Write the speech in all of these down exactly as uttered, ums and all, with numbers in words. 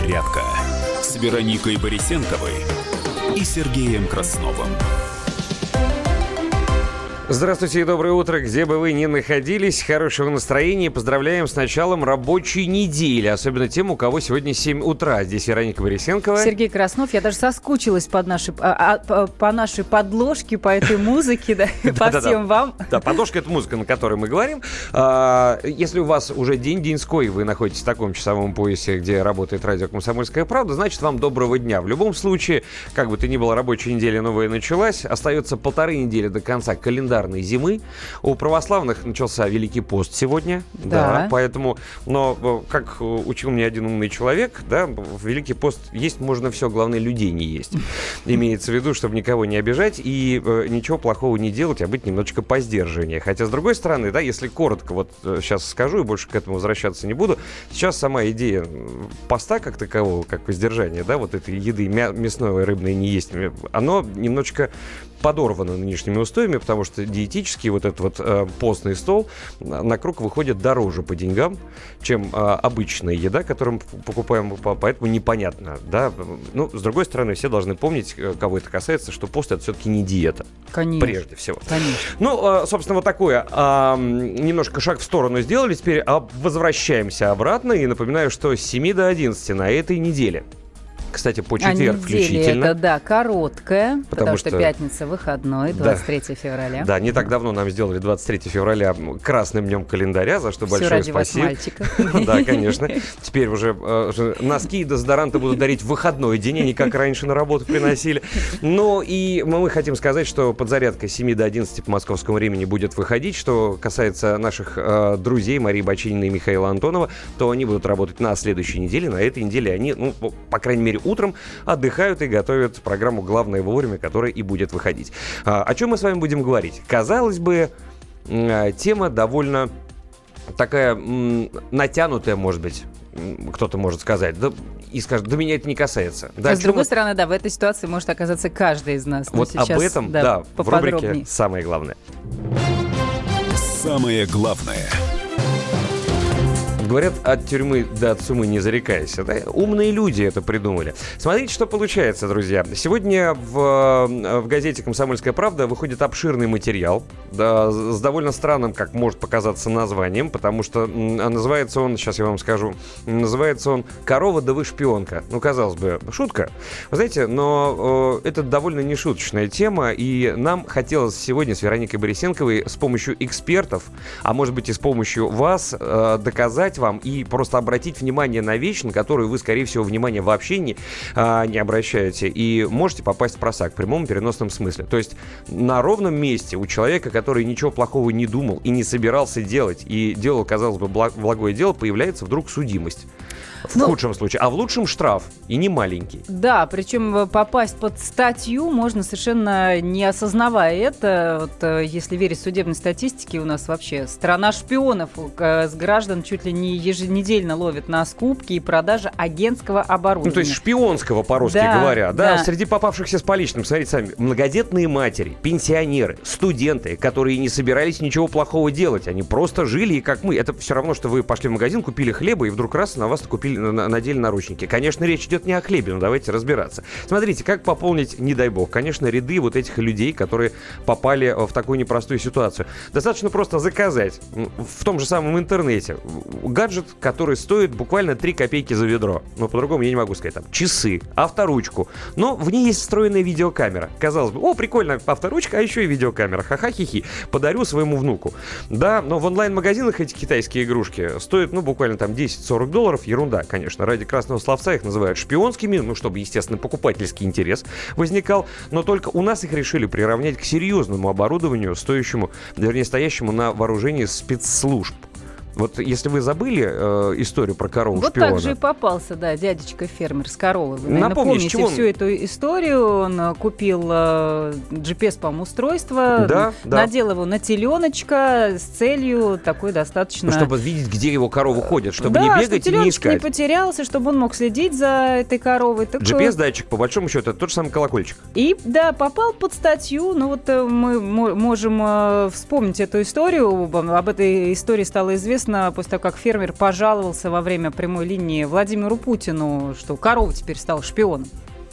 «Зарядка» с Вероникой Борисенковой и Сергеем Красновым. Здравствуйте и доброе утро, где бы вы ни находились. Хорошего настроения. Поздравляем с началом рабочей недели. Особенно тем, у кого сегодня семь утра. Здесь Вероника Борисенкова. Сергей Краснов. Я даже соскучилась под нашей, а, а, по нашей подложке, по этой музыке, да, по всем вам. Да, подложка — это музыка, на которой мы говорим. Если у вас уже день-деньской, вы находитесь в таком часовом поясе, где работает радио «Комсомольская правда», значит, вам доброго дня. В любом случае, как бы то ни было, рабочая неделя новая началась. Остается полторы недели до конца календаря зимы. У православных начался Великий пост сегодня. Да. да. Поэтому, но, как учил мне один умный человек, да, в Великий пост есть можно все, главное, людей не есть. Имеется в виду, чтобы никого не обижать и э, ничего плохого не делать, а быть немножечко по сдержаннее. Хотя, с другой стороны, да, если коротко, вот сейчас скажу и больше к этому возвращаться не буду, сейчас сама идея поста как такового, как воздержания, да, вот этой еды мя- мясной и рыбной не есть, оно немножечко подорвано нынешними устоями, потому что диетический вот этот вот э, постный стол на круг выходит дороже по деньгам, чем э, обычная еда, которую мы покупаем, поэтому непонятно, да. Ну, с другой стороны, все должны помнить, кого это касается, что пост — это все-таки не диета. Конечно. Прежде всего. Конечно. Ну, э, собственно, вот такое. Э, немножко шаг в сторону сделали, теперь э, возвращаемся обратно и напоминаю, что с семи до одиннадцати на этой неделе. Кстати, по четверг а включительно. Это, да, короткая, потому, потому что, что пятница выходной, двадцать третьего февраля. Да, не так давно нам сделали двадцать третьего февраля красным днем календаря, за что Все большое ради спасибо. Вас, мальчиков. Да, конечно. Теперь уже носки и дезодоранты будут дарить в выходной день, они как раньше на работу приносили. Ну и мы хотим сказать, что подзарядка с семи до одиннадцати по московскому времени будет выходить. Что касается наших друзей Марии Бачининой и Михаила Антонова, то они будут работать на следующей неделе. На этой неделе они, ну, по крайней мере, утром отдыхают и готовят программу «Главное вовремя», которая и будет выходить. А, о чем мы с вами будем говорить? Казалось бы, тема довольно такая м, натянутая, может быть, кто-то может сказать. Да, и скажет, да меня это не касается. Да, а с другой мы... стороны, да, в этой ситуации может оказаться каждый из нас. Но вот сейчас, об этом, да, да в рубрике «Самое главное». Самое главное. Говорят, от тюрьмы до от сумы не зарекайся. Да? Умные люди это придумали. Смотрите, что получается, друзья. Сегодня в, в газете «Комсомольская правда» выходит обширный материал, да, с довольно странным, как может показаться, названием, потому что м, называется он, сейчас я вам скажу, называется он «Корова да вы шпионка». Ну, казалось бы, шутка. Вы знаете, но э, это довольно нешуточная тема, и нам хотелось сегодня с Вероникой Борисенковой с помощью экспертов, а может быть и с помощью вас, э, доказать вам и просто обратить внимание на вещь, на которую вы, скорее всего, внимания вообще не, а, не обращаете, и можете попасть в просак в прямом и переносном смысле. То есть на ровном месте у человека, который ничего плохого не думал и не собирался делать, и делал, казалось бы, благое дело, появляется вдруг судимость. В ну, худшем случае. А в лучшем штраф. И не маленький. Да, причем попасть под статью можно совершенно не осознавая это. Вот, если верить судебной статистике, у нас вообще страна шпионов. С граждан чуть ли не еженедельно ловят на скупки и продажи агентского оборудования. Ну, то есть шпионского, по-русски да, говоря. Да, да. Среди попавшихся с поличным, смотрите сами, многодетные матери, пенсионеры, студенты, которые не собирались ничего плохого делать. Они просто жили, и как мы. Это все равно, что вы пошли в магазин, купили хлеба, и вдруг раз на вас купили, надели наручники. Конечно, речь идет не о хлебе, но давайте разбираться. Смотрите, как пополнить, не дай бог, конечно, ряды вот этих людей, которые попали в такую непростую ситуацию. Достаточно просто заказать в том же самом интернете гаджет, который стоит буквально три копейки за ведро. Но по-другому я не могу сказать. Там часы, авторучку. Но в ней есть встроенная видеокамера. Казалось бы, о, прикольно, авторучка, а еще и видеокамера. Ха-ха-хи-хи. Подарю своему внуку. Да, но в онлайн-магазинах эти китайские игрушки стоят, ну, буквально там десять-сорок долларов. Ерунда, конечно. Ради красного словца их называют шпионскими, ну, чтобы, естественно, покупательский интерес возникал. Но только у нас их решили приравнять к серьезному оборудованию, стоящему, вернее, стоящему на вооружении спецслужб. Вот если вы забыли э, историю про корову-шпиона... Вот так же и попался, да, дядечка-фермер с коровой. Вы, наверное, Напомни, помните он... всю эту историю. Он купил э, джи пи эс, по-моему, устройство, да, да. надел его на теленочка с целью такой достаточно... Ну, чтобы видеть, где его коровы ходят, чтобы да, не бегать чтобы и не искать. не потерялся, чтобы он мог следить за этой коровой. Так... джи пи эс-датчик, по большому счету, это тот же самый колокольчик. И, да, попал под статью. Ну, вот мы можем вспомнить эту историю. Об этой истории стало известно известно, после того, как фермер пожаловался во время прямой линии Владимиру Путину, что корова теперь стала шпионом.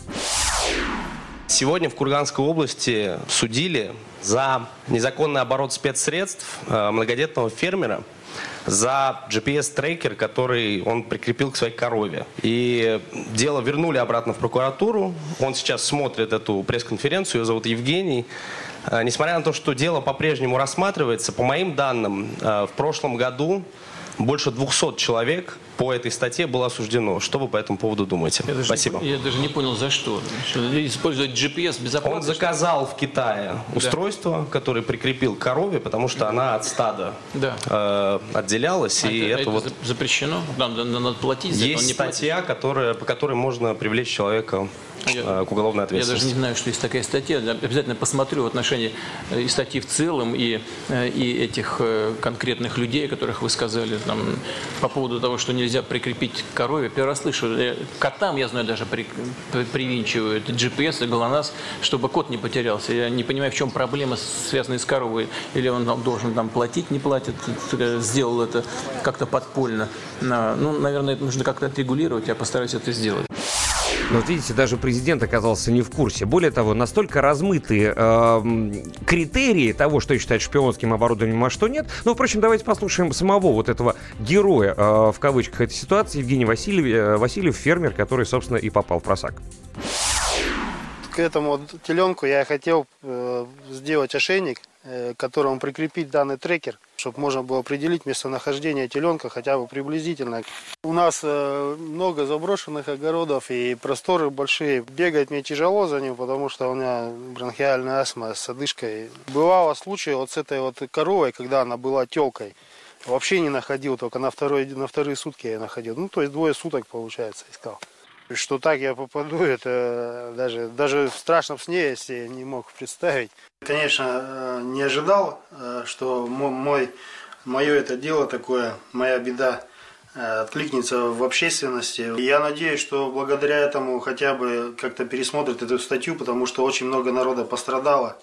Сегодня в Курганской области судили за незаконный оборот спецсредств многодетного фермера за джи пи эс-трекер, который он прикрепил к своей корове. И дело вернули обратно в прокуратуру. Он сейчас смотрит эту пресс-конференцию, ее зовут Евгений. Несмотря на то, что дело по-прежнему рассматривается, по моим данным, в прошлом году больше двухсот человек по этой статье было осуждено. Что вы по этому поводу думаете? Я даже Спасибо. Не, я даже не понял, за что. что использовать джи пи эс безопасно. Он заказал в Китае устройство, да. которое прикрепил к корове, потому что она от стада да. э, отделялась. А и это, это вот запрещено? Нам надо платить за Есть это, не статья, которая, по которой можно привлечь человека я, к уголовной ответственности. Я даже не знаю, что есть такая статья. Обязательно посмотрю в отношении и статьи в целом, и, и этих конкретных людей, которых вы сказали, там, по поводу того, что нельзя прикрепить к корове. Первый раз слышу. Котам, я знаю, даже при, привинчивают джи пи эс и ГЛОНАСС, чтобы кот не потерялся. Я не понимаю, в чем проблема, связанная с коровой. Или он должен там платить, не платит, сделал это как-то подпольно. Ну, наверное, это нужно как-то отрегулировать. Я постараюсь это сделать. Но вот видите, даже президент оказался не в курсе. Более того, настолько размыты э, критерии того, что считать шпионским оборудованием, а что нет. Ну, впрочем, давайте послушаем самого вот этого героя, э, в кавычках, этой ситуации, Евгений Васильев, э, Васильев, фермер, который, собственно, и попал в просак. К этому теленку я хотел э, сделать ошейник, э, к которому прикрепить данный трекер, чтобы можно было определить местонахождение теленка хотя бы приблизительно. У нас э, много заброшенных огородов и просторы большие. Бегать мне тяжело за ним, потому что у меня бронхиальная астма с одышкой. Бывало случай вот с этой вот коровой, когда она была телкой. Вообще не находил, только на, второй, на вторые сутки я находил. Ну, то есть двое суток, получается, искал. Что так я попаду, это даже, даже в страшном сне я себе не мог представить. Конечно, не ожидал, что мой, мое это дело такое, моя беда откликнется в общественности. Я надеюсь, что благодаря этому хотя бы как-то пересмотрят эту статью, потому что очень много народа пострадало.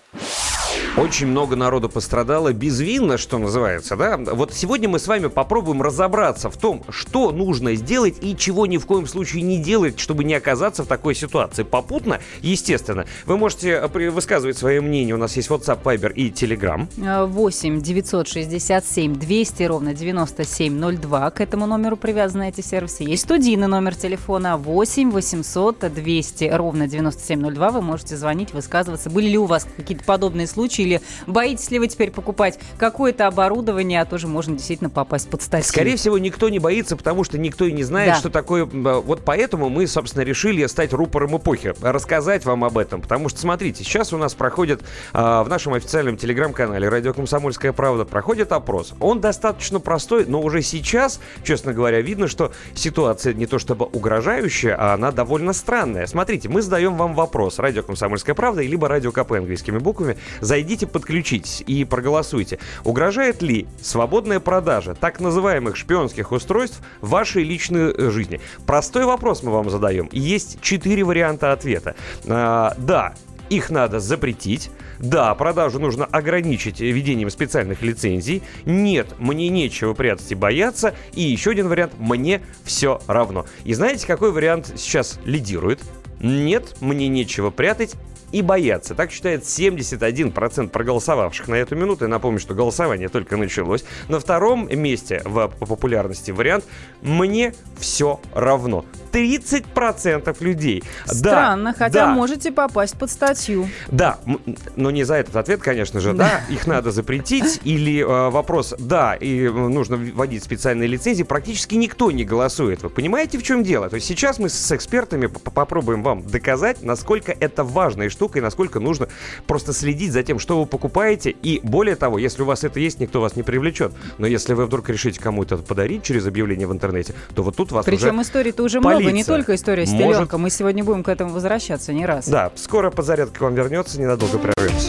Очень много народу пострадало безвинно, что называется, да? Вот сегодня мы с вами попробуем разобраться в том, что нужно сделать и чего ни в коем случае не делать, чтобы не оказаться в такой ситуации. Попутно, естественно, вы можете высказывать свое мнение. У нас есть WhatsApp, Viber и Telegram. восемь девятьсот шестьдесят семь двести ровно девяносто семь ноль два. К этому номеру привязаны эти сервисы. Есть студийный номер телефона восемь восемьсот двести ровно девяносто семь ноль два. Вы можете звонить, высказываться. Были ли у вас какие-то подобные случаи? Или боитесь ли вы теперь покупать какое-то оборудование, а тоже можно действительно попасть под статью? Скорее всего, никто не боится, потому что никто и не знает, да. что такое. Вот поэтому мы, собственно, решили стать рупором эпохи, рассказать вам об этом. Потому что, смотрите, сейчас у нас проходит а, в нашем официальном телеграм-канале «Радио Комсомольская правда» проходит опрос. Он достаточно простой, но уже сейчас, честно говоря, видно, что ситуация не то чтобы угрожающая, а она довольно странная. Смотрите, мы задаем вам вопрос. «Радио Комсомольская правда» либо «Радио КП» английскими буквами. Зайдите, подключитесь и проголосуйте. Угрожает ли свободная продажа так называемых шпионских устройств в вашей личной жизни? Простой вопрос мы вам задаем. Есть четыре варианта ответа. А, да, их надо запретить. Да, продажу нужно ограничить введением специальных лицензий. Нет, мне нечего прятать и бояться. И еще один вариант – мне все равно. И знаете, какой вариант сейчас лидирует? Нет, мне нечего прятать и бояться. Так считает семьдесят один процент проголосовавших на эту минуту. Я напомню, что голосование только началось. На втором месте в популярности вариант «мне все равно». тридцать процентов людей. Странно, да, хотя да. можете попасть под статью. Да, но не за этот ответ, конечно же. Да, да их надо запретить. Или э, вопрос «да, и нужно вводить специальные лицензии». Практически никто не голосует. Вы понимаете, в чем дело? То есть сейчас мы с экспертами попробуем вам доказать, насколько это важная штука и насколько нужно просто следить за тем, что вы покупаете. И более того, если у вас это есть, никто вас не привлечет. Но если вы вдруг решите кому-то подарить через объявление в интернете, то вот тут вас Причем уже историй-то уже много. Не только история с Может... теленком. Мы сегодня будем к этому возвращаться не раз. Да, скоро подзарядка к вам вернется, ненадолго прервемся.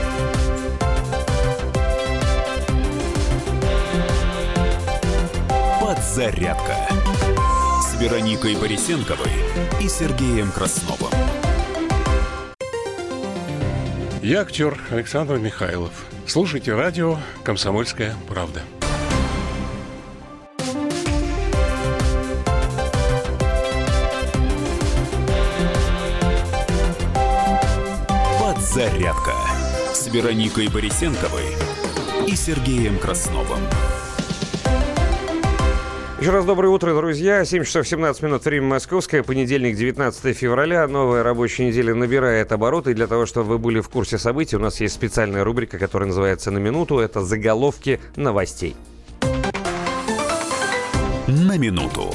Подзарядка с Вероникой Борисенковой и Сергеем Красновым. Я актер Александр Михайлов. Слушайте радио «Комсомольская правда». «Зарядка» с Вероникой Борисенковой и Сергеем Красновым. Еще раз доброе утро, друзья. семь часов семнадцать минут, время московское. Понедельник, девятнадцатое февраля. Новая рабочая неделя набирает обороты. И для того, чтобы вы были в курсе событий, у нас есть специальная рубрика, которая называется «На минуту». Это заголовки новостей. На минуту.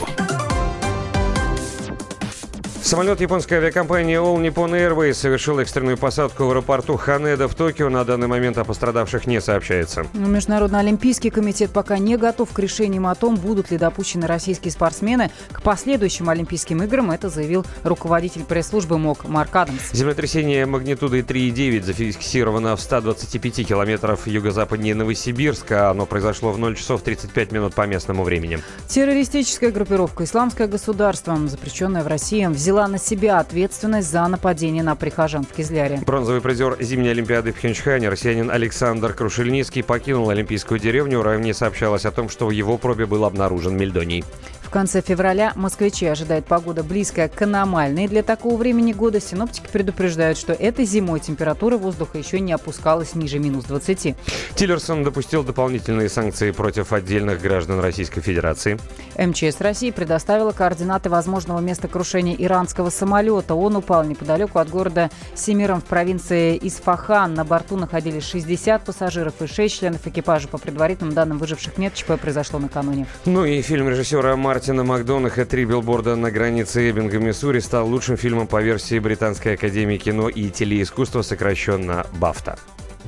Самолет японской авиакомпании All Nippon Airways совершил экстренную посадку в аэропорту Ханеда в Токио. На данный момент о пострадавших не сообщается. Международный олимпийский комитет пока не готов к решениям о том, будут ли допущены российские спортсмены к последующим Олимпийским играм. Это заявил руководитель пресс-службы МОК Марк Адамс. Землетрясение магнитудой три и девять зафиксировано в ста двадцати пяти километрах юго-западнее Новосибирска. Оно произошло в ноль часов тридцать пять минут по местному времени. Террористическая группировка «Исламское государство», запрещенная в России, взяла на себя ответственность за нападение на прихожан в Кизляре. Бронзовый призер зимней Олимпиады в Пхенчхане, россиянин Александр Крушельницкий, покинул Олимпийскую деревню. Ранее сообщалось о том, что в его пробе был обнаружен мельдоний. В конце февраля москвичи ожидает погода близкая к аномальной. Для такого времени года синоптики предупреждают, что этой зимой температура воздуха еще не опускалась ниже минус двадцати. Тиллерсон допустил дополнительные санкции против отдельных граждан Российской Федерации. МЧС России предоставила координаты возможного места крушения иранского самолета. Он упал неподалеку от города Семиром в провинции Исфахан. На борту находились шестьдесят пассажиров и шесть членов экипажа. По предварительным данным выживших нет, ЧП произошло накануне. Ну и фильм режиссера Мартина Макдонаха «Три билборда на границе Эббинга, Миссури» стал лучшим фильмом по версии Британской академии кино и телеискусства, сокращенно БАФТА.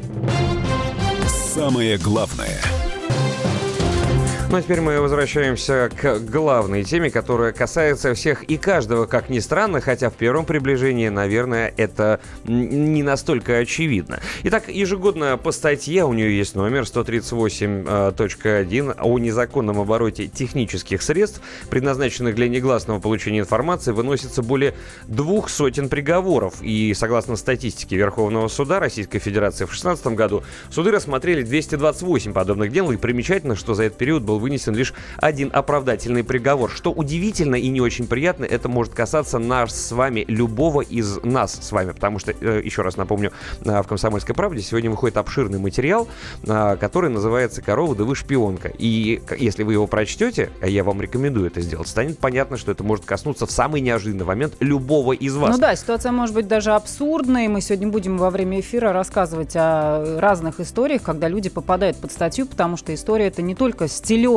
Самое главное. Ну а теперь мы возвращаемся к главной теме, которая касается всех и каждого, как ни странно, хотя в первом приближении, наверное, это не настолько очевидно. Итак, ежегодно по статье, у нее есть номер сто тридцать восемь точка один, о незаконном обороте технических средств, предназначенных для негласного получения информации, выносится более двух сотен приговоров. И согласно статистике Верховного суда Российской Федерации, в две тысячи шестнадцатом году суды рассмотрели двести двадцать восемь подобных дел. И примечательно, что за этот период был вынесен лишь один оправдательный приговор. Что удивительно и не очень приятно, это может касаться нас с вами, любого из нас с вами, потому что, еще раз напомню, в «Комсомольской правде» сегодня выходит обширный материал, который называется «Корова, да вы шпионка». И если вы его прочтете, а я вам рекомендую это сделать, станет понятно, что это может коснуться в самый неожиданный момент любого из вас. Ну да, ситуация может быть даже абсурдной. Мы сегодня будем во время эфира рассказывать о разных историях, когда люди попадают под статью, потому что история это не только стиль.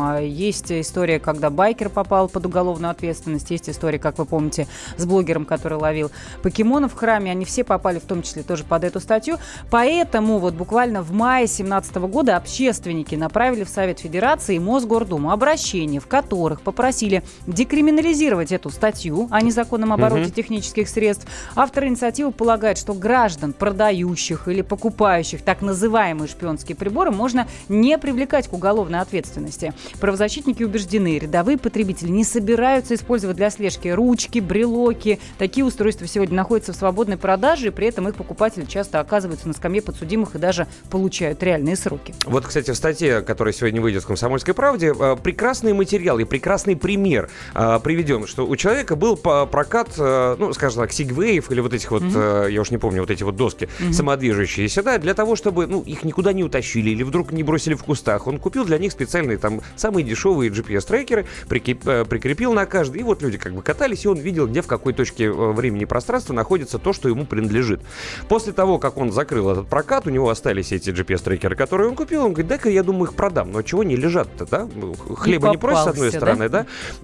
Есть история, когда байкер попал под уголовную ответственность. Есть история, как вы помните, с блогером, который ловил покемонов в храме. Они все попали в том числе тоже под эту статью. Поэтому вот буквально в мае две тысячи семнадцатого года общественники направили в Совет Федерации и Мосгордуму обращения, в которых попросили декриминализировать эту статью о незаконном обороте mm-hmm. технических средств. Автор инициативы полагает, что граждан, продающих или покупающих так называемые шпионские приборы, можно не привлекать к уголовной ответственности. Правозащитники убеждены, рядовые потребители не собираются использовать для слежки ручки, брелоки. Такие устройства сегодня находятся в свободной продаже, и при этом их покупатели часто оказываются на скамье подсудимых и даже получают реальные сроки. Вот, кстати, в статье, которая сегодня выйдет в «Комсомольской правде», прекрасный материал и прекрасный пример приведен, что у человека был прокат, ну, скажем так, сигвеев или вот этих вот, mm-hmm. я уж не помню, вот эти вот доски mm-hmm. самодвижущиеся, да, для того, чтобы, ну, их никуда не утащили или вдруг не бросили в кустах. Он купил для них специальные там самые дешевые джи пи эс-трекеры, прикип, прикрепил на каждый, и вот люди как бы катались, и он видел, где в какой точке времени и пространства находится то, что ему принадлежит. После того, как он закрыл этот прокат, у него остались эти джи пи эс-трекеры, которые он купил, он говорит, дай-ка я думаю их продам, но чего не лежат-то, да? Хлеба не, не просят, с одной стороны, да? да?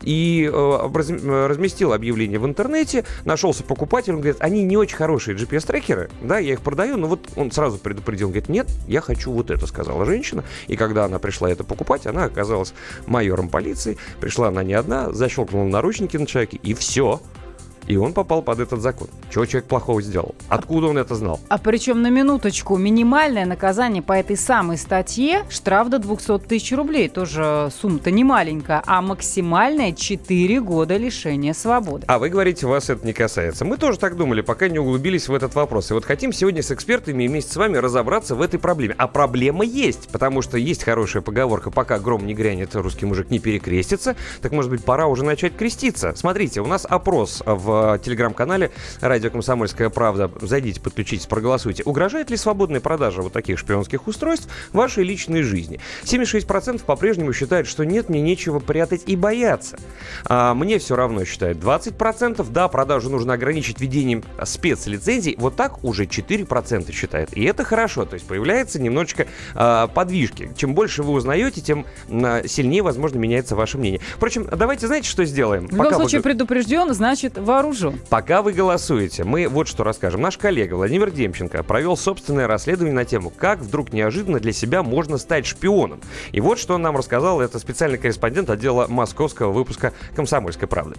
И э, раз, разместил объявление в интернете, нашелся покупатель, он говорит, они не очень хорошие джи пи эс-трекеры, да, я их продаю, но вот он сразу предупредил, он говорит, нет, я хочу вот это, сказала женщина, и когда она пришла это покупать, она оказалась майором полиции, пришла она не одна, защелкнула наручники на человеке, и все. И он попал под этот закон. Чего человек плохого сделал? Откуда он это знал? А причем на минуточку, минимальное наказание по этой самой статье штраф до двухсот тысяч рублей. Тоже сумма-то не маленькая. А максимальная четыре года лишения свободы. А вы говорите, вас это не касается. Мы тоже так думали, пока не углубились в этот вопрос. И вот хотим сегодня с экспертами вместе с вами разобраться в этой проблеме. А проблема есть, потому что есть хорошая поговорка: пока гром не грянет, русский мужик не перекрестится. Так, может быть, пора уже начать креститься. Смотрите, у нас опрос в в телеграм-канале «Радио Комсомольская правда». Зайдите, подключитесь, проголосуйте. Угрожает ли свободная продажа вот таких шпионских устройств вашей личной жизни? семьдесят шесть процентов по-прежнему считают, что нет, мне нечего прятать и бояться. А мне все равно, считает двадцать процентов. Да, продажу нужно ограничить введением спецлицензий. Вот так уже четыре процента считает. И это хорошо. То есть появляется немножечко а, подвижки. Чем больше вы узнаете, тем а, сильнее, возможно, меняется ваше мнение. Впрочем, давайте, знаете, что сделаем? В любом Пока случае, вы... предупрежден, значит вооружен. Пока вы голосуете, мы вот что расскажем. Наш коллега Владимир Демченко провел собственное расследование на тему, как вдруг неожиданно для себя можно стать шпионом. И вот что он нам рассказал. Это специальный корреспондент отдела московского выпуска «Комсомольской правды».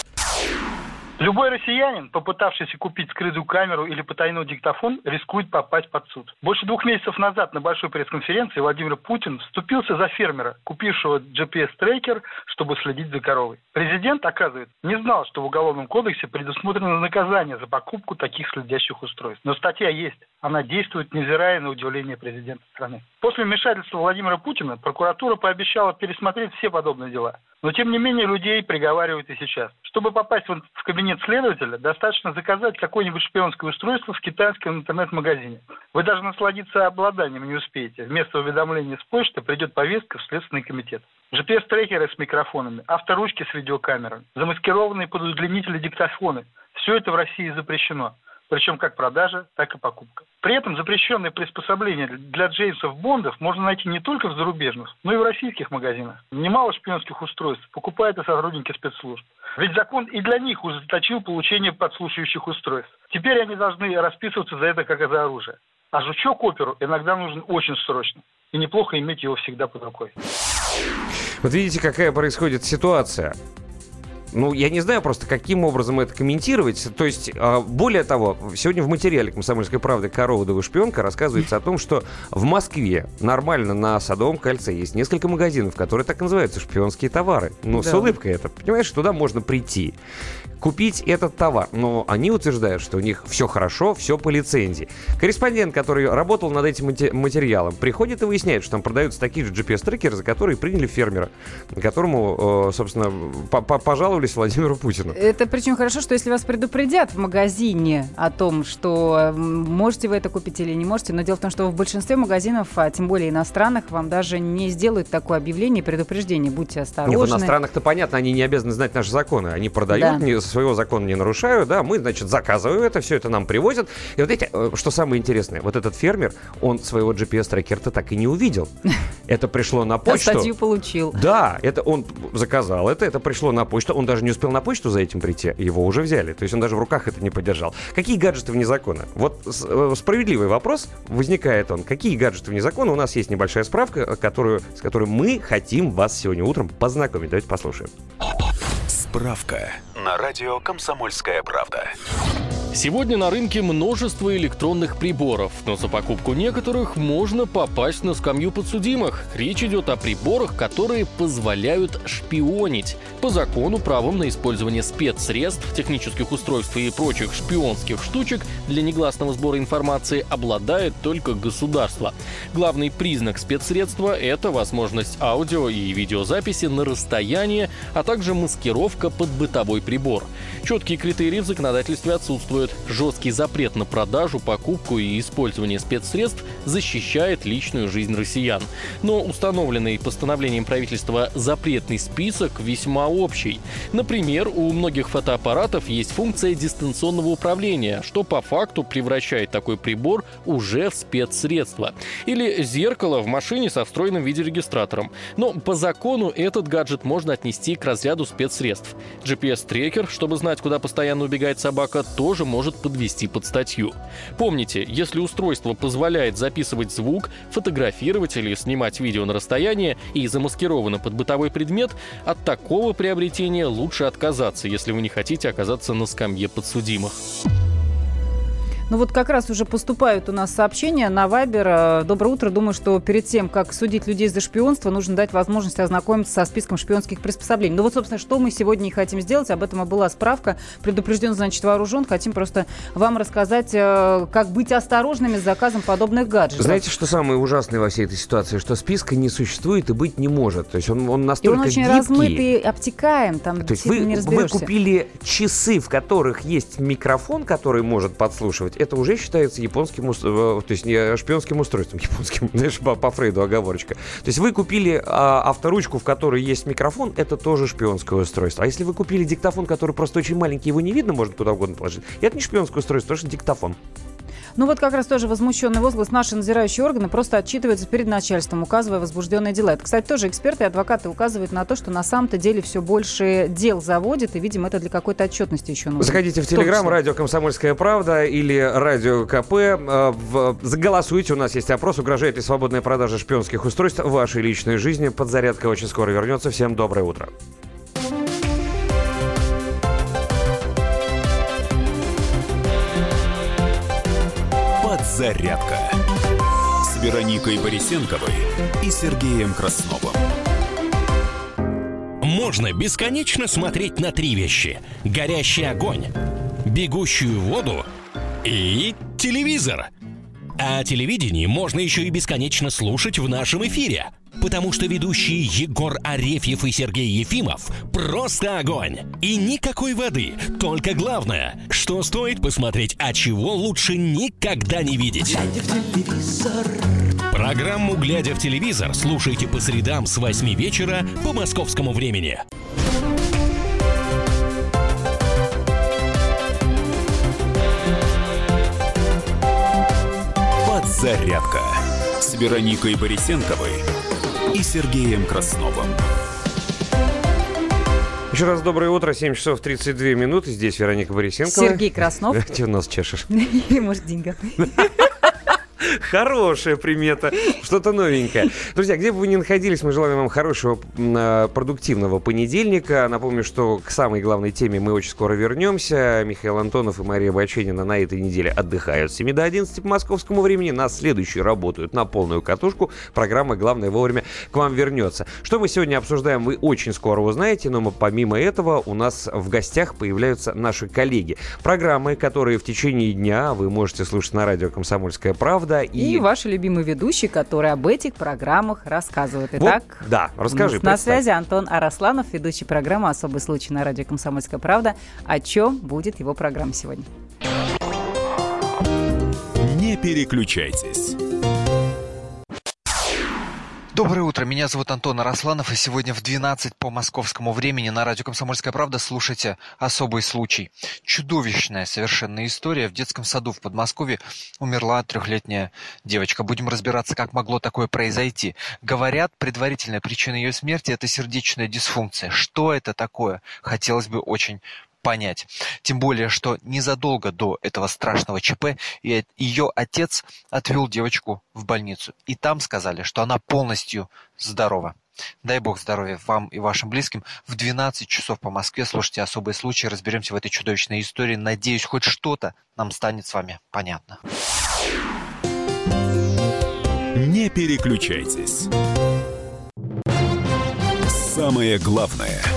Любой россиянин, попытавшийся купить скрытую камеру или потайной диктофон, рискует попасть под суд. Больше двух месяцев назад на большой пресс-конференции Владимир Путин вступился за фермера, купившего джи пи эс-трекер, чтобы следить за коровой. Президент, оказывается, не знал, что в Уголовном кодексе предусмотрено наказание за покупку таких следящих устройств. Но статья есть. Она действует, невзирая на удивление президента страны. После вмешательства Владимира Путина прокуратура пообещала пересмотреть все подобные дела. Но, тем не менее, людей приговаривают и сейчас. Чтобы попасть в кабинет следователя, достаточно заказать какое-нибудь шпионское устройство в китайском интернет-магазине. Вы даже насладиться обладанием не успеете. Вместо уведомления с почты придет повестка в Следственный комитет. джи пи эс-трекеры с микрофонами, авторучки с видеокамерами, замаскированные под удлинители диктофоны. Все это в России запрещено. Причем как продажа, так и покупка. При этом запрещенные приспособления для Джеймсов Бондов можно найти не только в зарубежных, но и в российских магазинах. Немало шпионских устройств покупают и сотрудники спецслужб. Ведь закон и для них ужесточил получение подслушивающих устройств. Теперь они должны расписываться за это как за оружие. А жучок оперу иногда нужен очень срочно. И неплохо иметь его всегда под рукой. Вот видите, какая происходит ситуация. Ну, я не знаю просто, каким образом это комментировать. То есть, более того, сегодня в материале «Комсомольской правды» «Корова да вы шпионка» рассказывается о том, что в Москве нормально на Садовом кольце есть несколько магазинов, которые так и называются «шпионские товары». Ну, да. С улыбкой это. Понимаешь, туда можно прийти, купить этот товар. Но они утверждают, что у них все хорошо, все по лицензии. Корреспондент, который работал над этим материалом, приходит и выясняет, что там продаются такие же джи пи эс-трекеры, за которые приняли фермера, которому, собственно, пожаловали Владимиру Путину. Это причем хорошо, что если вас предупредят в магазине о том, что можете вы это купить или не можете, но дело в том, что в большинстве магазинов, а тем более иностранных, вам даже не сделают такое объявление, предупреждение, будьте осторожны. Нет, в иностранных-то понятно, они не обязаны знать наши законы. Они продают, да. не, своего закона не нарушают, да, мы, значит, заказываем это, все это нам привозят. И вот эти, что самое интересное, вот этот фермер, он своего джи пи эс-трекера-то так и не увидел. Это пришло на почту. Статью получил. Да, это он заказал это, это пришло на почту, он даже не успел на почту за этим прийти, его уже взяли. То есть он даже в руках это не подержал. Какие гаджеты вне закона? Вот справедливый вопрос возникает он. Какие гаджеты вне закона? У нас есть небольшая справка, которую, с которой мы хотим вас сегодня утром познакомить. Давайте послушаем. Справка на радио «Комсомольская правда». Сегодня на рынке множество электронных приборов, но за покупку некоторых можно попасть на скамью подсудимых. Речь идет о приборах, которые позволяют шпионить. По закону правом на использование спецсредств, технических устройств и прочих шпионских штучек для негласного сбора информации обладает только государство. Главный признак спецсредства – это возможность аудио и видеозаписи на расстоянии, а также маскировка под бытовой прибор. Четкие критерии в законодательстве отсутствуют. Жесткий запрет на продажу, покупку и использование спецсредств защищает личную жизнь россиян. Но установленный постановлением правительства запретный список весьма общий. Например, у многих фотоаппаратов есть функция дистанционного управления, что по факту превращает такой прибор уже в спецсредство. Или зеркало в машине со встроенным видеорегистратором. Но по закону этот гаджет можно отнести к разряду спецсредств. джи пи эс-трекер, чтобы знать, куда постоянно убегает собака, тоже может подвести под статью. Помните, если устройство позволяет записывать звук, фотографировать или снимать видео на расстоянии и замаскировано под бытовой предмет, от такого приобретения лучше отказаться, если вы не хотите оказаться на скамье подсудимых. Ну вот как раз уже поступают у нас сообщения на Вайбер. Доброе утро. Думаю, что перед тем, как судить людей за шпионство, нужно дать возможность ознакомиться со списком шпионских приспособлений. Ну вот, собственно, что мы сегодня и хотим сделать. Об этом и была справка. Предупрежден, значит, вооружен. Хотим просто вам рассказать, как быть осторожными с заказом подобных гаджетов. Знаете, что самое ужасное во всей этой ситуации? Что списка не существует и быть не может. То есть он, он настолько гибкий. И он очень гибкий. размытый, обтекаем. Там То есть вы, не вы купили часы, в которых есть микрофон, который может подслушивать. Это уже считается японским, то есть не шпионским устройством, японским, знаешь, по, по Фрейду оговорочка. То есть вы купили а, авторучку, в которой есть микрофон, это тоже шпионское устройство. А если вы купили диктофон, который просто очень маленький, его не видно, можно куда угодно положить, это не шпионское устройство, это диктофон. Ну вот как раз тоже возмущенный возглас. Наши надзирающие органы просто отчитываются перед начальством, указывая возбужденные дела. Это, кстати, тоже эксперты и адвокаты указывают на то, что на самом-то деле все больше дел заводят, и, видимо, это для какой-то отчетности еще нужно. Заходите в Телеграм, радио «Комсомольская правда» или радио КП. Заголосуйте, у нас есть опрос. Угрожает ли свободная продажа шпионских устройств в вашей личной жизни? Подзарядка очень скоро вернется. Всем доброе утро. Зарядка с Вероникой Борисенковой и Сергеем Красновым. Можно бесконечно смотреть на три вещи: горящий огонь, бегущую воду и телевизор. А о телевидении можно еще и бесконечно слушать в нашем эфире, потому что ведущие Егор Арефьев и Сергей Ефимов просто огонь. И никакой воды, только главное, что стоит посмотреть, а чего лучше никогда не видеть. Глядя в телевизор. Программу «Глядя в телевизор» слушайте по средам с восьми вечера по московскому времени. Подзарядка с Вероникой Борисенковой и Сергеем Красновым. Еще раз доброе утро, семь часов тридцать две минуты. Здесь Вероника Борисенкова. Сергей Краснов. Ты нос чешешь. Или, может, деньга. Хорошая примета, что-то новенькое. Друзья, где бы вы ни находились, мы желаем вам хорошего, продуктивного понедельника. Напомню, что к самой главной теме мы очень скоро вернемся. Михаил Антонов и Мария Баченина на этой неделе отдыхают с семи до одиннадцати по московскому времени. На следующую работают на полную катушку. Программа «Главное вовремя» к вам вернется. Что мы сегодня обсуждаем, вы очень скоро узнаете, но помимо этого у нас в гостях появляются наши коллеги. Программы, которые в течение дня вы можете слушать на радио «Комсомольская правда». И, и ваши любимые ведущие, которые об этих программах рассказывают. Итак, вот, да, расскажи. На связи Антон Арасланов, ведущий программы «Особый случай» на радио «Комсомольская правда». О чем будет его программа сегодня? Не переключайтесь. Доброе утро, меня зовут Антон Арасланов, и сегодня в двенадцать по московскому времени на радио «Комсомольская правда» слушайте «Особый случай». Чудовищная совершенно история. В детском саду в Подмосковье умерла трехлетняя девочка. Будем разбираться, как могло такое произойти. Говорят, предварительная причина ее смерти – это сердечная дисфункция. Что это такое? Хотелось бы очень понять. Тем более, что незадолго до этого страшного ЧП ее отец отвел девочку в больницу. И там сказали, что она полностью здорова. Дай бог здоровья вам и вашим близким. В двенадцать часов по Москве слушайте «Особый случай». Разберемся в этой чудовищной истории. Надеюсь, хоть что-то нам станет с вами понятно. Не переключайтесь. Самое главное –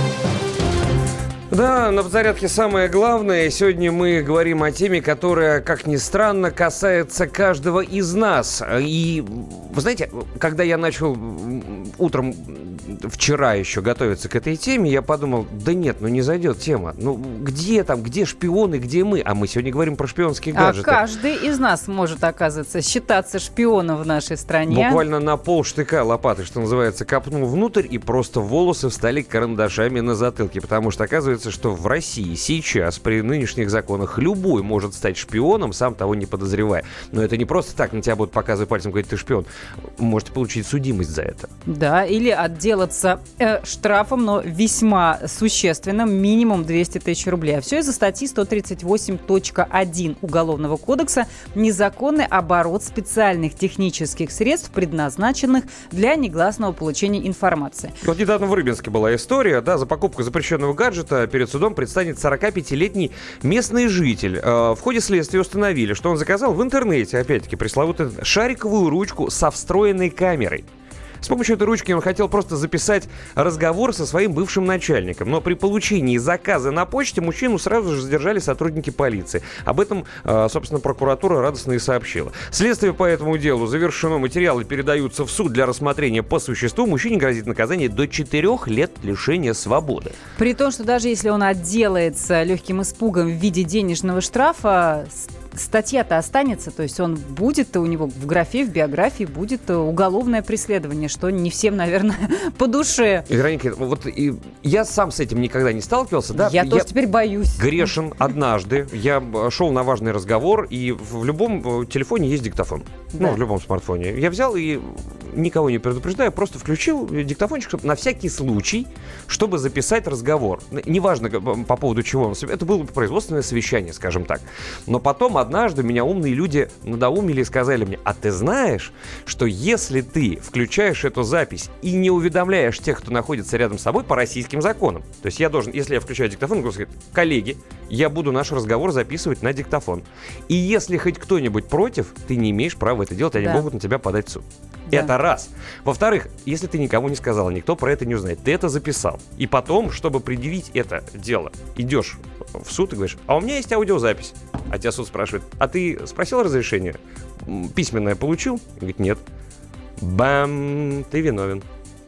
да, на подзарядке самое главное. Сегодня мы говорим о теме, которая, как ни странно, касается каждого из нас. И, вы знаете, когда я начал утром вчера еще готовиться к этой теме, я подумал, да нет, ну не зайдет тема. Ну где там, где шпионы, где мы? А мы сегодня говорим про шпионские гаджеты. А каждый из нас может, оказывается, считаться шпионом в нашей стране. Буквально на полштыка лопаты, что называется, копнул внутрь, и просто волосы встали карандашами на затылке. Потому что, оказывается, что в России сейчас при нынешних законах любой может стать шпионом, сам того не подозревая. Но это не просто так, на тебя будут показывать пальцем, говорить, ты шпион. Можете получить судимость за это. Да, или отделаться э, штрафом, но весьма существенным, минимум двести тысяч рублей. А все из-за статьи сто тридцать восемь точка один Уголовного кодекса «Незаконный оборот специальных технических средств, предназначенных для негласного получения информации». Вот недавно в Рыбинске была история, да, за покупку запрещенного гаджета перед судом предстанет сорокапятилетний местный житель. В ходе следствия установили, что он заказал в интернете, опять-таки, пресловутую шариковую ручку со встроенной камерой. С помощью этой ручки он хотел просто записать разговор со своим бывшим начальником. Но при получении заказа на почте мужчину сразу же задержали сотрудники полиции. Об этом, собственно, прокуратура радостно и сообщила. Следствие по этому делу завершено. Материалы передаются в суд для рассмотрения по существу. Мужчине грозит наказание до четырех лет лишения свободы. При том, что даже если он отделается легким испугом в виде денежного штрафа, статья-то останется, то есть он будет, у него в графе, в биографии будет уголовное преследование, что не всем, наверное, по душе. Вероника, вот и я сам с этим никогда не сталкивался, да? Я, я тоже теперь боюсь. Грешен однажды. Я шел на важный разговор, и в любом телефоне есть диктофон. Да. Ну, в любом смартфоне. Я взял и, никого не предупреждая, просто включил диктофончик на всякий случай, чтобы записать разговор. Неважно, по поводу чего. Это было производственное совещание, скажем так. Но потом однажды меня умные люди надоумили и сказали мне: а ты знаешь, что если ты включаешь эту запись и не уведомляешь тех, кто находится рядом с собой, по российским законам, то есть я должен, если я включаю диктофон, я говорю: коллеги, я буду наш разговор записывать на диктофон. И если хоть кто-нибудь против, ты не имеешь права это делать, они да. могут на тебя подать в суд. Да. Это раз. Во-вторых, если ты никому не сказал, никто про это не узнает, ты это записал. И потом, чтобы предъявить это дело, идешь в суд и говоришь: а у меня есть аудиозапись. А тебя суд спрашивает: а ты спросил разрешение? Письменное получил? Говорит: нет. Бам! Ты виновен.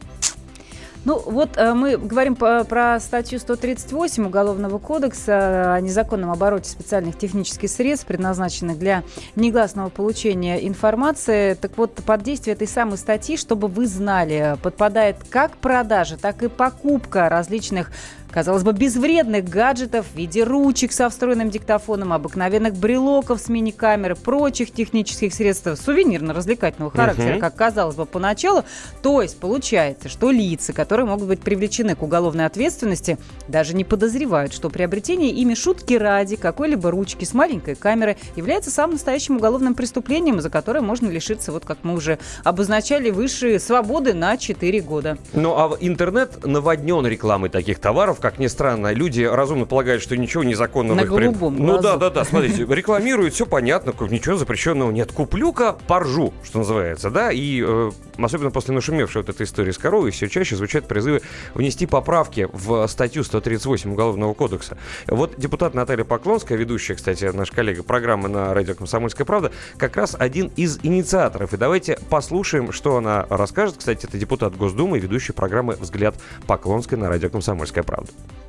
Ну, вот мы говорим по, про статью сто тридцать восемь Уголовного кодекса о незаконном обороте специальных технических средств, предназначенных для негласного получения информации. Так вот, под действие этой самой статьи, чтобы вы знали, подпадает как продажа, так и покупка различных, казалось бы, безвредных гаджетов в виде ручек со встроенным диктофоном, обыкновенных брелоков с мини-камерой, прочих технических средств сувенирно-развлекательного характера, uh-huh. как казалось бы поначалу. То есть получается, что лица, которые могут быть привлечены к уголовной ответственности, даже не подозревают, что приобретение ими шутки ради какой-либо ручки с маленькой камерой является самым настоящим уголовным преступлением, за которое можно лишиться, вот как мы уже обозначали выше, свободы на четыре года. Ну а интернет наводнен рекламой таких товаров. Как ни странно, люди разумно полагают, что ничего незаконного... На голубом глазу. Ну да, да, да, смотрите, рекламируют, все понятно, ничего запрещенного нет. Куплю-ка, поржу, что называется, да, и э, особенно после нашумевшей вот этой истории с коровой все чаще звучат призывы внести поправки в статью сто тридцать восемь Уголовного кодекса. Вот депутат Наталья Поклонская, ведущая, кстати, наш коллега программы на радио «Комсомольская правда», как раз один из инициаторов. И давайте послушаем, что она расскажет. Кстати, это депутат Госдумы, ведущий программы «Взгляд» Поклонской на радио «Комсомольская правда».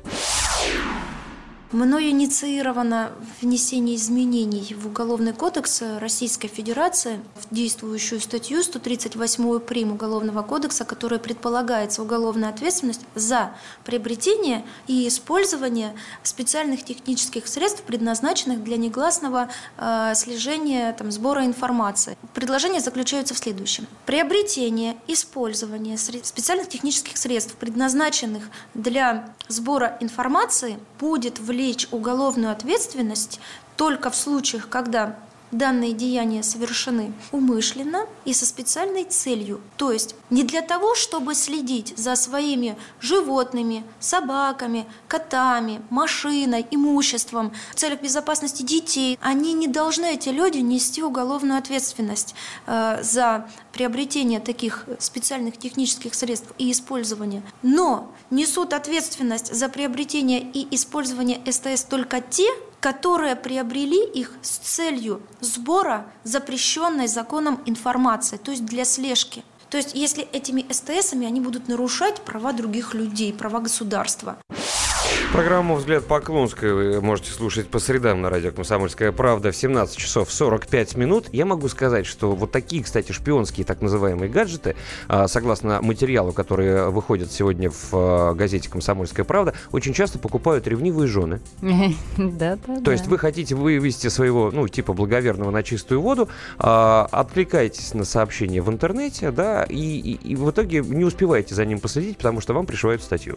Мною инициировано внесение изменений в Уголовный кодекс Российской Федерации, в действующую статью сто тридцать восемь прим. Уголовного кодекса, которая предполагается уголовная ответственность за приобретение и использование специальных технических средств, предназначенных для негласного э, слежения, там, сбора информации. Предложение заключается в следующем. Приобретение, использование специальных технических средств, предназначенных для сбора информации, будет влиять влечь уголовную ответственность только в случаях, когда данные деяния совершены умышленно и со специальной целью. То есть не для того, чтобы следить за своими животными, собаками, котами, машиной, имуществом, в целях безопасности детей. Они не должны, эти люди, нести уголовную ответственность э, за приобретение таких специальных технических средств и использование. Но несут ответственность за приобретение и использование СТС только те, которые приобрели их с целью сбора запрещенной законом информации, то есть для слежки. То есть если этими СТСами они будут нарушать права других людей, права государства. Программу «Взгляд Поклонской» вы можете слушать по средам на радио «Комсомольская правда» в семнадцать часов сорок пять минут. Я могу сказать, что вот такие, кстати, шпионские так называемые гаджеты, согласно материалу, который выходит сегодня в газете «Комсомольская правда», очень часто покупают ревнивые жены. Да, да. То есть вы хотите вывести своего, ну, типа благоверного на чистую воду, откликаетесь на сообщение в интернете, да, и, и, и в итоге не успеваете за ним последить, потому что вам пришивают статью.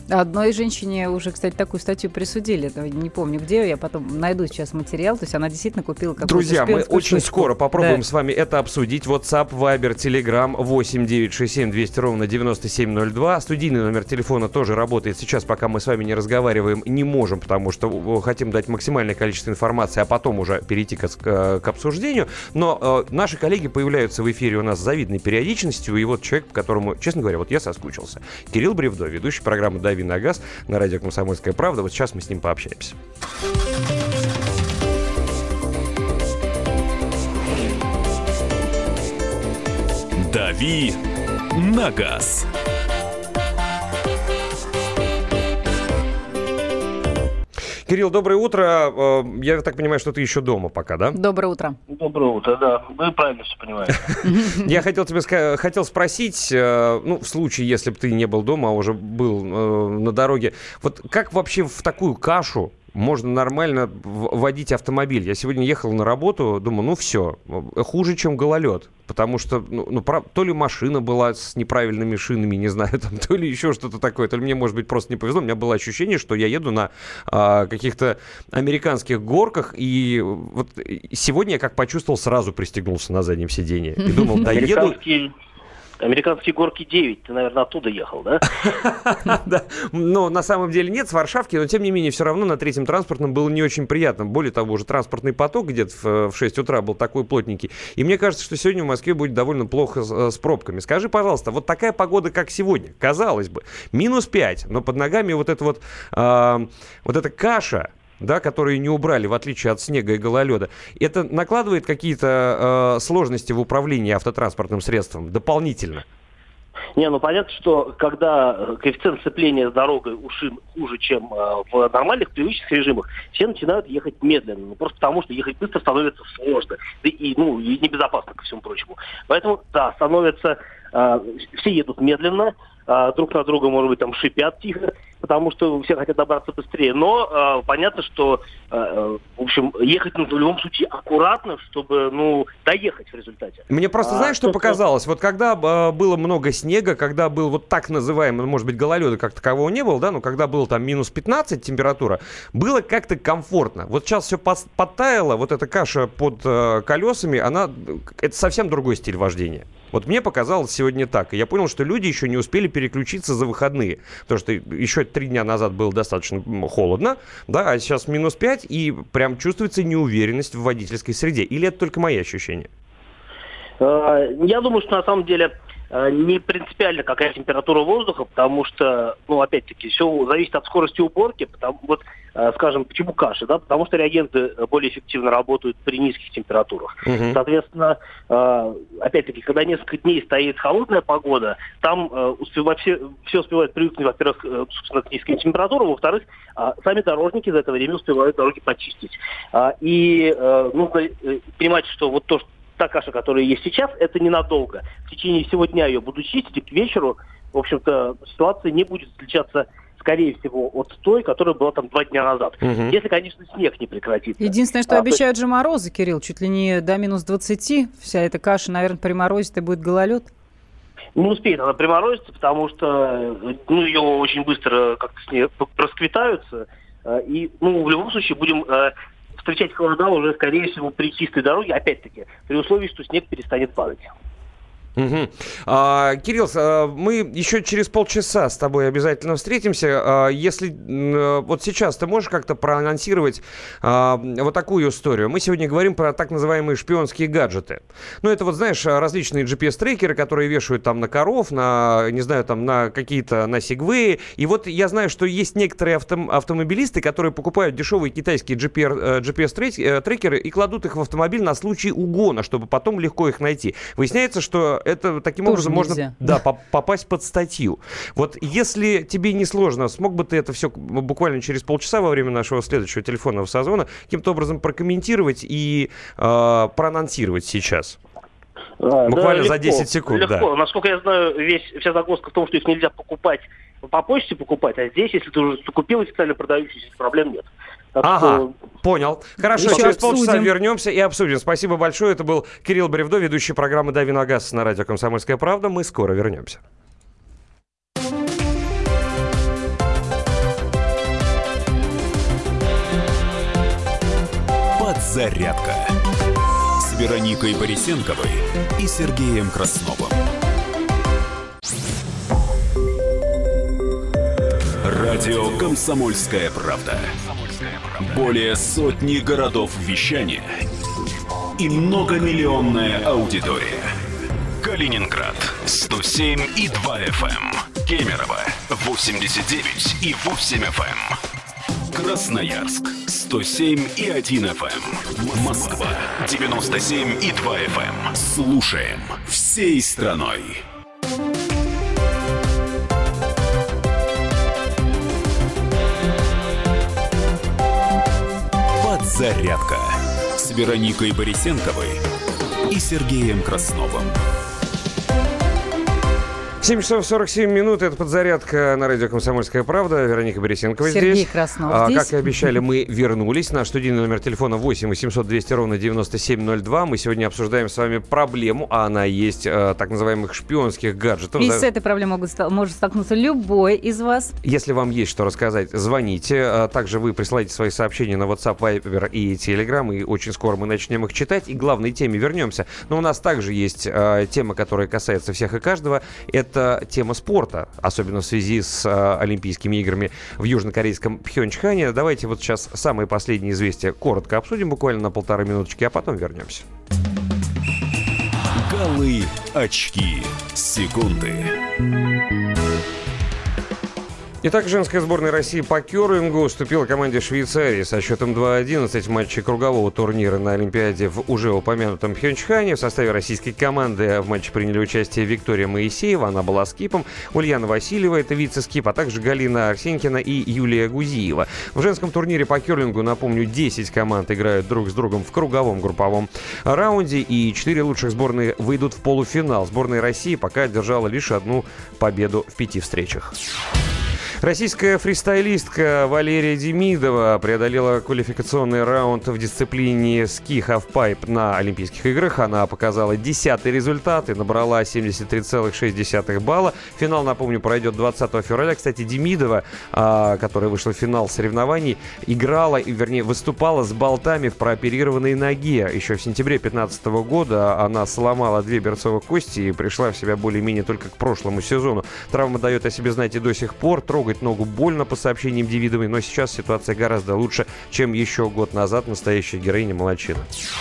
Одной женщине уже, кстати, такую статью присудили. Не помню где, я потом найду сейчас материал. То есть она действительно купила какую-то Друзья, мы очень штучку. скоро попробуем Да. с вами это обсудить. WhatsApp, Viber, Telegram восемь девятьсот шестьдесят семь двести ровно девяносто семь ноль два. Студийный номер телефона тоже работает. Сейчас, пока мы с вами не разговариваем, не можем, потому что хотим дать максимальное количество информации, а потом уже перейти к, к, к обсуждению. Но э, наши коллеги появляются в эфире у нас с завидной периодичностью. И вот человек, по которому, честно говоря, вот я соскучился. Кирилл Бревдо, ведущий программы «Дави на газ» на радио «Комсомольская правда». Вот сейчас мы с ним пообщаемся. «Дави на газ». Кирилл, доброе утро. Я так понимаю, что ты еще дома пока, да? Доброе утро. Доброе утро, да. Вы правильно все понимаете. Я хотел тебе хотел спросить, ну, в случае, если бы ты не был дома, а уже был на дороге, вот как вообще в такую кашу можно нормально водить автомобиль? Я сегодня ехал на работу, думаю, ну все, хуже, чем гололед. Потому что, ну, ну, то ли машина была с неправильными шинами, не знаю, там, то ли еще что-то такое, то ли мне, может быть, просто не повезло. У меня было ощущение, что я еду на а, каких-то американских горках, и вот сегодня я как почувствовал, сразу пристегнулся на заднем сиденье. И думал, да еду... Американские горки девять, ты, наверное, оттуда ехал, да? Да, но на самом деле нет, с Варшавки, но тем не менее все равно на третьем транспортном было не очень приятно. Более того, уже транспортный поток где-то в шесть утра был такой плотненький. И мне кажется, что сегодня в Москве будет довольно плохо с, с пробками. Скажи, пожалуйста, вот такая погода, как сегодня, казалось бы, минус пять, но под ногами вот эта вот, э, вот эта каша, да, которые не убрали, в отличие от снега и гололеда, это накладывает какие-то э, сложности в управлении автотранспортным средством дополнительно? Не, ну понятно, что когда коэффициент сцепления с дорогой у шин хуже, чем э, в нормальных привычных режимах, все начинают ехать медленно. Ну, просто потому, что ехать быстро становится сложно. И, и, ну, и небезопасно, ко всему прочему. Поэтому, да, становится... Э, все едут медленно, э, друг на друга, может быть, там шипят тихо, потому что все хотят добраться быстрее. Но э, понятно, что, э, в общем, ехать нужно в любом случае аккуратно, чтобы, ну, доехать в результате. Мне просто, а, знаешь, что то, показалось? Вот когда э, было много снега, когда был вот так называемый, может быть, гололеда как такового не было, да, но когда было там минус пятнадцать температура, было как-то комфортно. Вот сейчас все подтаяло, вот эта каша под э, колесами, она, это совсем другой стиль вождения. Вот мне показалось сегодня так. И я понял, что люди еще не успели переключиться за выходные. Потому что еще три дня назад было достаточно холодно, да, а сейчас минус пять, и прям чувствуется неуверенность в водительской среде. Или это только мои ощущения? Я думаю, что на самом деле не принципиально какая температура воздуха, потому что, ну, опять-таки, все зависит от скорости уборки. Потому, вот, скажем, почему каши, да? Потому что реагенты более эффективно работают при низких температурах. Uh-huh. Соответственно, опять-таки, когда несколько дней стоит холодная погода, там успев... все, все успевают привыкнуть, во-первых, собственно, к низким температурам, во-вторых, сами дорожники за это время успевают дороги почистить. И нужно понимать, что вот то, что та каша, которая есть сейчас, это ненадолго. В течение всего дня ее буду чистить, и к вечеру, в общем-то, ситуация не будет отличаться, скорее всего, от той, которая была там два дня назад. Угу. Если, конечно, снег не прекратится. Единственное, что а, обещают есть... же морозы, Кирилл, чуть ли не до минус двадцати. Вся эта каша, наверное, приморозит и будет гололед. Не успеет она приморозиться, потому что, ну, ее очень быстро как-то с ней расквитаются. И, ну, в любом случае будем... встречать холода уже, скорее всего, при чистой дороге, опять-таки, при условии, что снег перестанет падать. Угу. А, Кирилл, мы еще через полчаса с тобой обязательно встретимся. Если вот сейчас ты можешь как-то проанонсировать а, вот такую историю. Мы сегодня говорим про так называемые шпионские гаджеты. Ну, это вот, знаешь, различные джи пи эс-трекеры, которые вешают там на коров, на, не знаю, там на какие-то, на сегвеи. И вот я знаю, что есть некоторые авто, автомобилисты, которые покупают дешевые китайские джи пи эс-трекеры и кладут их в автомобиль на случай угона, чтобы потом легко их найти. Выясняется, что это таким Тоже образом нельзя. можно да, по- попасть под статью. Вот если тебе не сложно, смог бы ты это все буквально через полчаса во время нашего следующего телефонного созвона каким-то образом прокомментировать и э, проанонсировать сейчас? А, буквально да, за легко, десять секунд. Легко. Да. Насколько я знаю, весь, вся загвоздка в том, что их нельзя покупать по почте покупать, а здесь, если ты уже купил официально продающийся, проблем нет. Так ага, что... понял. Хорошо, Еще через обсудим. полчаса вернемся и обсудим. Спасибо большое. Это был Кирилл Бревдо, ведущий программы «Дави на газ» на радио «Комсомольская правда». Мы скоро вернемся. Подзарядка с Вероникой Борисенковой и Сергеем Красновым. Радио «Комсомольская правда». Более сотни городов вещания и многомиллионная аудитория. Калининград сто семь и два эф эм, Кемерово восемьдесят девять и восемь эф эм, Красноярск сто семь и один эф эм, Москва девяносто семь и два эф эм. Слушаем всей страной. Подзарядка с Вероникой Борисенковой и Сергеем Красновым. семь часов сорок семь минут. Это подзарядка на радио «Комсомольская правда». Вероника Борисенкова здесь. Сергей Краснов а, здесь. Как и обещали, мы вернулись. Наш студийный номер телефона восемь восемьсот двести ровно девяносто семь ноль два. Мы сегодня обсуждаем с вами проблему, а она есть, а, так называемых шпионских гаджетов. И с этой проблемой могут, может столкнуться любой из вас. Если вам есть что рассказать, звоните. А также вы присылайте свои сообщения на WhatsApp, Viber и Telegram. И очень скоро мы начнем их читать. И к главной теме вернемся. Но у нас также есть а, тема, которая касается всех и каждого. Это тема спорта, особенно в связи с а, Олимпийскими играми в южнокорейском Пхёнчхане. Давайте вот сейчас самые последние известия коротко обсудим, буквально на полторы минуточки, а потом вернемся. Голы, очки, секунды. Итак, женская сборная России по кёрлингу уступила команде Швейцарии со счетом два одиннадцать в матче кругового турнира на Олимпиаде в уже упомянутом Пхёнчхане. В составе российской команды в матче приняли участие Виктория Моисеева, она была скипом, Ульяна Васильева, это вице-скип, а также Галина Арсенькина и Юлия Гузиева. В женском турнире по кёрлингу, напомню, десять команд играют друг с другом в круговом групповом раунде, и четыре лучших сборные выйдут в полуфинал. Сборная России пока одержала лишь одну победу в пяти встречах. Российская фристайлистка Валерия Демидова преодолела квалификационный раунд в дисциплине ски halfpipe на Олимпийских играх. Она показала десятый результат и набрала семьдесят три целых шесть десятых балла. Финал, напомню, пройдет двадцатого февраля. Кстати, Демидова, а, которая вышла в финал соревнований, играла, вернее, выступала с болтами в прооперированной ноге. Еще в сентябре две тысячи пятнадцатого года она сломала две берцовых кости и пришла в себя более-менее только к прошлому сезону. Травма дает о себе знать и до сих пор. Трогать ногу больно, по сообщениям Демидовой, но сейчас ситуация гораздо лучше, чем еще год назад. Настоящая героиня молодчина.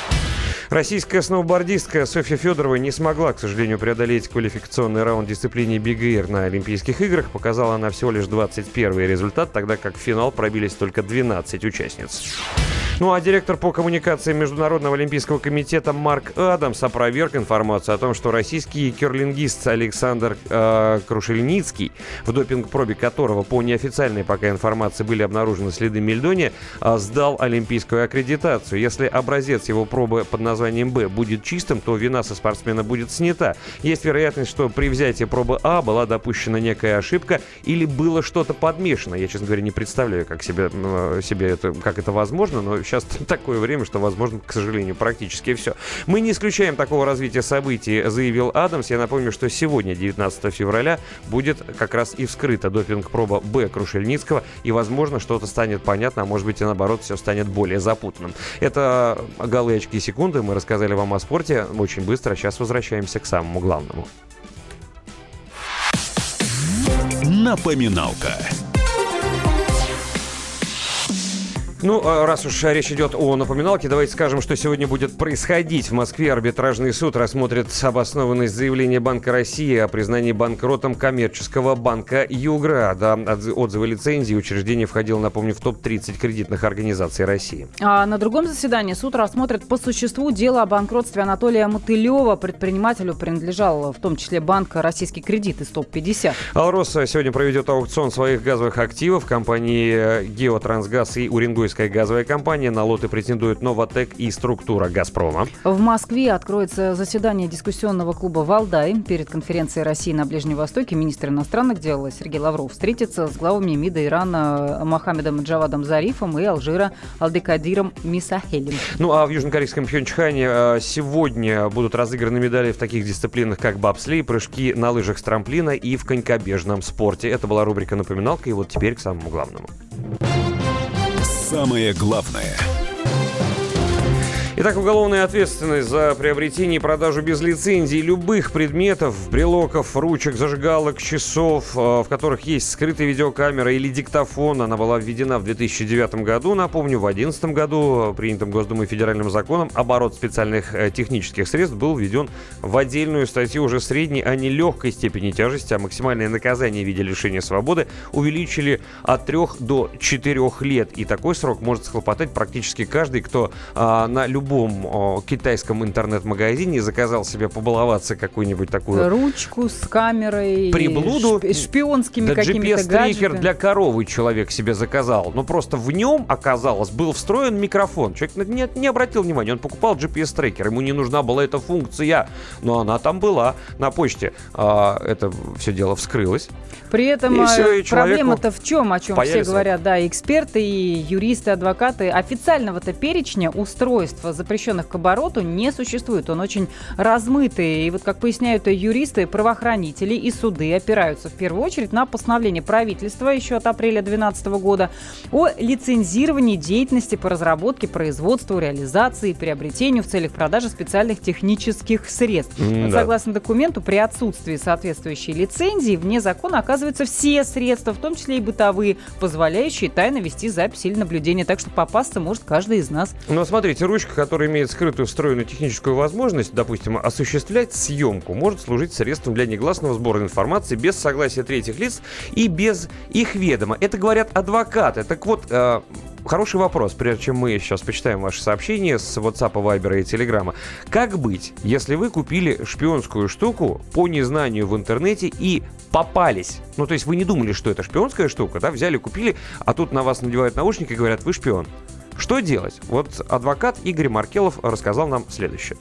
Российская сноубордистка Софья Федорова не смогла, к сожалению, преодолеть квалификационный раунд в дисциплине Big Air на Олимпийских играх. Показала она всего лишь двадцать первый результат, тогда как в финал пробились только двенадцать участниц. Ну а директор по коммуникации Международного олимпийского комитета Марк Адамс опроверг информацию о том, что российский керлингист Александр э, Крушельницкий, в допинг-пробе которого по неофициальной пока информации были обнаружены следы мельдония, э, сдал олимпийскую аккредитацию. Если образец его пробы под названием Б будет чистым, то вина со спортсмена будет снята. Есть вероятность, что при взятии пробы А была допущена некая ошибка или было что-то подмешано. Я, честно говоря, не представляю, как себе, э, себе это, как это возможно, но сейчас такое время, что, возможно, к сожалению, практически все. Мы не исключаем такого развития событий, заявил Адамс. Я напомню, что сегодня, девятнадцатого февраля, будет как раз и вскрыта допинг-проба Б Крушельницкого, и, возможно, что-то станет понятно, а может быть и наоборот, все станет более запутанным. Это голы, очки, секунды. Мы рассказали вам о спорте очень быстро. Сейчас возвращаемся к самому главному. Напоминалка. Ну, раз уж речь идет о напоминалке, давайте скажем, что сегодня будет происходить. В Москве арбитражный суд рассмотрит обоснованность заявления Банка России о признании банкротом коммерческого банка Югра. Да, отзывы лицензии учреждение входило, напомню, в топ тридцать кредитных организаций России. А на другом заседании суд рассмотрит по существу дело о банкротстве Анатолия Мотылева. Предпринимателю принадлежал в том числе банк «Российский кредит» из топ пятьдесят. «Алрос» сегодня проведет аукцион своих газовых активов. Компании «Геотрансгаз» и «Уренгойская газовая компания». На лоты претендуют «Новотек» и «Структура» «Газпрома». В Москве откроется заседание дискуссионного клуба «Валдай». Перед конференцией России на Ближнем Востоке министр иностранных дел Сергей Лавров встретится с главами МИДа Ирана Мохаммедом Джавадом Зарифом и Алжира Алдекадиром Мисахелем. Ну а в южнокорейском Пхёнчхане сегодня будут разыграны медали в таких дисциплинах, как бобслей, прыжки на лыжах с трамплина и в конькобежном спорте. Это была рубрика «Напоминалка», и вот теперь к самому главному. Самое главное. Итак, уголовная ответственность за приобретение и продажу без лицензии любых предметов, брелоков, ручек, зажигалок, часов, в которых есть скрытая видеокамера или диктофон. Она была введена в две тысячи девятом году. Напомню, в две тысячи одиннадцатом году принятым Госдумой федеральным законом оборот специальных технических средств был введен в отдельную статью уже средней, а не легкой степени тяжести, а максимальное наказание в виде лишения свободы увеличили от трех до четырех лет. И такой срок может схлопотать практически каждый, кто а, на любом а, китайском интернет-магазине заказал себе побаловаться какую-нибудь такую... ручку с камерой, приблуду, шпи- шпионскими да, какими-то джи пи эс-трекер гаджетами. для коровы человек себе заказал. Но просто в нем, оказалось, был встроен микрофон. Человек не, не обратил внимания, он покупал джи пи эс-трекер. Ему не нужна была эта функция, но она там была на почте. А, это все дело вскрылось. При этом и все, и проблема-то в чем, о чем паяльцев. все говорят, да, эксперты, и юристы, адвокаты. Официального-то перечня устройств, запрещенных к обороту, не существует. Он очень размытый. И вот, как поясняют юристы, правоохранители и суды опираются в первую очередь на постановление правительства еще от апреля две тысячи двенадцатого года о лицензировании деятельности по разработке, производству, реализации и приобретению в целях продажи специальных технических средств. Mm, вот, да. согласно документу, при отсутствии соответствующей лицензии вне закона оказываются все средства, в том числе и бытовые, позволяющие тайно вести запись или наблюдение. Так что попасться может каждый из нас. Ну, смотрите, ручка, которая имеет скрытую встроенную техническую возможность, допустим, осуществлять съемку, может служить средством для негласного сбора информации без согласия третьих лиц и без их ведома. Это говорят адвокаты. Так вот, э, хороший вопрос, прежде чем мы сейчас почитаем ваши сообщения с WhatsApp, Viber и Telegram. Как быть, если вы купили шпионскую штуку по незнанию в интернете и попались? Ну, то есть вы не думали, что это шпионская штука, да? Взяли, купили, а тут на вас надевают наушники и говорят, вы шпион. Что делать? Вот адвокат Игорь Маркелов рассказал нам следующее.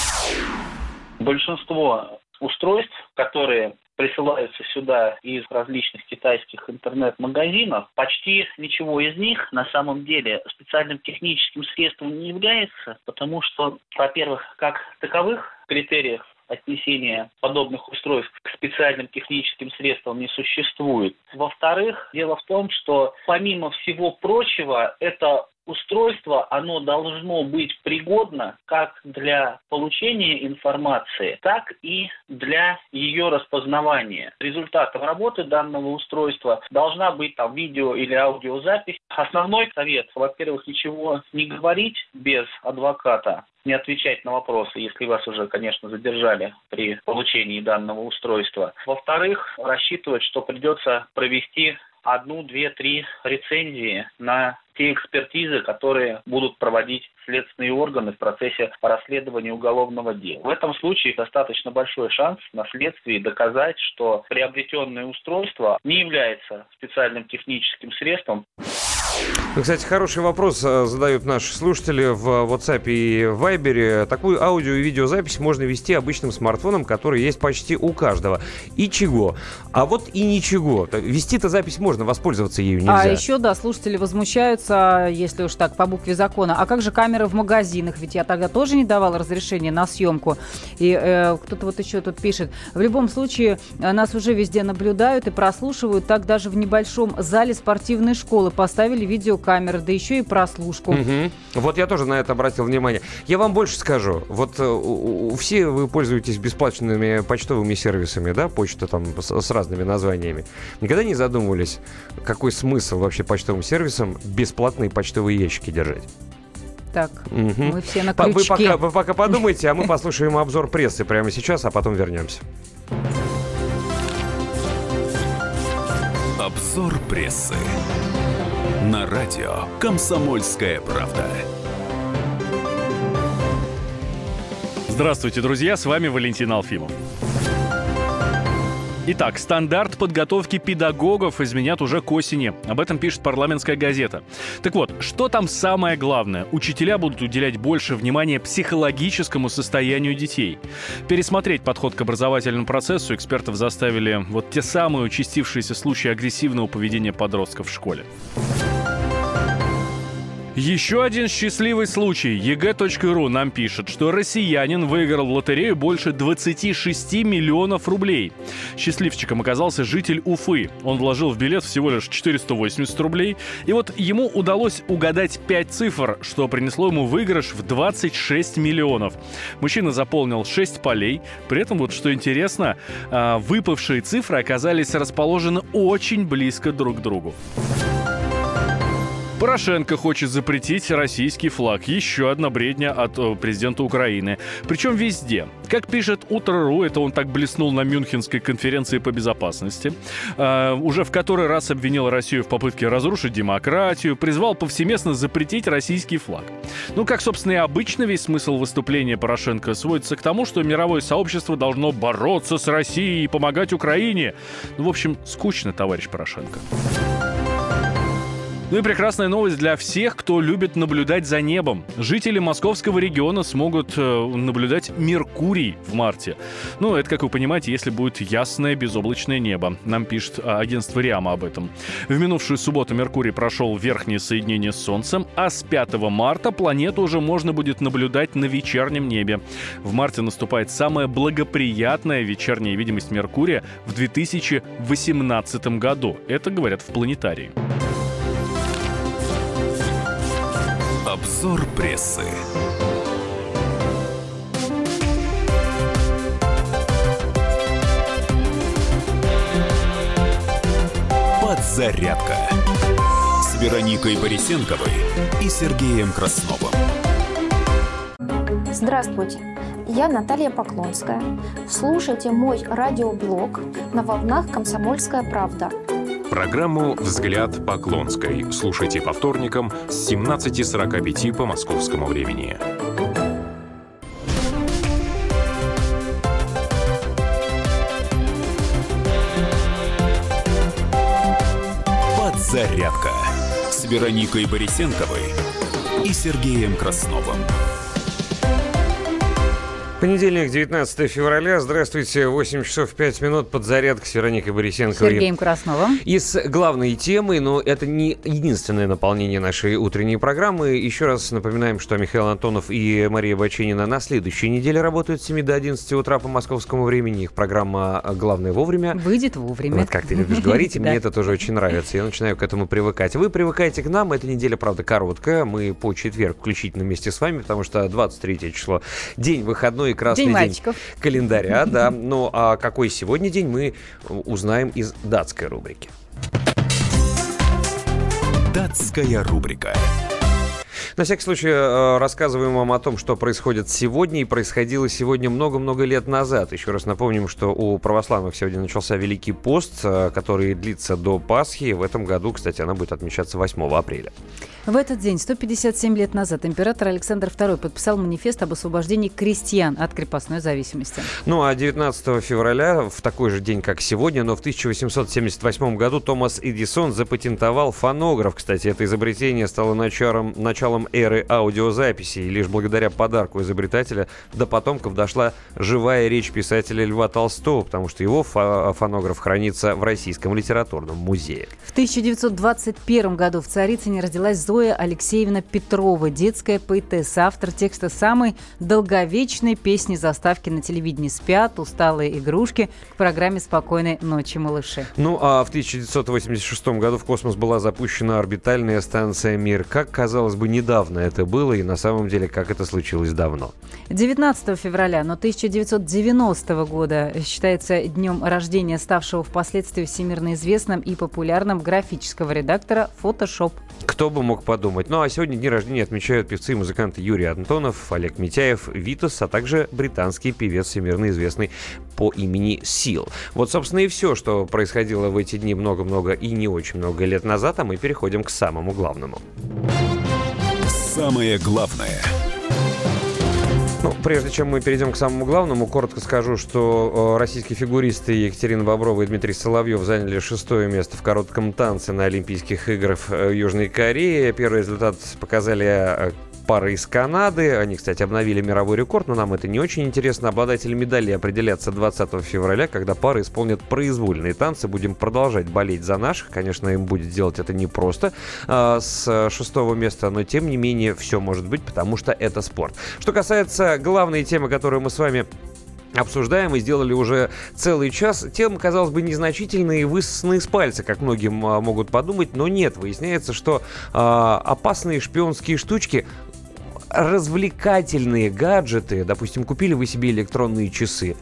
Большинство устройств, которые присылаются сюда из различных китайских интернет-магазинов, почти ничего из них на самом деле специальным техническим средством не является, потому что, во-первых, как таковых критериев отнесения подобных устройств к специальным техническим средствам не существует. Во-вторых, дело в том, что помимо всего прочего, это устройство, оно должно быть пригодно как для получения информации, так и для ее распознавания. Результатом работы данного устройства должна быть там видео или аудиозапись. Основной совет, во-первых, ничего не говорить без адвоката, не отвечать на вопросы, если вас уже, конечно, задержали при получении данного устройства. Во-вторых, рассчитывать, что придется провести одну, две, три рецензии на те экспертизы, которые будут проводить следственные органы в процессе расследования уголовного дела. В этом случае достаточно большой шанс на следствии доказать, что приобретенное устройство не является специальным техническим средством. Кстати, хороший вопрос задают наши слушатели в WhatsApp и Viber. Такую аудио- и видеозапись можно вести обычным смартфоном, который есть почти у каждого. И чего? А вот и ничего. Вести-то запись можно, воспользоваться ею нельзя. А еще, да, слушатели возмущаются, если уж так, по букве закона. А как же камеры в магазинах? Ведь я тогда тоже не давала разрешения на съемку. И э, кто-то вот еще тут пишет. В любом случае, нас уже везде наблюдают и прослушивают. Так даже в небольшом зале спортивной школы поставили видеокамеры, да еще и прослушку. Угу. Вот я тоже на это обратил внимание. Я вам больше скажу. Вот у, у, все вы пользуетесь бесплатными почтовыми сервисами, да, почта там с, с разными названиями. Никогда не задумывались, какой смысл вообще почтовым сервисам бесплатные почтовые ящики держать? Так, угу. Мы все на крючке. Вы пока, вы пока подумайте, а мы послушаем обзор прессы прямо сейчас, а потом вернемся. Обзор прессы на радио «Комсомольская правда». Здравствуйте, друзья, с вами Валентин Алфимов. Итак, стандарт подготовки педагогов изменят уже к осени. Об этом пишет «Парламентская газета». Так вот, что там самое главное? Учителя будут уделять больше внимания психологическому состоянию детей. Пересмотреть подход к образовательному процессу экспертов заставили вот те самые участившиеся случаи агрессивного поведения подростков в школе. Еще один счастливый случай. е гэ точка ру нам пишет, что россиянин выиграл в лотерею больше двадцати шести миллионов рублей. Счастливчиком оказался житель Уфы. Он вложил в билет всего лишь четыреста восемьдесят рублей. И вот ему удалось угадать пять цифр, что принесло ему выигрыш в двадцать шесть миллионов. Мужчина заполнил шесть полей. При этом, вот что интересно, выпавшие цифры оказались расположены очень близко друг к другу. Порошенко хочет запретить российский флаг. Еще одна бредня от э, президента Украины. Причем везде. Как пишет Утро.ру, это он так блеснул на Мюнхенской конференции по безопасности. Э, уже в который раз обвинил Россию в попытке разрушить демократию, призвал повсеместно запретить российский флаг. Ну, как, собственно, и обычно, весь смысл выступления Порошенко сводится к тому, что мировое сообщество должно бороться с Россией и помогать Украине. Ну, в общем, скучно, товарищ Порошенко. Ну и прекрасная новость для всех, кто любит наблюдать за небом. Жители московского региона смогут э, наблюдать Меркурий в марте. Ну, это, как вы понимаете, если будет ясное безоблачное небо. Нам пишет а, агентство РИАМа об этом. В минувшую субботу Меркурий прошел верхнее соединение с Солнцем, а с пятого марта планету уже можно будет наблюдать на вечернем небе. В марте наступает самая благоприятная вечерняя видимость Меркурия в две тысячи восемнадцатом году. Это говорят в планетарии. Обзор прессы. Подзарядка с Вероникой Борисенковой и Сергеем Красновым. Здравствуйте, я Наталья Поклонская. Слушайте мой радиоблог на волнах «Комсомольская правда». Программу «Взгляд Поклонской» слушайте по вторникам с семнадцати сорока пяти по московскому времени. Подзарядка с Вероникой Борисенковой и Сергеем Красновым. Понедельник, девятнадцатое февраля. Здравствуйте. восемь часов пять минут. Подзарядка с Вероникой Борисенковой. Сергеем Красновым. И с главной темой, но это не единственное наполнение нашей утренней программы. Еще раз напоминаем, что Михаил Антонов и Мария Баченина на следующей неделе работают с семи до одиннадцати утра по московскому времени. Их программа «Главное вовремя». Выйдет вовремя. Вот как ты любишь говорить, и мне это тоже очень нравится. Я начинаю к этому привыкать. Вы привыкаете к нам. Эта неделя, правда, короткая. Мы по четверг включительно вместе с вами, потому что двадцать третье число день выходной. Красный день, день календаря, да. Ну, а какой сегодня день, мы узнаем из датской рубрики. Датская рубрика. На всякий случай рассказываем вам о том, что происходит сегодня и происходило сегодня много-много лет назад. Еще раз напомним, что у православных сегодня начался Великий пост, который длится до Пасхи. В этом году, кстати, она будет отмечаться восьмого апреля. В этот день, сто пятьдесят семь лет назад, император Александр второй подписал манифест об освобождении крестьян от крепостной зависимости. Ну а девятнадцатого февраля, в такой же день, как сегодня, но в тысяча восемьсот семьдесят восьмом году, Томас Эдисон запатентовал фонограф. Кстати, это изобретение стало началом, началом эры аудиозаписи, и лишь благодаря подарку изобретателя до потомков дошла живая речь писателя Льва Толстого, потому что его фонограф хранится в Российском литературном музее. В тысяча девятьсот двадцать первом году в Царицыне родилась Зоя Алексеевна Петрова, детская поэтесса, автор текста самой долговечной песни заставки на телевидении «Спят усталые игрушки» к программе «Спокойной ночи, малыши». Ну а в тысяча девятьсот восемьдесят шестом году в космос была запущена орбитальная станция «Мир». Как, казалось бы, недавно это было, и на самом деле, как это случилось давно. девятнадцатого февраля, но тысяча девятьсот девяностого года считается днем рождения ставшего впоследствии всемирно известным и популярным графического редактора Photoshop. Кто бы мог подумать. Ну а сегодня дни рождения отмечают певцы и музыканты Юрий Антонов, Олег Митяев, Витас, а также британский певец, всемирно известный по имени Сил. Вот, собственно, и все, что происходило в эти дни много-много и не очень много лет назад, а мы переходим к самому главному. Самое главное. Ну, прежде чем мы перейдем к самому главному, коротко скажу, что российские фигуристы Екатерина Боброва и Дмитрий Соловьев заняли шестое место в коротком танце на Олимпийских играх в Южной Корее. Первый результат показали пара из Канады. Они, кстати, обновили мировой рекорд, но нам это не очень интересно. Обладатели медалей определятся двадцатого февраля, когда пары исполнят произвольные танцы. Будем продолжать болеть за наших. Конечно, им будет делать это непросто а, с шестого места, но тем не менее все может быть, потому что это спорт. Что касается главной темы, которую мы с вами обсуждаем и сделали уже целый час. Тема, казалось бы, незначительная и высосанная из пальца, как многим а, могут подумать, но нет. Выясняется, что а, опасные шпионские штучки, развлекательные гаджеты, допустим, купили вы себе электронные часы,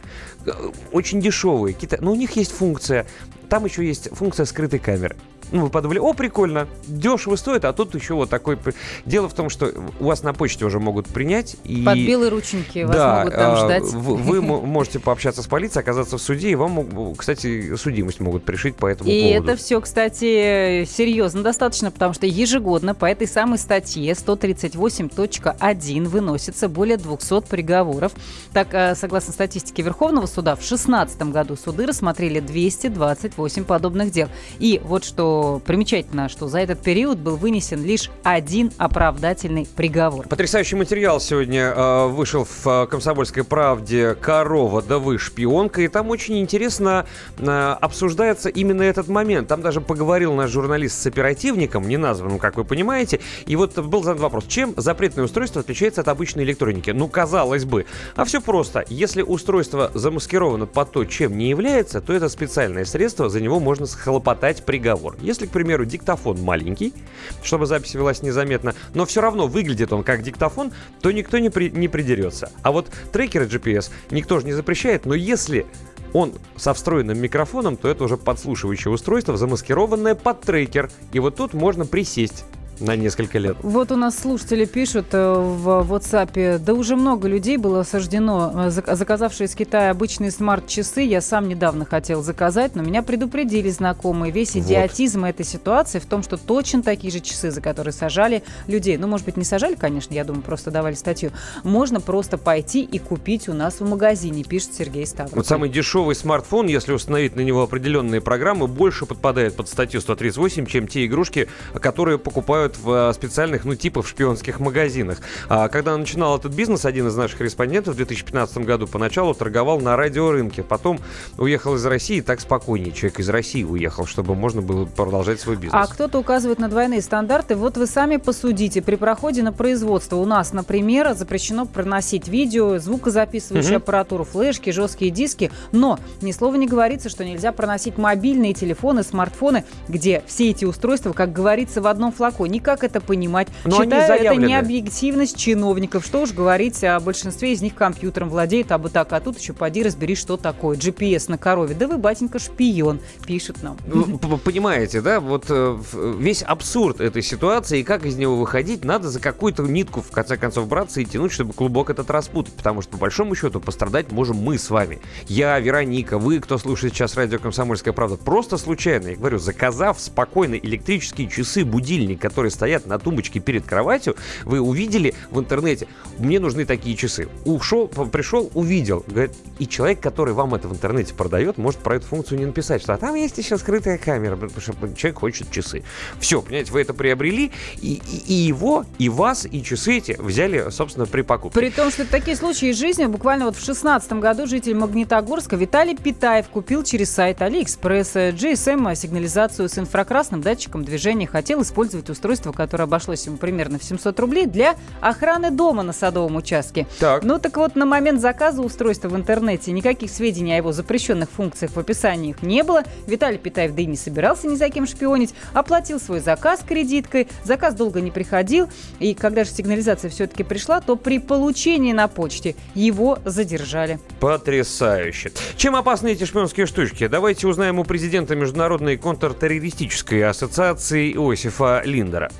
очень дешевые, но у них есть функция, там еще есть функция скрытой камеры. Ну, вы подумали, о, прикольно, дешево стоит, а тут еще вот такой... Дело в том, что у вас на почте уже могут принять. И... Под белые рученьки вас да, могут там ждать. Вы, вы можете пообщаться с полицией, оказаться в суде, и вам, кстати, судимость могут пришить по этому и поводу. И это все, кстати, серьезно достаточно, потому что ежегодно по этой самой статье сто тридцать восемь точка один выносится более двухсот приговоров. Так, согласно статистике Верховного суда, в две тысячи шестнадцатом году суды рассмотрели двести двадцать восемь подобных дел. И вот что примечательно, что за этот период был вынесен лишь один оправдательный приговор. Потрясающий материал сегодня э, вышел в э, «Комсомольской правде» «Корова, да вы шпионка». И там очень интересно э, обсуждается именно этот момент. Там даже поговорил наш журналист с оперативником, неназванным, как вы понимаете. И вот был задан вопрос, чем запретное устройство отличается от обычной электроники? Ну, казалось бы. А все просто. Если устройство замаскировано под то, чем не является, то это специальное средство, за него можно схлопотать приговор. Если, к примеру, диктофон маленький, чтобы запись велась незаметно, но все равно выглядит он как диктофон, то никто не, при, не придерется. А вот трекеры джи пи эс никто же не запрещает, но если он со встроенным микрофоном, то это уже подслушивающее устройство, замаскированное под трекер. И вот тут можно присесть на несколько лет. Вот у нас слушатели пишут в WhatsApp, да уже много людей было осуждено, заказавшие из Китая обычные смарт-часы. Я сам недавно хотел заказать, но меня предупредили знакомые. Весь идиотизм вот. Этой ситуации в том, что точно такие же часы, за которые сажали людей. Ну, может быть, не сажали, конечно, я думаю, просто давали статью. Можно просто пойти и купить у нас в магазине, пишет Сергей Ставрополь. Вот самый дешевый смартфон, если установить на него определенные программы, больше подпадает под статью сто тридцать восемь, чем те игрушки, которые покупают в специальных, ну, типа в шпионских магазинах. А когда начинал этот бизнес, один из наших корреспондентов в две тысячи пятнадцатом году поначалу торговал на радиорынке. Потом уехал из России, так спокойнее. Человек из России уехал, чтобы можно было продолжать свой бизнес. А кто-то указывает на двойные стандарты. Вот вы сами посудите. При проходе на производство у нас, например, запрещено проносить видео, звукозаписывающую угу. аппаратуру, флешки, жесткие диски. Но ни слова не говорится, что нельзя проносить мобильные телефоны, смартфоны, где все эти устройства, как говорится, в одном флаконе. Как это понимать? Но считаю, это не объективность чиновников. Что уж говорить, о большинстве из них компьютером владеют, а бы так, а тут еще поди разбери, что такое. джи пи эс на корове. Да вы, батенька, шпион, пишет нам. Понимаете, да? Вот весь абсурд этой ситуации и как из него выходить, надо за какую-то нитку, в конце концов, браться и тянуть, чтобы клубок этот распутать. Потому что, по большому счету, пострадать можем мы с вами. Я, Вероника, вы, кто слушает сейчас радио «Комсомольская правда», просто случайно, я говорю, заказав спокойно электрические часы, будильник, который стоят на тумбочке перед кроватью, вы увидели в интернете, мне нужны такие часы. Ушел, пришел, увидел. Говорит, и человек, который вам это в интернете продает, может про эту функцию не написать, что а там есть еще скрытая камера, потому что человек хочет часы. Все, понимаете, вы это приобрели, и, и, и его, и вас, и часы эти взяли, собственно, при покупке. При том, что такие случаи из жизни, буквально вот в шестнадцатом году житель Магнитогорска Виталий Питаев купил через сайт AliExpress джи эс эм-сигнализацию с инфракрасным датчиком движения. Хотел использовать устройство, которое обошлось ему примерно в семьсот рублей для охраны дома на Садовом участке. Так. Ну так вот, на момент заказа устройства в интернете никаких сведений о его запрещенных функциях в описании их не было. Виталий Питаев да и не собирался ни за кем шпионить. Оплатил свой заказ кредиткой. Заказ долго не приходил. И когда же сигнализация все-таки пришла, то при получении на почте его задержали. Потрясающе. Чем опасны эти шпионские штучки? Давайте узнаем у президента Международной контртеррористической ассоциации Иосифа Линдера.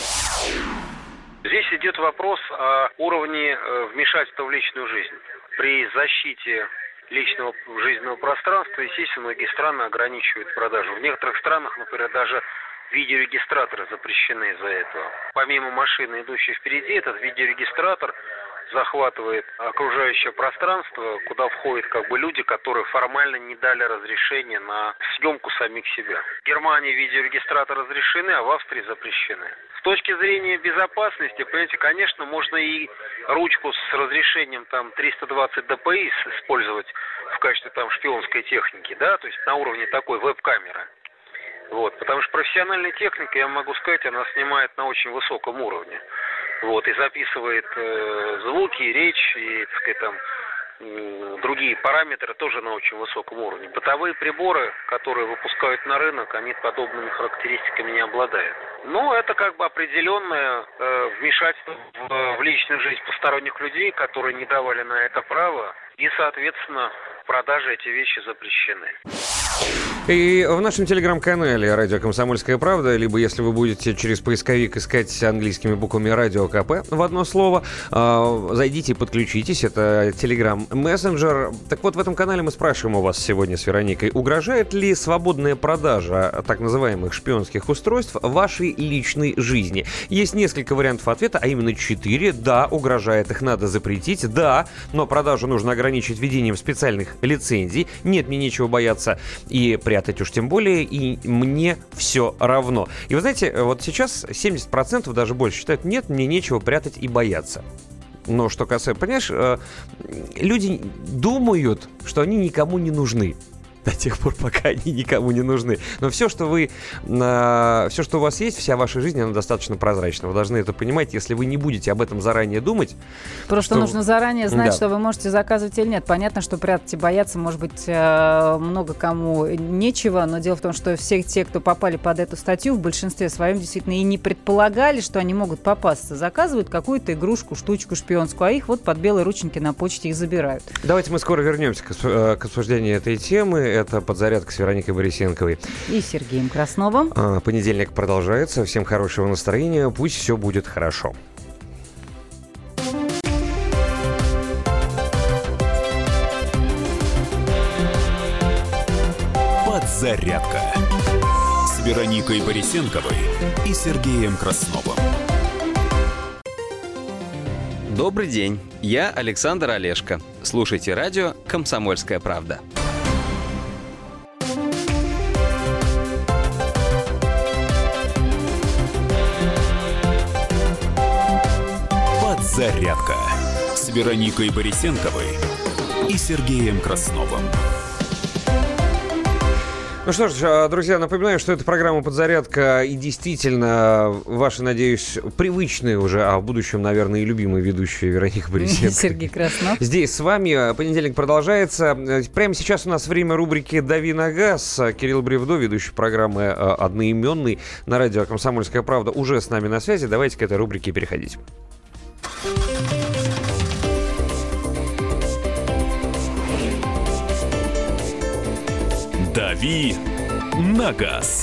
Здесь идет вопрос о уровне вмешательства в личную жизнь. При защите личного жизненного пространства, естественно, многие страны ограничивают продажу. В некоторых странах, например, даже видеорегистраторы запрещены из-за этого. Помимо машины, идущей впереди, этот видеорегистратор захватывает окружающее пространство, куда входят как бы люди, которые формально не дали разрешения на съемку самих себя. В Германии видеорегистраторы разрешены, а в Австрии запрещены. С точки зрения безопасности, понимаете, конечно, можно и ручку с разрешением там триста двадцать дэ пэ и использовать в качестве там шпионской техники, да, то есть на уровне такой веб-камеры. Вот, потому что профессиональная техника, я могу сказать, она снимает на очень высоком уровне. Вот, и записывает э, звуки, речь, и, так сказать, там, э, другие параметры тоже на очень высоком уровне. Бытовые приборы, которые выпускают на рынок, они подобными характеристиками не обладают. Но это как бы определенное э, вмешательство в, в личную жизнь посторонних людей, которые не давали на это право, и, соответственно, в продаже эти вещи запрещены. И в нашем телеграм-канале «Радио Комсомольская правда», либо если вы будете через поисковик искать английскими буквами «Радио КП» в одно слово, зайдите и подключитесь. Это телеграм-мессенджер. Так вот, в этом канале мы спрашиваем у вас сегодня с Вероникой, угрожает ли свободная продажа так называемых шпионских устройств вашей личной жизни? Есть несколько вариантов ответа, а именно четыре. Да, угрожает, их надо запретить. Да, но продажу нужно ограничить введением специальных лицензий. Нет, мне нечего бояться и прятать уж тем более, и мне все равно. И вы знаете, вот сейчас семьдесят процентов, даже больше, считают, нет, мне нечего прятать и бояться. Но что касается, понимаешь, люди думают, что они никому не нужны. До тех пор, пока они никому не нужны. Но все, что вы, э, все, что у вас есть, вся ваша жизнь, она достаточно прозрачна. Вы должны это понимать. Если вы не будете об этом заранее думать... Просто что... нужно заранее знать, да. что вы можете заказывать или нет. Понятно, что прятать и бояться, может быть, э, много кому нечего. Но дело в том, что все те, кто попали под эту статью, в большинстве своем действительно и не предполагали, что они могут попасться. Заказывают какую-то игрушку, штучку шпионскую, а их вот под белые рученьки на почте и забирают. Давайте мы скоро вернемся к, к обсуждению этой темы. Это «Подзарядка» с Вероникой Борисенковой и Сергеем Красновым. А, понедельник продолжается. Всем хорошего настроения. Пусть все будет хорошо. «Подзарядка» с Вероникой Борисенковой и Сергеем Красновым. Добрый день. Я Александр Олешко. Слушайте радио «Комсомольская правда». «Зарядка» с Вероникой Борисенковой и Сергеем Красновым. Ну что ж, друзья, напоминаю, что это программа «Подзарядка» и действительно ваши, надеюсь, привычные уже, а в будущем, наверное, и любимые ведущие Вероника Борисенкова. Сергей Краснов. Здесь с вами. Понедельник продолжается. Прямо сейчас у нас время рубрики «Дави на газ». Кирилл Бревдо, ведущий программы одноименный на радио «Комсомольская правда», уже с нами на связи. Давайте к этой рубрике переходить. «Дави на газ».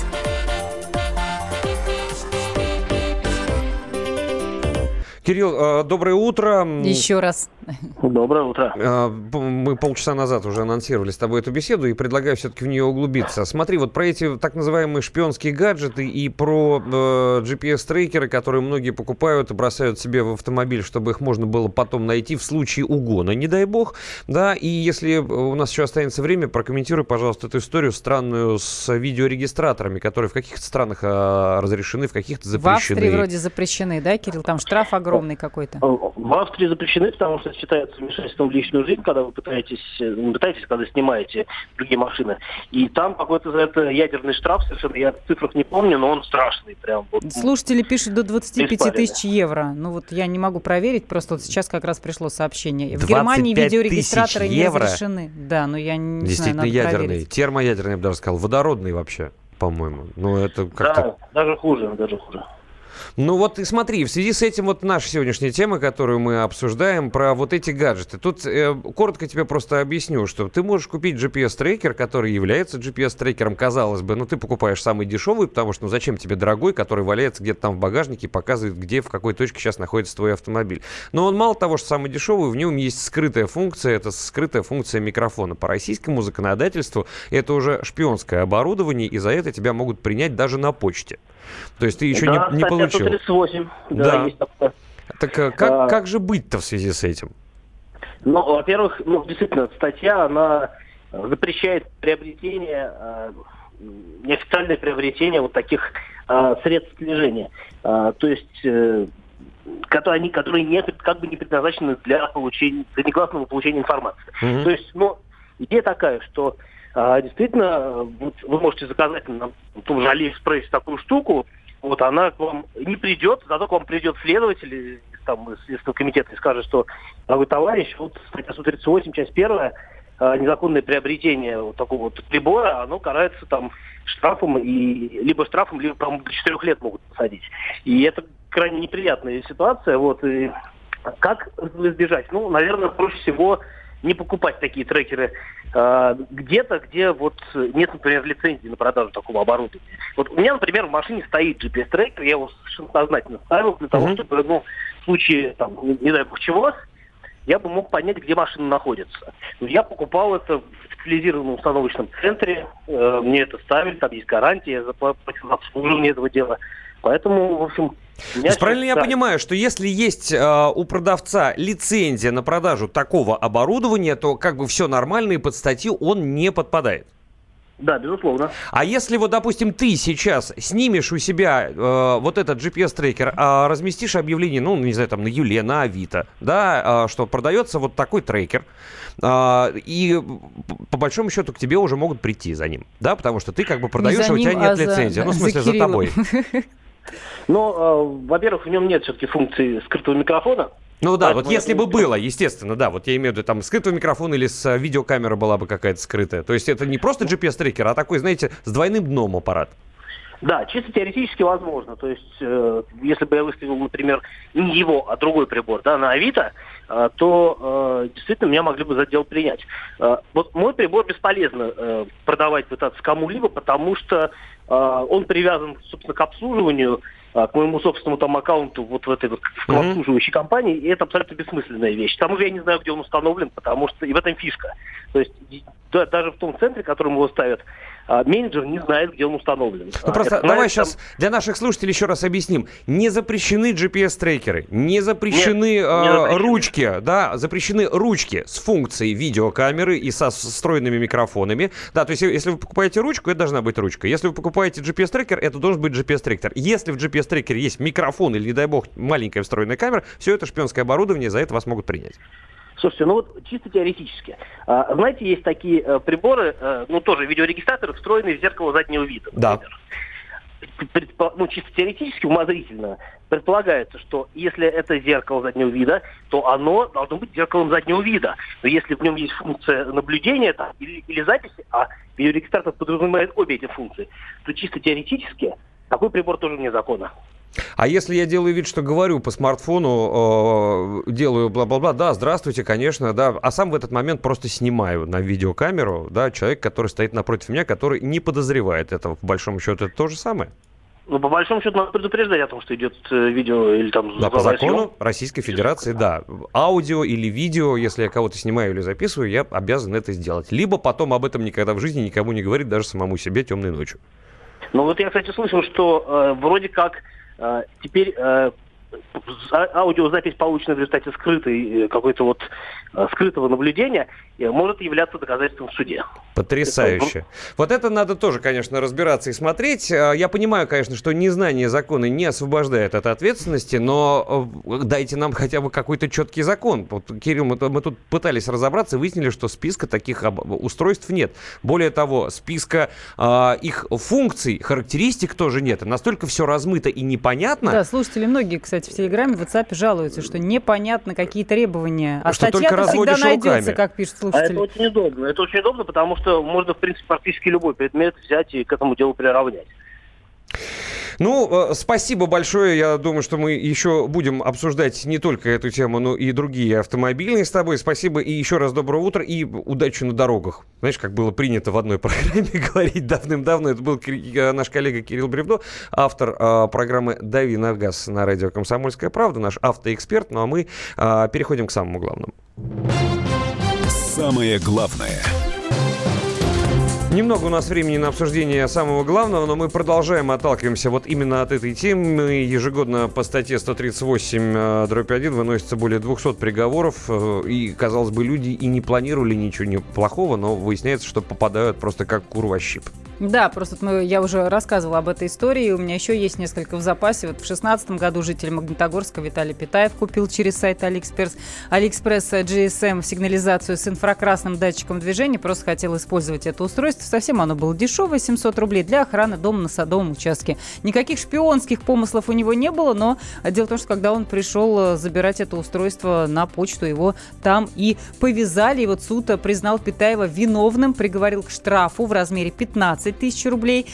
Кирилл, доброе утро. Еще раз. Доброе утро. Мы полчаса назад уже анонсировали с тобой эту беседу и предлагаю все-таки в нее углубиться. Смотри, вот про эти так называемые шпионские гаджеты и про э, джи пи эс-трекеры, которые многие покупают и бросают себе в автомобиль, чтобы их можно было потом найти в случае угона, не дай бог. Да, и если у нас еще останется время, прокомментируй, пожалуйста, эту историю странную с видеорегистраторами, которые в каких-то странах э, разрешены, в каких-то запрещены. В Австрии вроде запрещены, да, Кирилл? Там штраф огромный. Какой-то. В Австрии запрещены, потому что считается вмешательством в личную жизнь, когда вы пытаетесь, не пытаетесь, когда снимаете другие машины. И там какой-то за это ядерный штраф, совершенно я в цифрах не помню, но он страшный. Прям, вот, слушатели пишут до двадцати пяти тысяч евро. Ну вот я не могу проверить, просто вот сейчас как раз пришло сообщение. В Германии видеорегистраторы не разрешены. Да, но я не действительно знаю, надо ядерный, проверить. термоядерный, я бы даже сказал, водородный вообще, по-моему. Ну это как-то... Да, даже хуже, даже хуже. Ну вот и смотри, в связи с этим вот наша сегодняшняя тема, которую мы обсуждаем, про вот эти гаджеты. Тут э, коротко тебе просто объясню, что ты можешь купить джи пи эс-трекер, который является джи пи эс-трекером, казалось бы, но ты покупаешь самый дешевый, потому что ну зачем тебе дорогой, который валяется где-то там в багажнике и показывает, где, в какой точке сейчас находится твой автомобиль. Но он мало того, что самый дешевый, в нем есть скрытая функция, это скрытая функция микрофона. По российскому законодательству это уже шпионское оборудование, и за это тебя могут принять даже на почте. То есть ты еще да, не, не получил. тридцать восемь, да, да. Есть такое. Так как, а, как же быть-то в связи с этим? Ну, во-первых, ну, действительно, статья, она запрещает приобретение, э, неофициальное приобретение вот таких э, средств слежения. Э, то есть, э, которые, они, которые не, как бы не предназначены для получения, для негласного получения информации. Mm-hmm. То есть, ну, идея такая, что э, действительно, вот, вы можете заказать на том же Алиэкспрессе такую штуку, вот она к вам не придет, зато к вам придет следователь там, из Следственного комитета и скажет, что, дорогой товарищ, вот статья сто тридцать восемь, часть первая, незаконное приобретение вот такого вот прибора, оно карается там штрафом, и либо штрафом, либо, по-моему, до четырех лет могут посадить. И это крайне неприятная ситуация. Вот. И как избежать? Ну, наверное, проще всего не покупать такие трекеры э, где-то, где вот нет, например, лицензии на продажу такого оборудования. Вот у меня, например, в машине стоит джи пи эс-трекер, я его совершенно сознательно ставил для того, mm-hmm. чтобы, ну, в случае, там, не, не дай бог чего, я бы мог понять, где машина находится. Я покупал это в специализированном установочном центре, э, мне это ставили, там есть гарантия, я заплатил обслуживание этого дела. Поэтому, в общем... То есть правильно я понимаю, что если есть э, у продавца лицензия на продажу такого оборудования, то как бы все нормально и под статью он не подпадает? Да, безусловно. А если вот, допустим, ты сейчас снимешь у себя э, вот этот джи пи эс-трекер, э, разместишь объявление, ну, не знаю, там, на Юле, на Авито, да, э, что продается вот такой трекер, э, и по большому счету к тебе уже могут прийти за ним, да, потому что ты как бы продаешь, а у тебя нет лицензии, ну, в смысле, за тобой. Ну, э, во-первых, в нем нет все-таки функции скрытого микрофона. Ну да, вот если бы было, естественно, да, вот я имею в виду, там, скрытого микрофона или с видеокамеры была бы какая-то скрытая. То есть это не просто джи пи эс-трекер, а такой, знаете, с двойным дном аппарат. Да, чисто теоретически возможно. То есть, э, если бы я выставил, например, не его, а другой прибор, да, на Авито, э, то э, действительно меня могли бы за дело принять. Э, вот мой прибор бесполезно э, продавать, пытаться кому-либо, потому что э, он привязан, собственно, к обслуживанию, к моему собственному там аккаунту вот в этой вот mm-hmm. обслуживающей компании, и это абсолютно бессмысленная вещь. К тому же я не знаю, где он установлен, потому что и в этом фишка. То есть да, даже в том центре, в котором его ставят, менеджер не знает, где он установлен. Ну, просто это давай знает, сейчас там... для наших слушателей еще раз объясним. Не запрещены джи пи эс-трекеры, не запрещены, Нет, э, не запрещены ручки, да, запрещены ручки с функцией видеокамеры и со встроенными микрофонами. Да, то есть если вы покупаете ручку, это должна быть ручка. Если вы покупаете джи пи эс-трекер, это должен быть джи пи эс-трекер. Если в джи пи эс-трекере есть микрофон или, не дай бог, маленькая встроенная камера, все это шпионское оборудование, за это вас могут принять. Слушайте, ну вот чисто теоретически. А, знаете, есть такие а, приборы, а, ну тоже видеорегистраторы, встроенные в зеркало заднего вида. Да. Предпо... Ну, чисто теоретически, умозрительно, предполагается, что если это зеркало заднего вида, то оно должно быть зеркалом заднего вида. Но если в нем есть функция наблюдения там, или, или записи, а видеорегистратор подразумевает обе эти функции, то чисто теоретически такой прибор тоже вне закона. А если я делаю вид, что говорю по смартфону, э, делаю бла-бла-бла, да, здравствуйте, конечно, да, а сам в этот момент просто снимаю на видеокамеру, да, человек, который стоит напротив меня, который не подозревает этого, по большому счету, это то же самое? Ну, по большому счету, надо предупреждать о том, что идет видео или там... Да, по закону Российской Федерации, да. Аудио или видео, если я кого-то снимаю или записываю, я обязан это сделать. Либо потом об этом никогда в жизни никому не говорить, даже самому себе темной ночью. Ну, вот я, кстати, слышал, что э, вроде как э, теперь э, аудиозапись, полученная в результате скрытой, э, какой-то вот э, скрытого наблюдения, э, может являться доказательством в суде. Потрясающе. Это... Вот это надо тоже, конечно, разбираться и смотреть. Я понимаю, конечно, что незнание закона не освобождает от ответственности, но дайте нам хотя бы какой-то четкий закон. Вот, Кирилл, мы, мы тут пытались разобраться и выяснили, что списка таких устройств нет. Более того, списка э, их функций, характеристик тоже нет. Настолько все размыто и непонятно. Да, слушатели многие, кстати, в Телеграме, в WhatsApp жалуются, что непонятно, какие требования. А что статья-то всегда найдется, руками. Как пишут слушатели. А это очень удобно. Это очень удобно, потому что можно, в принципе, практически любой предмет взять и к этому делу приравнять. Ну, спасибо большое. Я думаю, что мы еще будем обсуждать не только эту тему, но и другие автомобильные с тобой. Спасибо и еще раз доброе утро и удачи на дорогах. Знаешь, как было принято в одной программе говорить давным-давно. Это был наш коллега Кирилл Бревдо, автор э, программы «Дави на газ» на радио «Комсомольская правда», наш автоэксперт. Ну а мы э, переходим к самому главному. Самое главное – Немного у нас времени на обсуждение самого главного, но мы продолжаем, отталкиваемся вот именно от этой темы. Ежегодно по статье сто тридцать восемь дробь один выносится более двухсот приговоров. И, казалось бы, люди и не планировали ничего не плохого, но выясняется, что попадают просто как кур во щип. Да, просто мы, я уже рассказывала об этой истории, у меня еще есть несколько в запасе. Вот в шестнадцатом году житель Магнитогорска Виталий Питаев купил через сайт Алиэкспресс, Алиэкспресс джи эс эм сигнализацию с инфракрасным датчиком движения, просто хотел использовать это устройство. Совсем оно было дешевое, семьсот рублей, для охраны дома на Садовом участке. Никаких шпионских помыслов у него не было, но дело в том, что когда он пришел забирать это устройство на почту, его там и повязали. И вот суд признал Питаева виновным, приговорил к штрафу в размере пятнадцать тысяч рублей.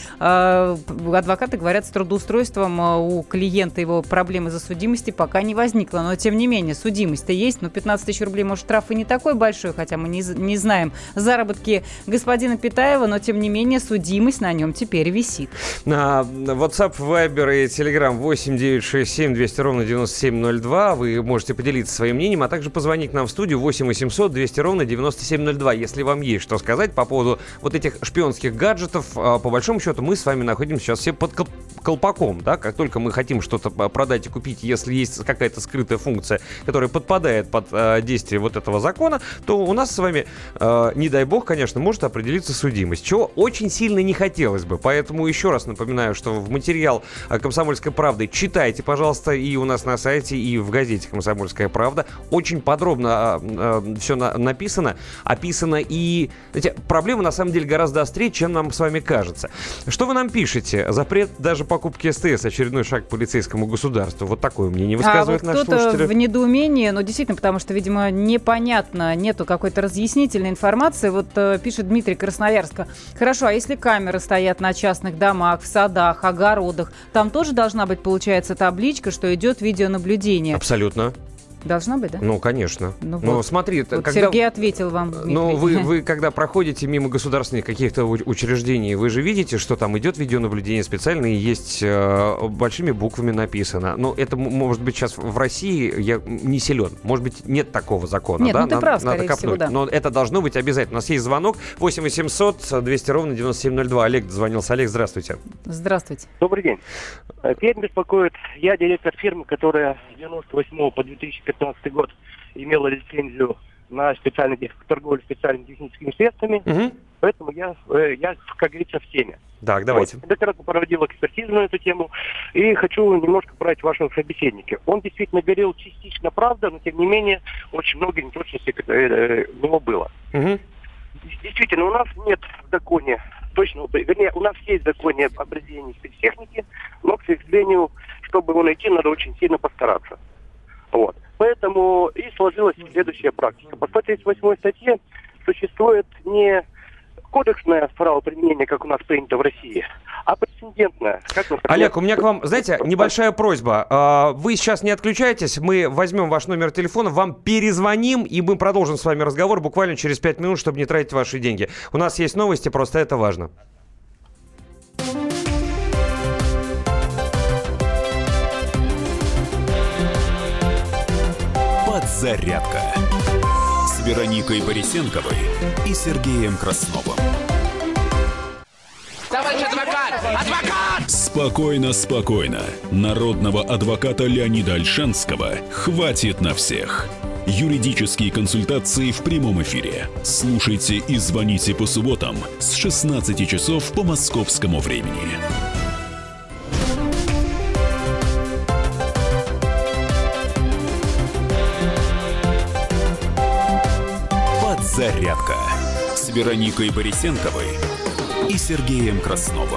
Адвокаты говорят, с трудоустройством у клиента его проблемы за судимости пока не возникло. Но, тем не менее, судимость-то есть. Но пятнадцать тысяч рублей, может, штраф и не такой большой, хотя мы не, не знаем заработки господина Питаева, но, тем не менее, судимость на нем теперь висит. На WhatsApp, Viber и Telegram восемь девятьсот шестьдесят семь двести ровно девяносто семь ноль два. Вы можете поделиться своим мнением, а также позвонить к нам в студию восемь восемьсот двести ровно девяносто семь ноль два. Если вам есть что сказать по поводу вот этих шпионских гаджетов, по большому счету мы с вами находимся сейчас все под колпаком, да, как только мы хотим что-то продать и купить, если есть какая-то скрытая функция, которая подпадает под э, действие вот этого закона, то у нас с вами, э, не дай бог, конечно, может определиться судимость, чего очень сильно не хотелось бы. Поэтому еще раз напоминаю, что в материал «Комсомольской правды» читайте, пожалуйста, и у нас на сайте, и в газете «Комсомольская правда». Очень подробно э, э, все на, написано, описано, и знаете, проблема на самом деле гораздо острее, чем нам с вами кажется. Что вы нам пишете? Запрет даже покупки СТС, очередной шаг к полицейскому государству. Вот такое мнение высказывают а вот наши кто-то слушатели. В недоумении, но действительно, потому что, видимо, непонятно, нету какой-то разъяснительной информации. Вот э, пишет Дмитрий Красноярска. Хорошо, а если камеры стоят на частных домах, в садах, огородах, там тоже должна быть, получается, табличка, что идет видеонаблюдение? Абсолютно. Должна быть, да? Ну, конечно. Ну, ну вот. смотри, вот когда... Сергей ответил вам, Дмитрий. Ну, вы, вы, когда проходите мимо государственных каких-то учреждений, вы же видите, что там идет видеонаблюдение специально и есть э, большими буквами написано. Но это, может быть, сейчас в России я не силен. Может быть, нет такого закона. Нет, да? ну ты надо, прав, надо скорее копнуть. всего, да. Но это должно быть обязательно. У нас есть звонок восемь восемьсот двести ровно девяносто семь ноль два. Олег дозвонился. Олег, здравствуйте. Здравствуйте. Добрый день. Пермь беспокоит. Я директор фирмы, которая с девяносто восьмого по две тысячи пятнадцатый год имела лицензию на специальную торговлю специальными техническими средствами. Угу. Поэтому я, я, как говорится, в теме. Так, давайте. Вот. Докторатор проводил экспертизу на эту тему. И хочу немножко брать вашего собеседника. Он действительно говорил частично правда, но тем не менее очень много неточностей у него было. Угу. Действительно, у нас нет в законе, точно, вернее, у нас есть в законе определение спецтехники, но, к сожалению, чтобы его найти, надо очень сильно постараться. Вот. Поэтому и сложилась следующая практика. По сто тридцать восьмой статье существует не кодексное правоприменение, как у нас принято в России, а прецедентное. Как, например... Олег, у меня к вам, знаете, небольшая просьба. Вы сейчас не отключайтесь, мы возьмем ваш номер телефона, вам перезвоним, и мы продолжим с вами разговор буквально через пять минут, чтобы не тратить ваши деньги. У нас есть новости, просто это важно. Подзарядка с Вероникой Борисенковой и Сергеем Красновым. Товарищ адвокат! Адвокат! Спокойно, спокойно. Народного адвоката Леонида Ольшанского хватит на всех. Юридические консультации в прямом эфире. Слушайте и звоните по субботам с шестнадцати часов по московскому времени. Подзарядка с Вероникой Борисенковой и Сергеем Красновым.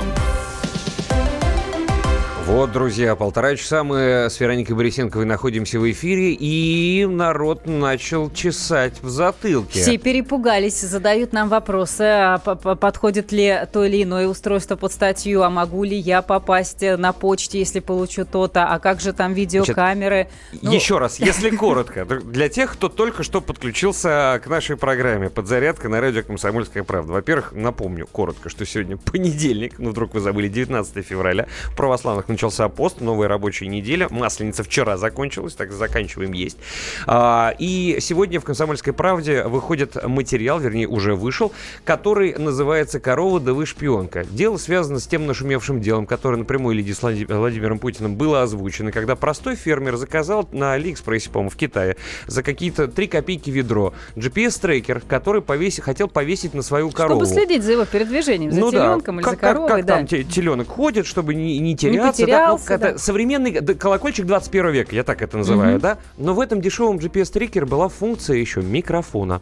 Вот, друзья, полтора часа мы с Вероникой Борисенковой находимся в эфире, и народ начал чесать в затылке. Все перепугались, задают нам вопросы, а подходит ли то или иное устройство под статью, а могу ли я попасть на почте, если получу то-то, а как же там видеокамеры? Значит, ну... Еще раз, если коротко, для тех, кто только что подключился к нашей программе «Подзарядка» на радио «Комсомольская правда». Во-первых, напомню коротко, что сегодня понедельник, ну вдруг вы забыли, девятнадцатое февраля, в православных начался пост, новая рабочая неделя. Масленица вчера закончилась, так заканчиваем есть. А, и сегодня в «Комсомольской правде» выходит материал, вернее, уже вышел, который называется «Корова, да вы шпионка». Дело связано с тем нашумевшим делом, которое на прямой линии с Владимиром Путиным было озвучено, когда простой фермер заказал на Алиэкспрессе, по-моему, в Китае, за какие-то три копейки ведро джи пи эс-трекер, который повесил, хотел повесить на свою корову. Чтобы следить за его передвижением, за ну, теленком да. или как, за коровой. Как, как да. там теленок ходит, чтобы не, не теряться. Не потерялся, да? Ну, да. Современный да, колокольчик двадцать первого века, я так это называю, mm-hmm. да? Но в этом дешевом джи пи эс-трекере была функция еще микрофона.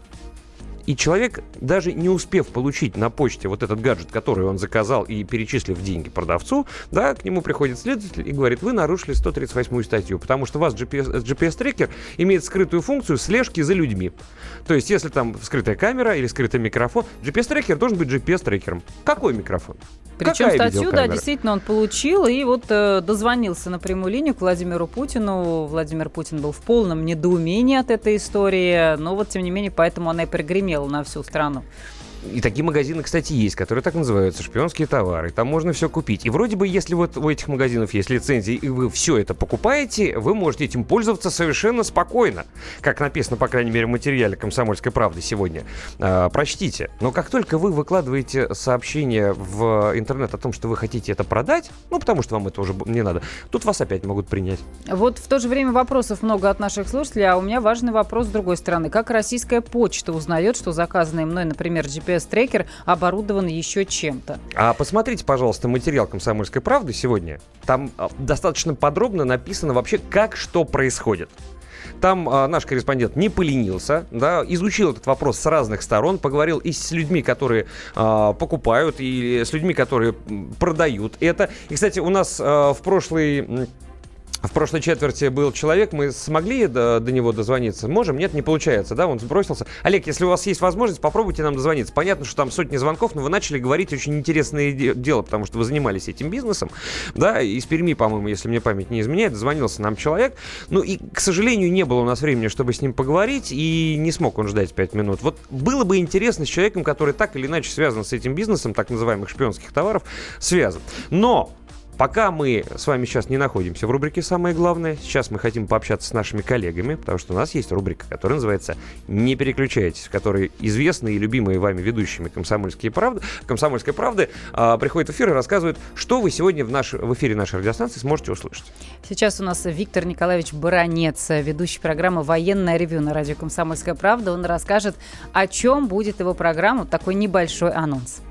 И человек, даже не успев получить на почте вот этот гаджет, который он заказал, и перечислив деньги продавцу, да, к нему приходит следователь и говорит: вы нарушили сто тридцать восьмую статью, потому что у вас джи пи эс, джи пи эс-трекер имеет скрытую функцию слежки за людьми. То есть, если там скрытая камера или скрытый микрофон, джи пи эс-трекер должен быть джи пи эс-трекером. Какой микрофон? Причем Какая статью, видеокамера? да, действительно он получил и вот э, дозвонился на прямую линию к Владимиру Путину. Владимир Путин был в полном недоумении от этой истории, но вот, тем не менее, поэтому она и прогремела на всю страну. И такие магазины, кстати, есть, которые так называются, шпионские товары. Там можно все купить. И вроде бы, если вот у этих магазинов есть лицензии, и вы все это покупаете, вы можете этим пользоваться совершенно спокойно. Как написано, по крайней мере, в материале «Комсомольской правды» сегодня. А, прочтите. Но как только вы выкладываете сообщение в интернет о том, что вы хотите это продать, ну, потому что вам это уже не надо, тут вас опять могут принять. Вот в то же время вопросов много от наших слушателей, а у меня важный вопрос с другой стороны. Как российская почта узнает, что заказанный мной, например, джи пи эс-трекер оборудован еще чем-то? А посмотрите, пожалуйста, материал «Комсомольской правды» сегодня. Там а, достаточно подробно написано вообще, как что происходит. Там а, наш корреспондент не поленился, да, изучил этот вопрос с разных сторон, поговорил и с людьми, которые а, покупают, и с людьми, которые продают это. И, кстати, у нас а, в прошлый... В прошлой четверти был человек, мы смогли до, до него дозвониться? Можем? Нет, не получается, да, он сбросился. Олег, если у вас есть возможность, попробуйте нам дозвониться. Понятно, что там сотни звонков, но вы начали говорить очень интересное де- дело, потому что вы занимались этим бизнесом, да, из Перми, по-моему, если мне память не изменяет, дозвонился нам человек, ну и, к сожалению, не было у нас времени, чтобы с ним поговорить, и не смог он ждать пять минут. Вот было бы интересно с человеком, который так или иначе связан с этим бизнесом, так называемых шпионских товаров, связан. Но... Пока мы с вами сейчас не находимся в рубрике «Самое главное», сейчас мы хотим пообщаться с нашими коллегами, потому что у нас есть рубрика, которая называется «Не переключайтесь», в которой известные и любимые вами ведущими «Комсомольские правды», «Комсомольской правды» а, приходят в эфир и рассказывают, что вы сегодня в, наш, в эфире нашей радиостанции сможете услышать. Сейчас у нас Виктор Николаевич Баранец, ведущий программы «Военное ревью» на радио «Комсомольская правда». Он расскажет, о чем будет его программа, такой небольшой анонс.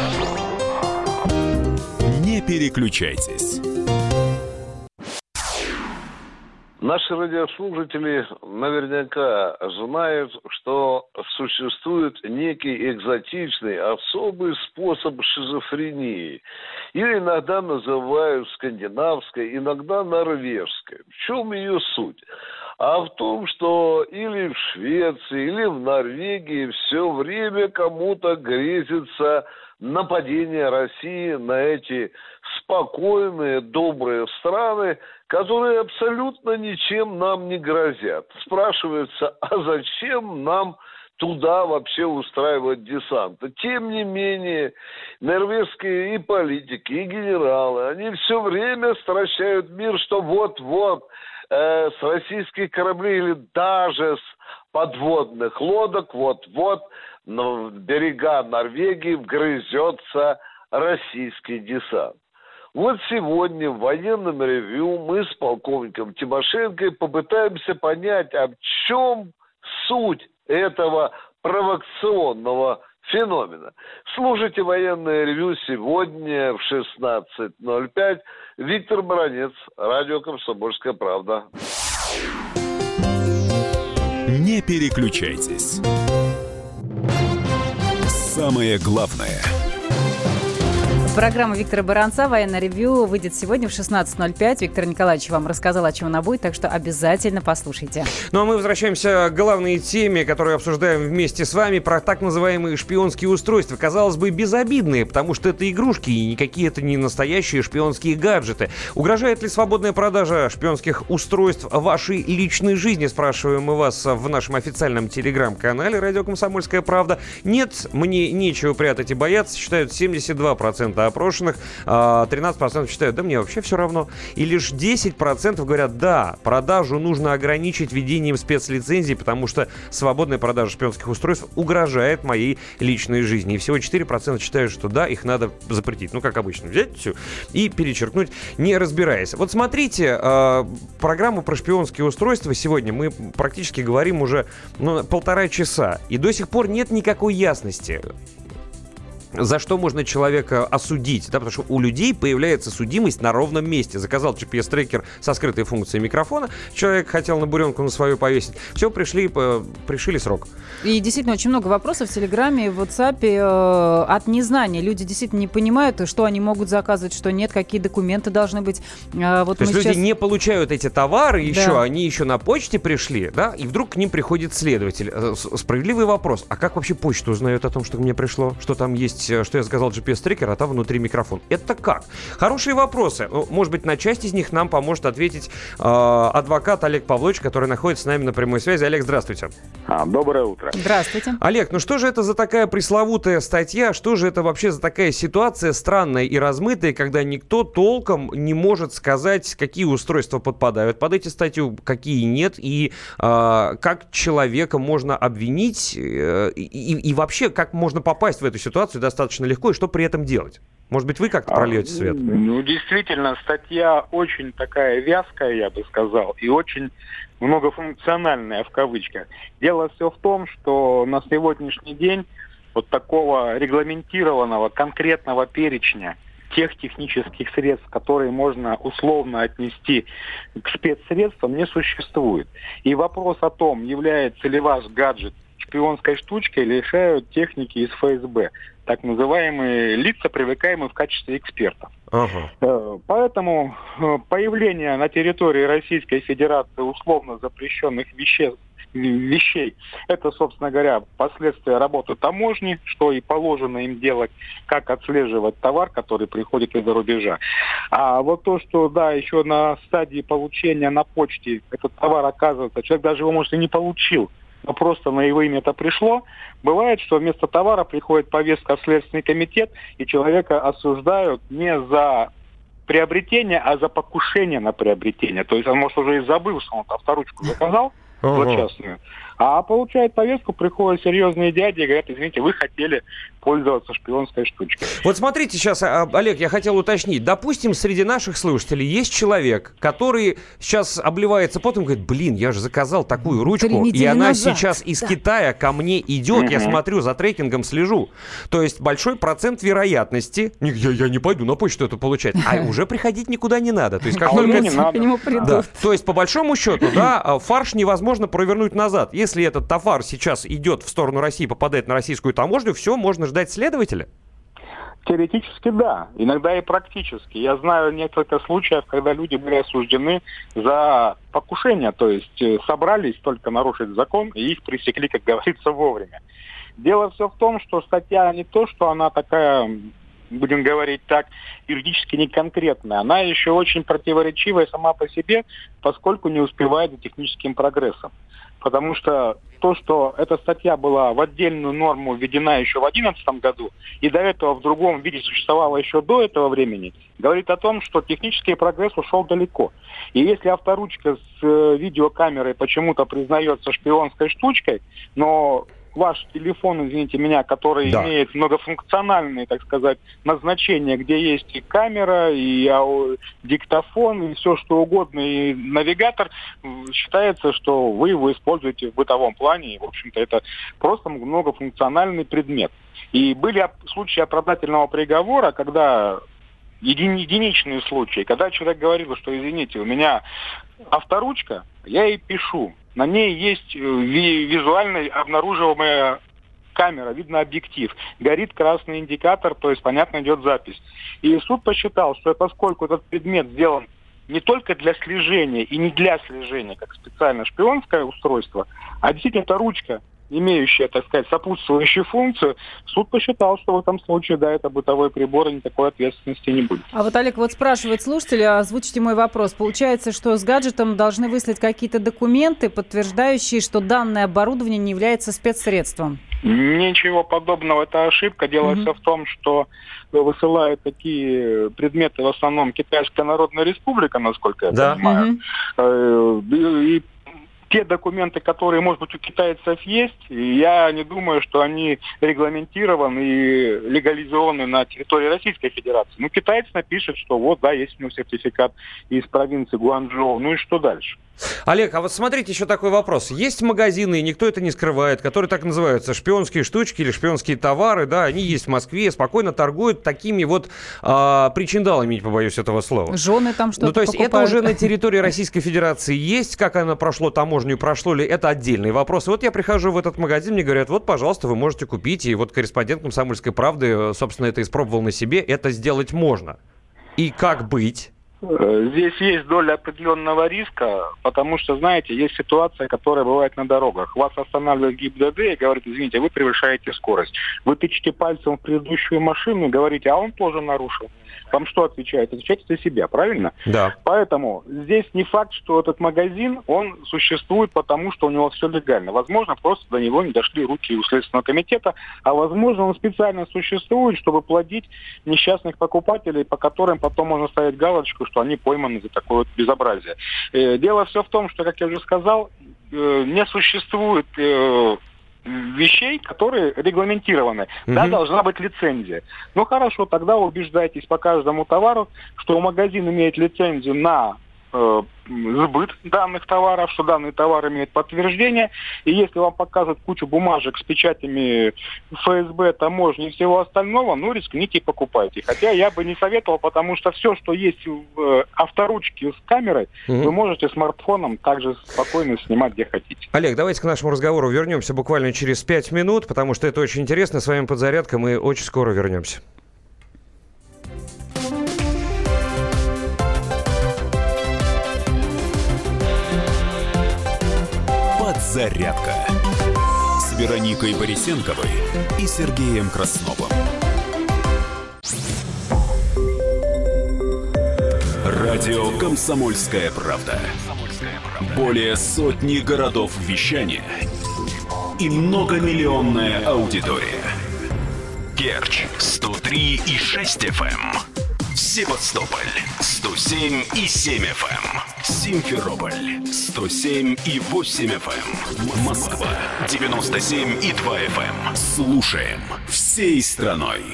Не переключайтесь. Наши радиослушатели наверняка знают, что существует некий экзотичный, особый способ шизофрении. Ее иногда называют скандинавской, иногда норвежской. В чем ее суть? А в том, что или в Швеции, или в Норвегии все время кому-то грезится нападение России на эти спокойные, добрые страны, которые абсолютно ничем нам не грозят. Спрашивается, а зачем нам туда вообще устраивать десант? Тем не менее, норвежские и политики, и генералы, они все время стращают мир, что вот-вот э, с российских кораблей или даже с подводных лодок вот-вот на берега Норвегии вгрызется российский десант. Вот сегодня в военном ревью мы с полковником Тимошенко попытаемся понять, а в чем суть этого провокационного феномена. Слушайте военное ревью сегодня в шестнадцать ноль пять. Виктор Баранец, радио «Комсомольская правда». Не переключайтесь. Самое главное. Программа Виктора Баранца «Военное ревью» выйдет сегодня в шестнадцать ноль пять. Виктор Николаевич вам рассказал, о чем она будет, так что обязательно послушайте. Ну а мы возвращаемся к главной теме, которую обсуждаем вместе с вами, про так называемые шпионские устройства. Казалось бы, безобидные, потому что это игрушки, и никакие это не настоящие шпионские гаджеты. Угрожает ли свободная продажа шпионских устройств вашей личной жизни, спрашиваем мы вас в нашем официальном телеграм-канале «Радио Комсомольская правда». Нет, мне нечего прятать и бояться, считают семьдесят два процента процентов опрошенных, тринадцать процентов считают, да мне вообще все равно. И лишь десять процентов говорят, да, продажу нужно ограничить введением спецлицензий, потому что свободная продажа шпионских устройств угрожает моей личной жизни. И всего четыре процента считают, что да, их надо запретить. Ну, как обычно, взять все и перечеркнуть, не разбираясь. Вот смотрите, э, программу про шпионские устройства сегодня мы практически говорим уже ну, полтора часа. И до сих пор нет никакой ясности, за что можно человека осудить, да, потому что у людей появляется судимость на ровном месте. Заказал джи пи эс-трекер со скрытой функцией микрофона, человек хотел на буренку на свою повесить, все, пришли, пришили срок. И действительно очень много вопросов в Телеграме и в WhatsApp э, от незнания. Люди действительно не понимают, что они могут заказывать, что нет, какие документы должны быть. Э, вот То есть сейчас... люди не получают эти товары еще, да. они еще на почте пришли, да, и вдруг к ним приходит следователь. Справедливый вопрос, а как вообще почта узнает о том, что мне пришло, что там есть, что я заказал джи пи эс-трекер, а там внутри микрофон? Это как? Хорошие вопросы. Может быть, на часть из них нам поможет ответить э, адвокат Олег Павлович, который находится с нами на прямой связи. Олег, здравствуйте. А, доброе утро. Здравствуйте. Олег, ну что же это за такая пресловутая статья? Что же это вообще за такая ситуация странная и размытая, когда никто толком не может сказать, какие устройства подпадают под эти статью, какие нет, и э, как человека можно обвинить, э, и, и, и вообще, как можно попасть в эту ситуацию достаточно легко, и что при этом делать? Может быть, вы как-то прольете свет? Ну, действительно, статья очень такая вязкая, я бы сказал, и очень многофункциональная в кавычках. Дело все в том, что на сегодняшний день вот такого регламентированного, конкретного перечня тех технических средств, которые можно условно отнести к спецсредствам, не существует. И вопрос о том, является ли ваш гаджет шпионской штучкой, решают техники из эф эс бэ, так называемые лица, привлекаемые в качестве экспертов. Ага. Поэтому появление на территории Российской Федерации условно запрещенных веществ, вещей, это, собственно говоря, последствия работы таможни, что и положено им делать, как отслеживать товар, который приходит из-за рубежа. А вот то, что, да, еще на стадии получения на почте этот товар оказывается, человек даже его, может, и не получил, но просто на его имя это пришло. Бывает, что вместо товара приходит повестка в Следственный комитет, и человека осуждают не за приобретение, а за покушение на приобретение. То есть он, может, уже и забыл, что он авторучку заказал, злочастную, а получает повестку, приходят серьезные дяди и говорят, извините, вы хотели пользоваться шпионской штучкой. Вот смотрите сейчас, Олег, я хотел уточнить. Допустим, среди наших слушателей есть человек, который сейчас обливается потом и говорит, блин, я же заказал такую ручку, и она назад. сейчас из да. Китая ко мне идет, угу. я смотрю, за трекингом слежу. То есть большой процент вероятности, я, я не пойду на почту это получать, а уже приходить никуда не надо. То есть как только не надо. К нему придут. Да. То есть по большому счету, да, фарш невозможно провернуть назад. Если этот товар сейчас идет в сторону России, попадает на российскую таможню, все, можно ждать следователя? Теоретически да, иногда и практически. Я знаю несколько случаев, когда люди были осуждены за покушение, то есть собрались только нарушить закон, и их пресекли, как говорится, вовремя. Дело все в том, что статья не то, что она такая, будем говорить так, юридически неконкретная, она еще очень противоречивая сама по себе, поскольку не успевает за техническим прогрессом. Потому что то, что эта статья была в отдельную норму введена еще в две тысячи одиннадцатом году, и до этого в другом виде существовала еще до этого времени, говорит о том, что технический прогресс ушел далеко. И если авторучка с э, видеокамерой почему-то признается шпионской штучкой, но ваш телефон, извините меня, который да. имеет многофункциональные, так сказать, назначения, где есть и камера, и ау- диктофон, и все что угодно, и навигатор, считается, что вы его используете в бытовом плане, и, в общем-то, это просто многофункциональный предмет. И были случаи оправдательного приговора, когда еди- единичные случаи, когда человек говорил, что, извините, у меня авторучка, я ей пишу, на ней есть визуально обнаруживаемая камера, видно объектив, горит красный индикатор, то есть, понятно, идет запись. И суд посчитал, что поскольку этот предмет сделан не только для слежения и не для слежения, как специально шпионское устройство, а действительно это ручка, имеющая, так сказать, сопутствующую функцию, суд посчитал, что в этом случае, да, это бытовой прибор, и никакой ответственности не будет. А вот, Олег, вот спрашивает слушатель, озвучите мой вопрос. Получается, что с гаджетом должны выслать какие-то документы, подтверждающие, что данное оборудование не является спецсредством? Ничего подобного, это ошибка. Дело mm-hmm. все в том, что высылают такие предметы в основном Китайская Народная Республика, насколько я да. понимаю. Mm-hmm. И те документы, которые, может быть, у китайцев есть, я не думаю, что они регламентированы и легализованы на территории Российской Федерации. Ну, китаец напишет, что вот, да, есть у него сертификат из провинции Гуанчжоу. Ну и что дальше? Олег, а вот смотрите, еще такой вопрос. Есть магазины, и никто это не скрывает, которые так называются шпионские штучки или шпионские товары, да, они есть в Москве, спокойно торгуют такими вот а, причиндалами, не побоюсь этого слова. Жены там что-то Ну, то есть покупают. Это уже на территории Российской Федерации есть, как оно прошло таможню, прошло ли, это отдельный вопрос. И вот я прихожу в этот магазин, мне говорят, вот, пожалуйста, вы можете купить, и вот корреспондент «Комсомольской правды», собственно, это испробовал на себе, это сделать можно. И как быть? Здесь есть доля определенного риска, потому что, знаете, есть ситуация, которая бывает на дорогах. Вас останавливает ГИБДД и говорит, извините, вы превышаете скорость. Вы тычете пальцем в предыдущую машину и говорите, а он тоже нарушил. Вам что отвечает? Отвечаете за себя, правильно? Да. Поэтому здесь не факт, что этот магазин, он существует, потому что у него все легально. Возможно, просто до него не дошли руки у Следственного комитета, а возможно, он специально существует, чтобы плодить несчастных покупателей, по которым потом можно ставить галочку, что они пойманы за такое вот безобразие. Дело все в том, что, как я уже сказал, не существует вещей, которые регламентированы. Mm-hmm. Да, должна быть лицензия. Ну хорошо, тогда убеждайтесь по каждому товару, что магазин имеет лицензию на э, сбыт данных товаров, что данный товар имеет подтверждение. И если вам показывают кучу бумажек с печатями эф эс бэ, таможни и всего остального, ну рискните и покупайте. Хотя я бы не советовал, потому что все, что есть в авторучке с камерой, mm-hmm. вы можете смартфоном также спокойно снимать где хотите. Олег, давайте к нашему разговору вернемся буквально через пять минут, потому что это очень интересно. С вами «Подзарядка», мы очень скоро вернемся. «Подзарядка» с Вероникой Борисенковой и Сергеем Красновым. Радио «Комсомольская правда». Более сотни городов вещания и многомиллионная аудитория. Керчь сто три и шесть эф эм. Севастополь сто семь и семь эф эм. Симферополь сто семь и восемь эф эм. Москва девяносто семь и два эф эм. Слушаем всей страной.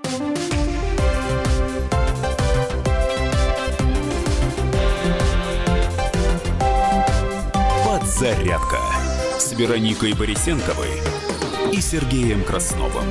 Подзарядка с Вероникой Борисенковой и Сергеем Красновым.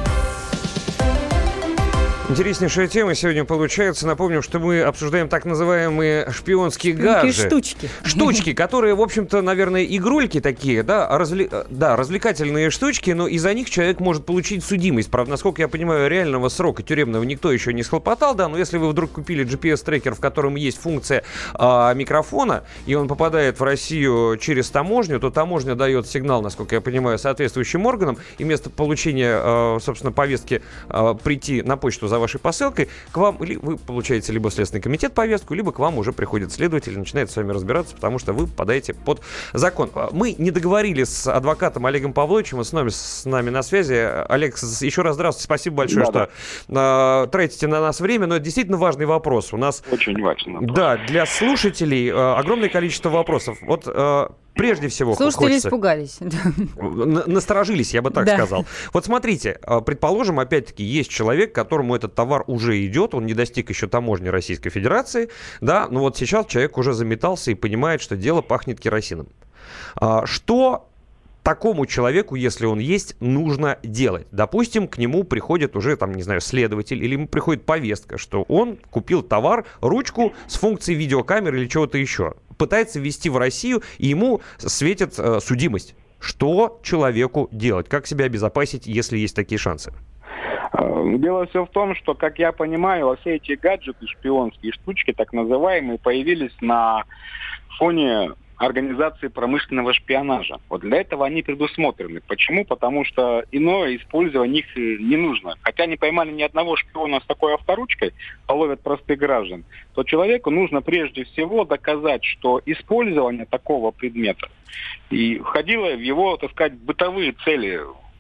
Интереснейшая тема сегодня получается. Напомним, что мы обсуждаем так называемые шпионские гаджеты. Штучки. Штучки, которые, в общем-то, наверное, игрульки такие, да, разве... да, развлекательные штучки, но из-за них человек может получить судимость. Правда, насколько я понимаю, реального срока тюремного никто еще не схлопотал, да, но если вы вдруг купили джи пи эс-трекер, в котором есть функция а, микрофона, и он попадает в Россию через таможню, то таможня дает сигнал, насколько я понимаю, соответствующим органам, и вместо получения, а, собственно, повестки а, прийти на почту за вашей посылкой, к вам, или вы получаете либо Следственный комитет повестку, либо к вам уже приходит следователь и начинает с вами разбираться, потому что вы попадаете под закон. Мы не договорились с адвокатом Олегом Павловичем, он с нами, с нами на связи. Олег, еще раз здравствуйте, спасибо большое, да, что да. Э, тратите на нас время, но это действительно важный вопрос. У нас... Очень важный вопрос. Да, для слушателей э, огромное количество вопросов. Вот... Э, Прежде всего, слушатели хочется... испугались. Насторожились, я бы так да. сказал. Вот смотрите, предположим, опять-таки, есть человек, которому этот товар уже идет, он не достиг еще таможни Российской Федерации, да, но вот сейчас человек уже заметался и понимает, что дело пахнет керосином. Что такому человеку, если он есть, нужно делать? Допустим, к нему приходит уже, там, не знаю, следователь, или ему приходит повестка, что он купил товар, ручку с функцией видеокамеры или чего-то еще. Пытается ввести в Россию, и ему светит э, судимость. Что человеку делать? Как себя обезопасить, если есть такие шансы? Дело все в том, что, как я понимаю, все эти гаджеты, шпионские штучки, так называемые, появились на фоне организации промышленного шпионажа. Вот для этого они предусмотрены. Почему? Потому что иное использование их не нужно. Хотя не поймали ни одного шпиона с такой авторучкой, а ловят простых граждан, то человеку нужно прежде всего доказать, что использование такого предмета и входило в его, так сказать, бытовые цели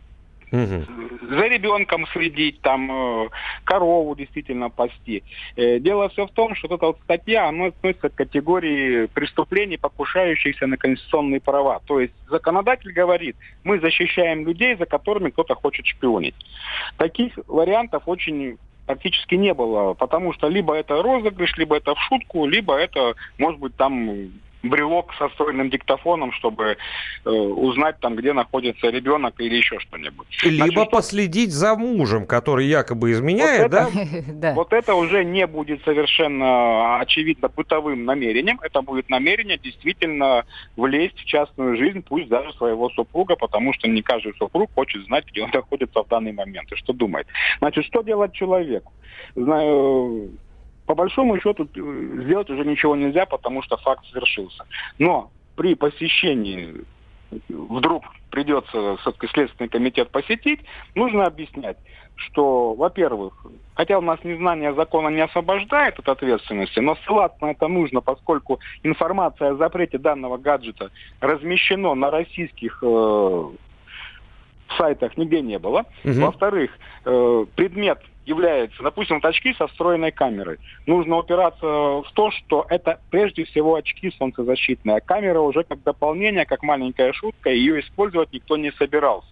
Угу. За ребенком следить, там, э, корову действительно пасти. Э, дело все в том, что вот эта вот статья, она относится к категории преступлений, покушающихся на конституционные права. То есть законодатель говорит, мы защищаем людей, за которыми кто-то хочет шпионить. Таких вариантов очень практически не было, потому что либо это розыгрыш, либо это в шутку, либо это, может быть, там брелок со встроенным диктофоном, чтобы э, узнать там, где находится ребенок или еще что-нибудь. Либо Значит, последить за мужем, который якобы изменяет, вот да? Это, вот это уже не будет совершенно очевидно бытовым намерением. Это будет намерение действительно влезть в частную жизнь, пусть даже своего супруга, потому что не каждый супруг хочет знать, где он находится в данный момент и что думает. Значит, что делать человеку? Знаю, по большому счету сделать уже ничего нельзя, потому что факт совершился. Но при посещении вдруг придется все-таки Следственный комитет посетить, нужно объяснять, что, во-первых, хотя у нас незнание закона не освобождает от ответственности, но ссылаться на это нужно, поскольку информация о запрете данного гаджета размещена на российских э, сайтах нигде не было. Угу. Во-вторых, э, предмет является, допустим, вот очки со встроенной камерой. Нужно упираться в то, что это прежде всего очки солнцезащитные. А камера уже как дополнение, как маленькая шутка, ее использовать никто не собирался.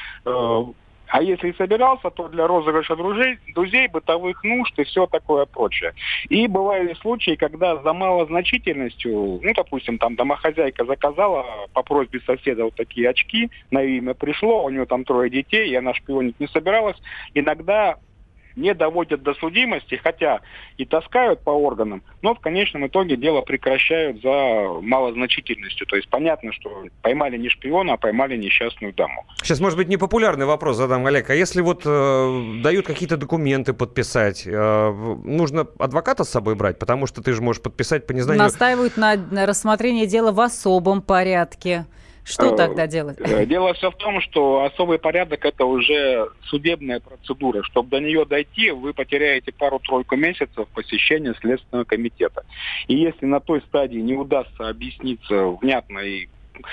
А если и собирался, то для розыгрыша друзей, друзей, бытовых нужд и все такое прочее. И бывали случаи, когда за малозначительностью, ну, допустим, там домохозяйка заказала по просьбе соседа вот такие очки, на имя пришло, у нее там трое детей, и она шпионить не собиралась. Иногда не доводят до судимости, хотя и таскают по органам, но в конечном итоге дело прекращают за малозначительностью. То есть понятно, что поймали не шпиона, а поймали несчастную даму. Сейчас, может быть, непопулярный вопрос задам, Олег. А если вот э, дают какие-то документы подписать, э, нужно адвоката с собой брать? Потому что ты же можешь подписать по незнанию... Настаивают на, на рассмотрении дела в особом порядке. Что тогда делать? Дело все в том, что особый порядок – это уже судебная процедура. Чтобы до нее дойти, вы потеряете пару-тройку месяцев посещения Следственного комитета. И если на той стадии не удастся объясниться внятно и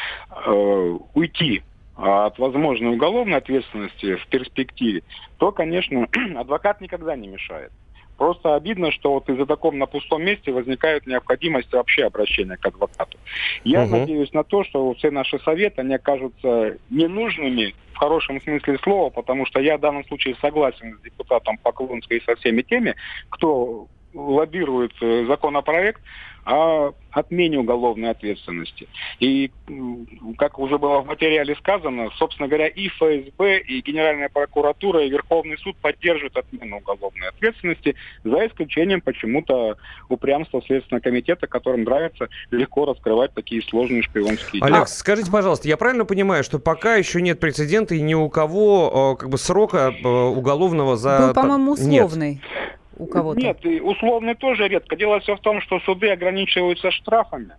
э, уйти от возможной уголовной ответственности в перспективе, то, конечно, адвокат никогда не мешает. Просто обидно, что вот из-за таком на пустом месте возникает необходимость вообще обращения к адвокату. Я угу. надеюсь на то, что все наши советы, они окажутся ненужными в хорошем смысле слова, потому что я в данном случае согласен с депутатом Поклонской и со всеми теми, кто лоббирует законопроект о отмене уголовной ответственности. И, как уже было в материале сказано, собственно говоря, и эф эс бэ, и Генеральная прокуратура, и Верховный суд поддерживают отмену уголовной ответственности, за исключением почему-то упрямства Следственного комитета, которым нравится легко раскрывать такие сложные шпионские дела. Олег, скажите, пожалуйста, я правильно понимаю, что пока еще нет прецедента и ни у кого как бы срока уголовного за... Был, по-моему, условный. Нет. У кого-то. Нет, и условный тоже редко. Дело все в том, что суды ограничиваются штрафами.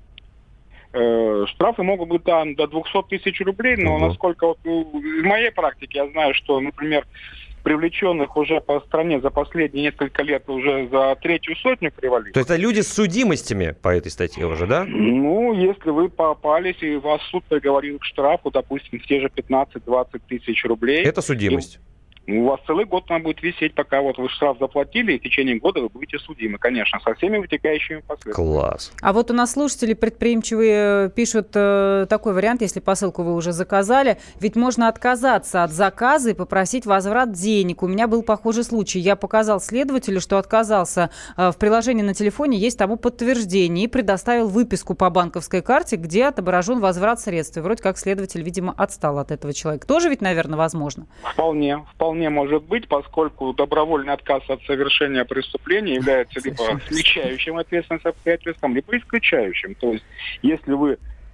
Э, штрафы могут быть там до двухсот тысяч рублей, но угу. насколько вот из моей практики я знаю, что, например, привлеченных уже по стране за последние несколько лет уже за третью сотню привалили. То есть это люди с судимостями по этой статье уже, да? Ну, если вы попались и вас суд приговорил к штрафу, допустим, в те же пятнадцать-двадцать тысяч рублей. Это судимость. И... У вас целый год она будет висеть, пока вот вы штраф заплатили, и в течение года вы будете судимы, конечно, со всеми вытекающими последствиями. Класс. А вот у нас слушатели предприимчивые пишут э, такой вариант, если посылку вы уже заказали, ведь можно отказаться от заказа и попросить возврат денег. У меня был похожий случай. Я показал следователю, что отказался. Э, в приложении на телефоне есть тому подтверждение, и предоставил выписку по банковской карте, где отображен возврат средств. И вроде как следователь, видимо, отстал от этого человека. Тоже ведь, наверное, возможно? Вполне, вполне. Может быть, поскольку добровольный отказ от совершения преступления является либо смягчающим ответственность обстоятельством, либо исключающим. То есть, если вы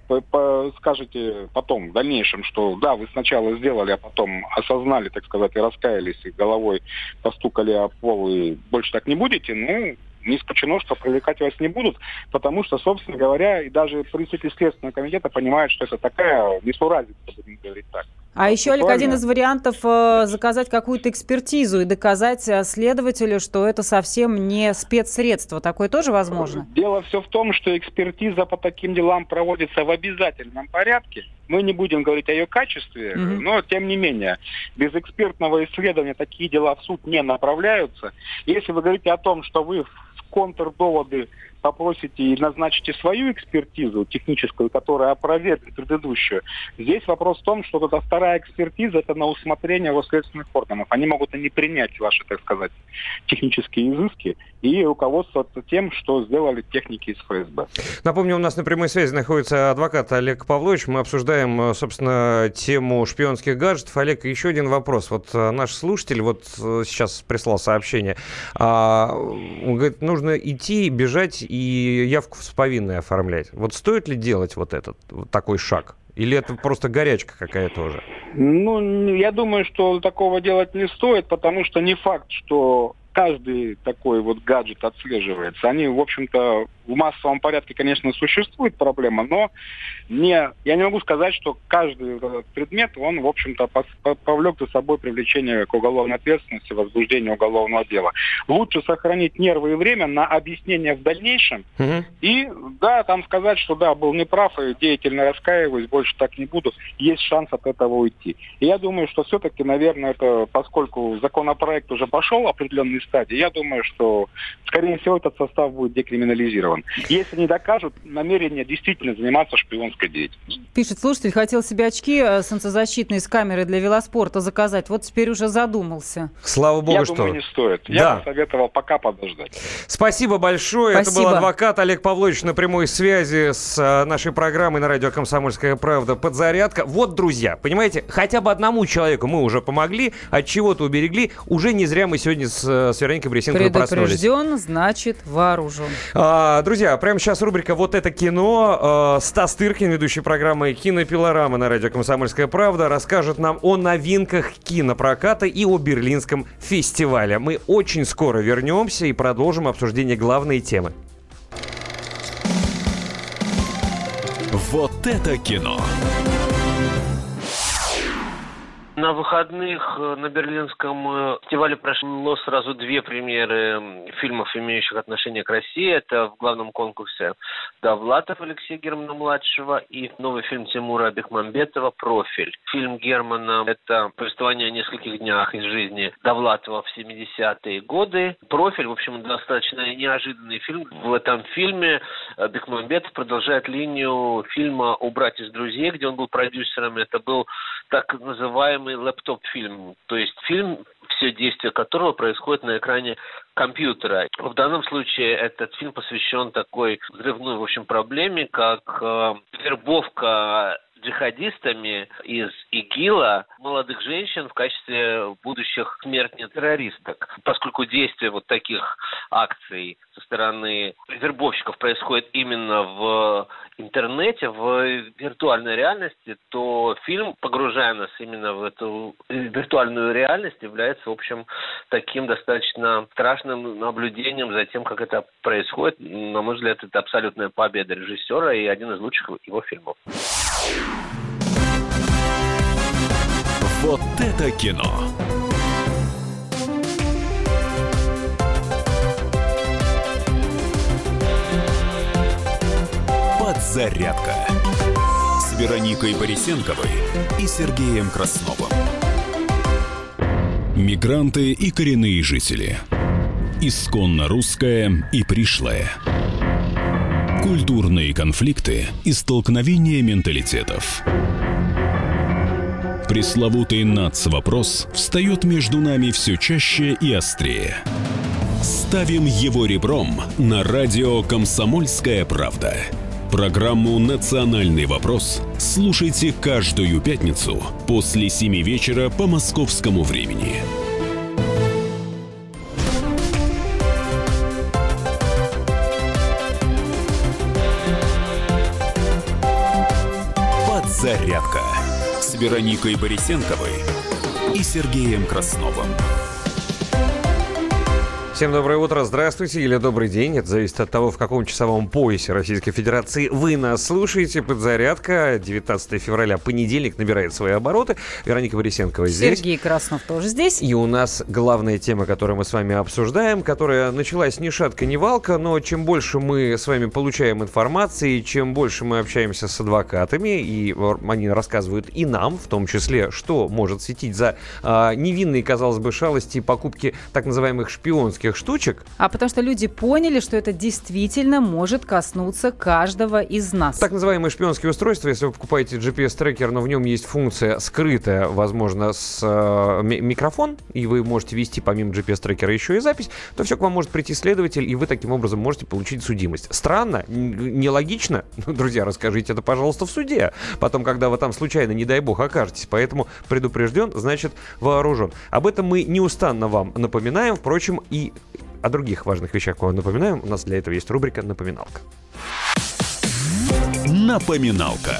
скажете потом, в дальнейшем, что да, вы сначала сделали, а потом осознали, так сказать, и раскаялись, и головой постукали об пол, и больше так не будете, ну, не исключено, что привлекать вас не будут, потому что, собственно говоря, и даже представители Следственного комитета понимают, что это такая несуразица, будем говорить так. А еще, Олег, один из вариантов э, заказать какую-то экспертизу и доказать э, следователю, что это совсем не спецсредство. Такое тоже возможно? Дело все в том, что экспертиза по таким делам проводится в обязательном порядке. Мы не будем говорить о ее качестве, mm-hmm. но, тем не менее, без экспертного исследования такие дела в суд не направляются. Если вы говорите о том, что вы в контрдоводы попросите и назначите свою экспертизу техническую, которая опровергнет предыдущую. Здесь вопрос в том, что эта вторая экспертиза, это на усмотрение его следственных органов. Они могут и не принять ваши, так сказать, технические изыски и руководствоваться тем, что сделали техники из ФСБ. Напомню, у нас на прямой связи находится адвокат Олег Павлович. Мы обсуждаем, собственно, тему шпионских гаджетов. Олег, еще один вопрос. Вот наш слушатель вот сейчас прислал сообщение. Он говорит, нужно идти, бежать и явку в повинные оформлять. Вот стоит ли делать вот этот, вот такой шаг? Или это просто горячка какая-то уже? Ну, я думаю, что такого делать не стоит, потому что не факт, что каждый такой вот гаджет отслеживается. Они, в общем-то, в массовом порядке, конечно, существует проблема, но не, я не могу сказать, что каждый предмет, он, в общем-то, повлек за собой привлечение к уголовной ответственности, возбуждение уголовного дела. Лучше сохранить нервы и время на объяснение в дальнейшем. Mm-hmm. И, да, там сказать, что, да, был неправ и деятельно раскаиваюсь, больше так не буду. Есть шанс от этого уйти. И я думаю, что все-таки, наверное, это, поскольку законопроект уже пошел определенный стадии, я думаю, что, скорее всего, этот состав будет декриминализирован. Если не докажут намерение действительно заниматься шпионской деятельностью. Пишет слушатель, хотел себе очки солнцезащитные с камерой для велоспорта заказать. Вот теперь уже задумался. Слава богу, я что... Я думаю, не стоит. Да. Я бы советовал пока подождать. Спасибо большое. Спасибо. Это был адвокат Олег Павлович на прямой связи с нашей программой на радио «Комсомольская правда» «Подзарядка». Вот, друзья, понимаете, хотя бы одному человеку мы уже помогли, от чего-то уберегли. Уже не зря мы сегодня с, с Вероникой Борисенковой проснулись. Предупрежден, значит вооружен. А, друзья, прямо сейчас рубрика «Вот это кино». Стас Тыркин, ведущий программы «Кинопилорама» на радио «Комсомольская правда», расскажет нам о новинках кинопроката и о Берлинском фестивале. Мы очень скоро вернемся и продолжим обсуждение главной темы. Вот это кино. На выходных на Берлинском фестивале прошло сразу две премьеры фильмов, имеющих отношение к России. Это в главном конкурсе Довлатов Алексея Германа-младшего и новый фильм Тимура Бекмамбетова «Профиль». Фильм Германа – это повествование о нескольких днях из жизни Довлатова в семидесятые годы. «Профиль», в общем, достаточно неожиданный фильм. В этом фильме Бекмамбетов продолжает линию фильма «Убрать из друзей», где он был продюсером. Это был так называемый лэптоп-фильм, то есть фильм, все действие которого происходит на экране компьютера. В данном случае этот фильм посвящен такой взрывной, в общем, проблеме, как э, вербовка джихадистами из ИГИЛа молодых женщин в качестве будущих смертных террористок. Поскольку действие вот таких акций со стороны вербовщиков происходит именно в интернете, в виртуальной реальности, то фильм, погружая нас именно в эту виртуальную реальность, является, в общем, таким достаточно страшным наблюдением за тем, как это происходит. На мой взгляд, это абсолютная победа режиссера и один из лучших его фильмов. Вот это кино. Подзарядка с Вероникой Борисенковой и Сергеем Красновым. Мигранты и коренные жители. Исконно русское и пришлое. Культурные конфликты и столкновения менталитетов. Пресловутый нацвопрос встает между нами все чаще и острее. Ставим его ребром на радио «Комсомольская правда». Программу «Национальный вопрос» слушайте каждую пятницу после семи вечера по московскому времени. Подзарядка с Вероникой Борисенковой и Сергеем Красновым. Всем доброе утро, здравствуйте или добрый день. Это зависит от того, в каком часовом поясе Российской Федерации вы нас слушаете. Подзарядка. девятнадцатое февраля, понедельник, набирает свои обороты. Вероника Борисенкова здесь. Сергей Краснов тоже здесь. И у нас главная тема, которую мы с вами обсуждаем, которая началась ни шатка, ни валка, но чем больше мы с вами получаем информации, чем больше мы общаемся с адвокатами, и они рассказывают и нам, в том числе, что может светить за а, невинные, казалось бы, шалости и покупки так называемых шпионских штучек. А потому что люди поняли, что это действительно может коснуться каждого из нас. Так называемые шпионские устройства, если вы покупаете джи пи эс-трекер, но в нем есть функция скрытая, возможно, с э, микрофон, и вы можете вести помимо джи пи эс-трекера еще и запись, то все к вам может прийти следователь, и вы таким образом можете получить судимость. Странно? Нелогично? Ну, друзья, расскажите это, пожалуйста, в суде. Потом, когда вы там случайно, не дай бог, окажетесь. Поэтому предупрежден, значит вооружен. Об этом мы неустанно вам напоминаем. Впрочем, и о других важных вещах вам напоминаем. У нас для этого есть рубрика «Напоминалка». Напоминалка.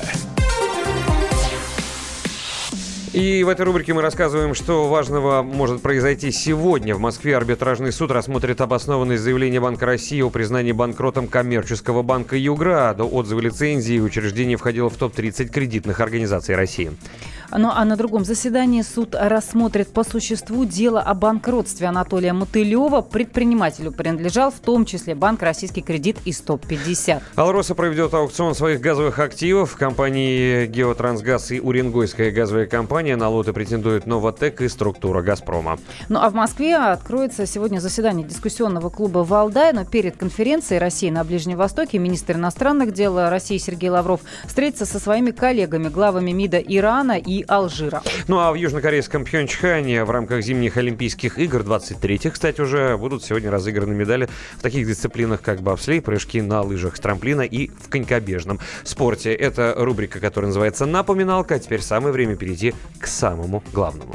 И в этой рубрике мы рассказываем, что важного может произойти сегодня. В Москве арбитражный суд рассмотрит обоснованные заявления Банка России о признании банкротом коммерческого банка «Югра». До отзыва лицензии учреждение входило в топ тридцать кредитных организаций России. Ну а на другом заседании суд рассмотрит по существу дело о банкротстве Анатолия Мотылева. Предпринимателю принадлежал в том числе банк «Российский кредит» из топ пятьдесят. «Алроса» проведет аукцион своих газовых активов. Компании «Геотрансгаз» и «Уренгойская газовая компания» на лоты претендуют «Новотек» и структура «Газпрома». Ну а в Москве откроется сегодня заседание дискуссионного клуба «Валдай». Но перед конференцией «Россия на Ближнем Востоке» министр иностранных дел России Сергей Лавров встретится со своими коллегами, главами МИДа Ирана и Алжира. Ну а в южнокорейском Пхёнчхане в рамках зимних Олимпийских игр, двадцать третьих, кстати, уже будут сегодня разыграны медали в таких дисциплинах, как бобслей, прыжки на лыжах с трамплина и в конькобежном спорте. Это рубрика, которая называется «Напоминалка». А теперь самое время перейти к самому главному.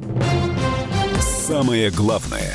Самое главное.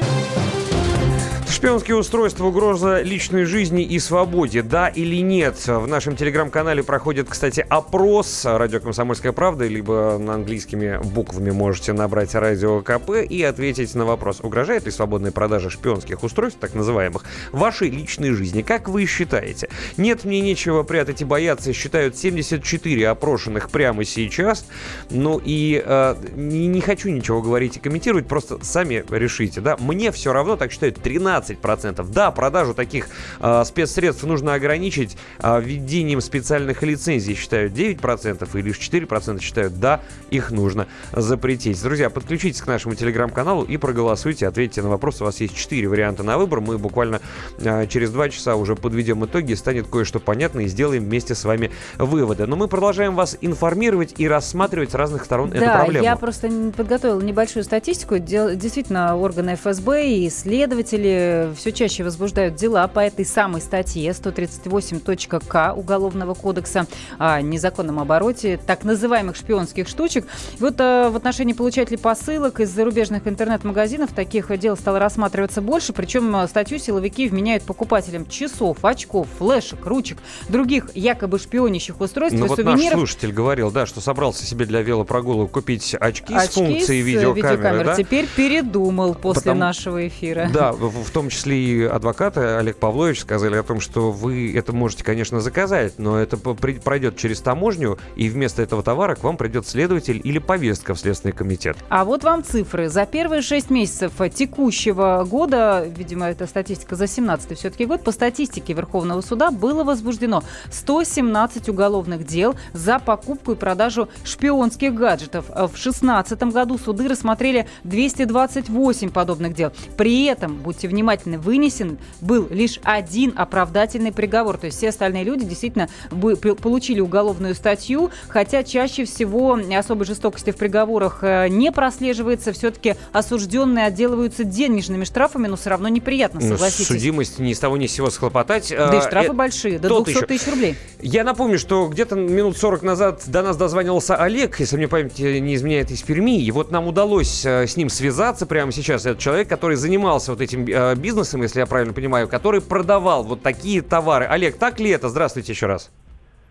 Шпионские устройства, угроза личной жизни и свободе, да или нет? В нашем телеграм-канале проходит, кстати, опрос «Радио Комсомольская правда», либо на английскими буквами можете набрать «Радио КП» и ответить на вопрос, угрожает ли свободная продажа шпионских устройств, так называемых, вашей личной жизни. Как вы считаете? Нет, мне нечего прятать и бояться, считают семьдесят четыре опрошенных прямо сейчас. Ну и э, не, не хочу ничего говорить и комментировать, просто сами решите, да? Мне все равно, так считают тринадцать процентов. Да, продажу таких э, спецсредств нужно ограничить э, введением специальных лицензий, считают девять процентов, и лишь четыре процента считают, да, их нужно запретить. Друзья, подключитесь к нашему телеграм-каналу и проголосуйте, ответьте на вопрос. У вас есть четыре варианта на выбор. Мы буквально э, через два часа уже подведем итоги, станет кое-что понятно, и сделаем вместе с вами выводы. Но мы продолжаем вас информировать и рассматривать с разных сторон да, эту проблему. Да, я просто подготовила небольшую статистику. Действительно, органы эф эс бэ и исследователи все чаще возбуждают дела по этой самой статье сто тридцать восемь точка ка Уголовного кодекса о незаконном обороте так называемых шпионских штучек. И вот а, в отношении получателей посылок из зарубежных интернет-магазинов таких дел стало рассматриваться больше. Причем статью силовики вменяют покупателям часов, очков, флешек, ручек, других якобы шпионящих устройств ну, и вот сувениров. Наш слушатель говорил, да, что собрался себе для велопрогулок купить очки, очки с функцией с видеокамеры. видеокамеры. Да? Теперь передумал после Потому... нашего эфира. Да, в, в том числе и адвокаты Олег Павлович сказали о том, что вы это можете, конечно, заказать, но это пройдет через таможню, и вместо этого товара к вам придет следователь или повестка в Следственный комитет. А вот вам цифры. За первые шесть месяцев текущего года, видимо, это статистика за семнадцатый все-таки год, по статистике Верховного суда было возбуждено сто семнадцать уголовных дел за покупку и продажу шпионских гаджетов. В шестнадцатом году суды рассмотрели двести двадцать восемь подобных дел. При этом, будьте внимательны, вынесен был лишь один оправдательный приговор. То есть все остальные люди действительно получили уголовную статью, хотя чаще всего особой жестокости в приговорах не прослеживается. Все-таки осужденные отделываются денежными штрафами, но все равно неприятно, согласитесь. Судимость ни с того ни с сего схлопотать. Да и штрафы э- большие, до двухсот тысяч рублей. Я напомню, что где-то минут сорок назад до нас дозванивался Олег, если мне память не изменяет, из Перми. И вот нам удалось с ним связаться прямо сейчас. Это человек, который занимался вот этим э, бизнесом, если я правильно понимаю, который продавал вот такие товары. Олег, так ли это? Здравствуйте еще раз.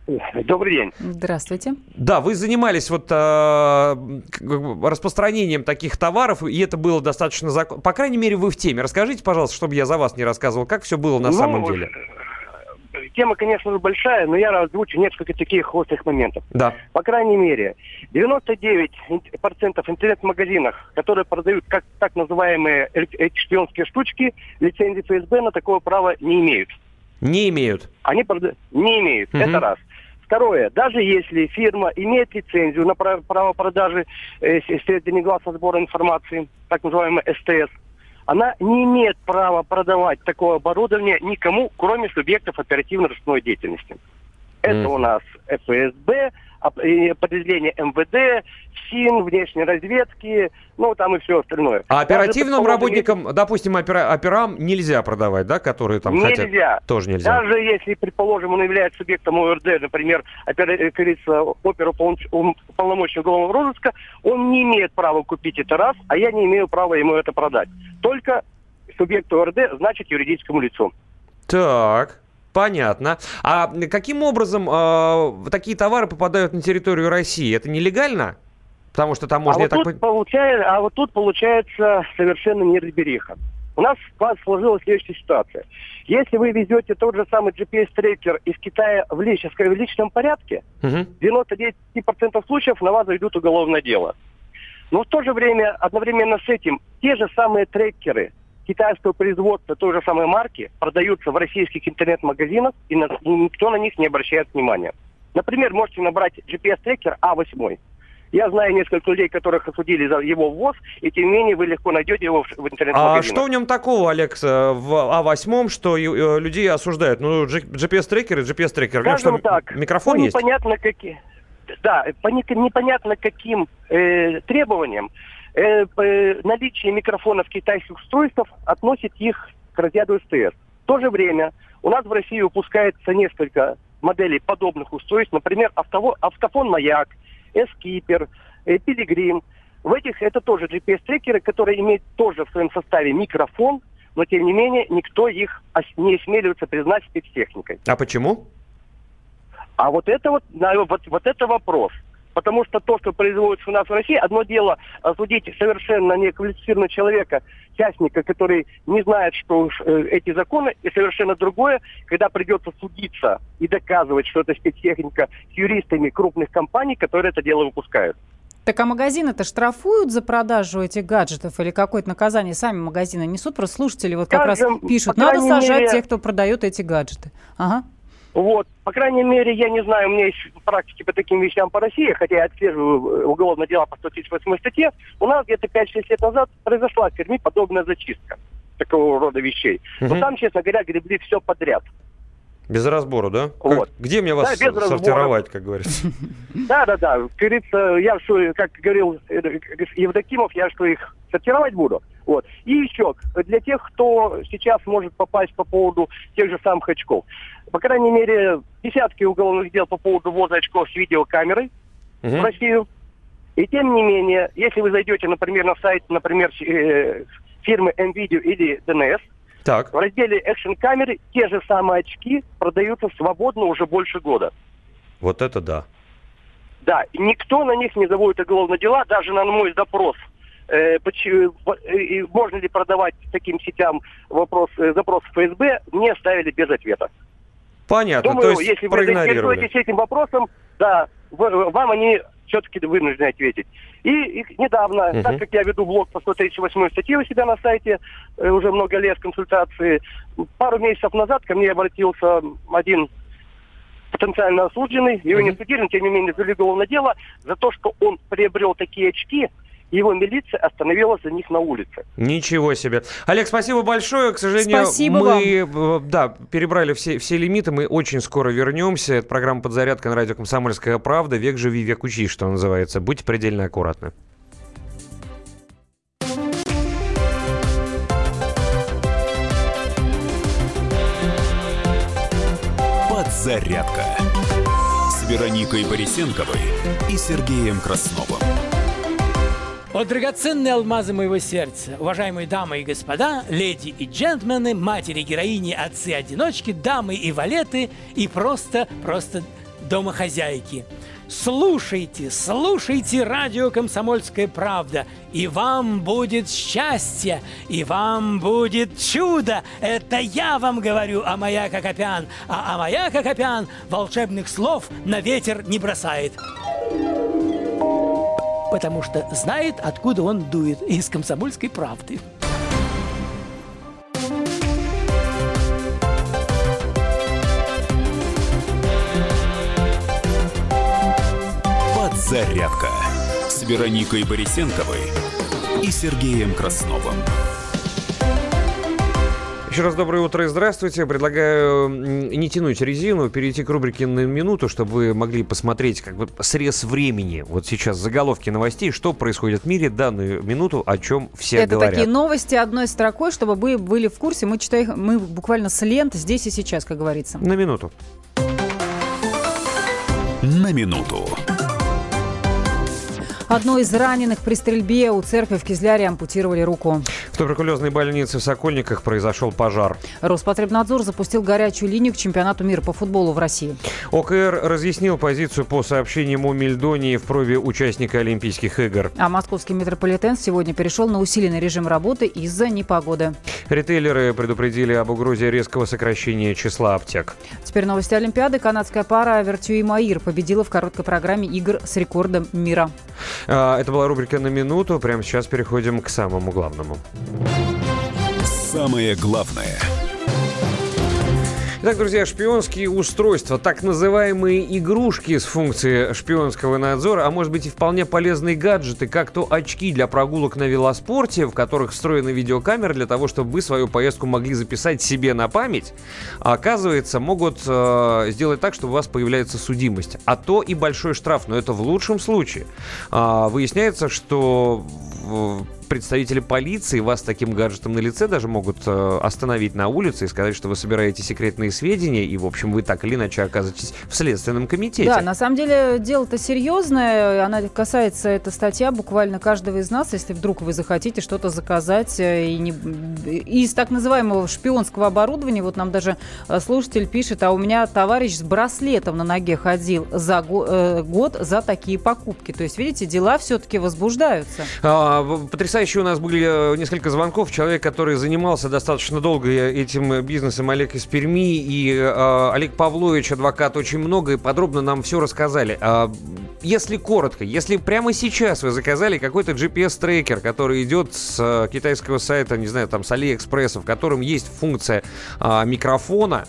Добрый день. Здравствуйте. Да, вы занимались вот э, распространением таких товаров, и это было достаточно... Зак... По крайней мере, вы в теме. Расскажите, пожалуйста, чтобы я за вас не рассказывал, как все было на ну, самом деле. Тема, конечно же, большая, но я озвучу несколько таких острых моментов. Да. По крайней мере, девяносто девять процентов интернет-магазинов, которые продают как так называемые эти шпионские штучки, лицензии эф эс бэ на такое право не имеют. Не имеют? Они прода... не имеют, угу. Это раз. Второе, даже если фирма имеет лицензию на право продажи э, средств негласного сбора информации, так называемый эс тэ эс, она не имеет права продавать такое оборудование никому, кроме субъектов оперативно-розыскной деятельности. Это mm. у нас эф эс бэ, подразделение эм вэ дэ, СИН, внешней разведки, ну там и все остальное. А оперативным Даже, работникам, допустим, опера, операм нельзя продавать, да, которые там нельзя. хотят? Тоже нельзя. Даже если, предположим, он является субъектом о эр дэ, например, опера, как говорится, оперуполномоченного уголовного розыска, он не имеет права купить это раз, а я не имею права ему это продать. Только субъекту о эр дэ, значит, юридическому лицу. Так. Понятно. А каким образом э, такие товары попадают на территорию России? Это нелегально? Потому что там можно... А, вот тут, так... получается, а вот тут получается совершенно неразбериха. У нас сложилась следующая ситуация. Если вы везете тот же самый джи пи эс-трекер из Китая в, лич, в личном порядке, uh-huh. в девяносто девять процентов случаев на вас зайдут уголовное дело. Но в то же время, одновременно с этим, те же самые трекеры китайского производства той же самой марки продаются в российских интернет-магазинах, и, на, и никто на них не обращает внимания. Например, можете набрать джи пи эс-трекер а восемь. Я знаю несколько людей, которых осудили за его ввоз, и тем не менее вы легко найдете его в, в интернет-магазинах. А что в нем такого, Алекс, в а восемь, что людей осуждают? Ну, джи пи эс-трекер и джи пи эс-трекер. Скажем что, так, микрофон ну, есть? Непонятно, какие, да, по непонятно каким э, требованиям э, э, наличие микрофонов китайских устройств относит их к разряду эс тэ эс. В то же время у нас в России выпускается несколько моделей подобных устройств, например, автово, автофон «Маяк», Эскипер, э, Пилигрим. В этих это тоже джи пи эс-трекеры, которые имеют тоже в своем составе микрофон, но тем не менее никто их не осмеливается признать спецтехникой. А почему? А вот это вот, вот, вот это вопрос. Потому что то, что производится у нас в России, одно дело осудить совершенно неквалифицированного человека, частника, который не знает, что уж э, эти законы, и совершенно другое, когда придется судиться и доказывать, что это спецтехника с юристами крупных компаний, которые это дело выпускают. Так а магазины-то штрафуют за продажу этих гаджетов или какое-то наказание сами магазины несут? Просто слушатели вот как Скажем, раз пишут, надо сажать мере... тех, кто продает эти гаджеты. Ага. Вот, по крайней мере, я не знаю, у меня есть практики по таким вещам по России, хотя я отслеживаю уголовное дело по сто тридцать восьмой статье. У нас где-то пять-шесть лет назад произошла в Перми подобная зачистка такого рода вещей. Угу. Но там, честно говоря, гребли все подряд. Без разбору, да? Вот. Как, где мне вас да, сортировать, как говорится? Да, да, да. Как говорится, я что, как говорил Евдокимов, я что, их сортировать буду. Вот. И еще, для тех, кто сейчас может попасть по поводу тех же самых очков. По крайней мере, десятки уголовных дел по поводу ввоза очков с видеокамерой uh-huh. в Россию. И тем не менее, если вы зайдете, например, на сайт, например, фирмы эн-видео или ди эн эс, так. в разделе экшн-камеры те же самые очки продаются свободно уже больше года. Вот это да. Да, и никто на них не заводит уголовные дела, даже на мой запрос. Э, почему, э, можно ли продавать таким сетям вопрос, э, запрос эф эс бэ, мне оставили без ответа. Понятно, Думаю, то есть если вы заинтересуетесь этим вопросом, да, в, вам они все-таки вынуждены ответить. И, и недавно, uh-huh. так как я веду блог по сто тридцать восьмой статье у себя на сайте, э, уже много лет консультации, пару месяцев назад ко мне обратился один потенциально осужденный, его uh-huh. не судили, но тем не менее завели уголовное дело за то, что он приобрел такие очки, его милиция остановила за них на улице. Ничего себе. Олег, спасибо большое. К сожалению, спасибо мы вам. Да, перебрали все, все лимиты. Мы очень скоро вернемся. Это программа «Подзарядка» на радио «Комсомольская правда». Век живи, век учи, что называется. Будьте предельно аккуратны. «Подзарядка» с Вероникой Борисенковой и Сергеем Красновым. О, драгоценные алмазы моего сердца, уважаемые дамы и господа, леди и джентльмены, матери, героини, отцы-одиночки, дамы и валеты и просто, просто домохозяйки. Слушайте, слушайте радио «Комсомольская правда», и вам будет счастье, и вам будет чудо. Это я вам говорю, а Маяк Акопян. А Маяк Акопян волшебных слов на ветер не бросает. Потому что знает, откуда он дует, из «Комсомольской правды». Зарядка с Вероникой Борисенковой и Сергеем Красновым. Еще раз доброе утро и здравствуйте. Предлагаю не тянуть резину, перейти к рубрике «На минуту», чтобы вы могли посмотреть как бы срез времени. Вот сейчас заголовки новостей, что происходит в мире данную минуту, о чем все Это говорят. Это такие новости одной строкой, чтобы вы были в курсе. Мы читаем, мы буквально с лент здесь и сейчас, как говорится. На минуту. На минуту. Одной из раненых при стрельбе у церкви в Кизляре ампутировали руку. В туберкулезной больнице в Сокольниках произошел пожар. Роспотребнадзор запустил горячую линию к чемпионату мира по футболу в России. ОКР разъяснил позицию по сообщениям о мельдонии в крови участника Олимпийских игр. А московский метрополитен сегодня перешел на усиленный режим работы из-за непогоды. Ритейлеры предупредили об угрозе резкого сокращения числа аптек. Теперь новости Олимпиады. Канадская пара Вертю и Маир победила в короткой программе игр с рекордом мира. Это была рубрика «На минуту». Прямо сейчас переходим к самому главному. Самое главное. Итак, друзья, шпионские устройства, так называемые игрушки с функцией шпионского надзора, а может быть и вполне полезные гаджеты, как то очки для прогулок на велоспорте, в которых встроены видеокамеры для того, чтобы вы свою поездку могли записать себе на память, а оказывается, могут э, сделать так, что у вас появляется судимость, а то и большой штраф, но это в лучшем случае. А, выясняется, что в представители полиции вас с таким гаджетом на лице даже могут э, остановить на улице и сказать, что вы собираете секретные сведения, и, в общем, вы так или иначе оказываетесь в Следственном комитете. Да, на самом деле дело-то серьезное. Она касается, эта статья, буквально каждого из нас, если вдруг вы захотите что-то заказать и не... из так называемого шпионского оборудования. Вот нам даже слушатель пишет, а у меня товарищ с браслетом на ноге ходил за го- э, год за такие покупки. То есть, видите, дела все-таки возбуждаются. А, потрясающе. Еще у нас были несколько звонков. Человек, который занимался достаточно долго этим бизнесом, Олег из Перми, и э, Олег Павлович, адвокат, очень много и подробно нам все рассказали. А, если коротко, если прямо сейчас вы заказали какой-то джи пи эс-трекер, который идет с э, китайского сайта, не знаю, там с Алиэкспресса, в котором есть функция э, микрофона,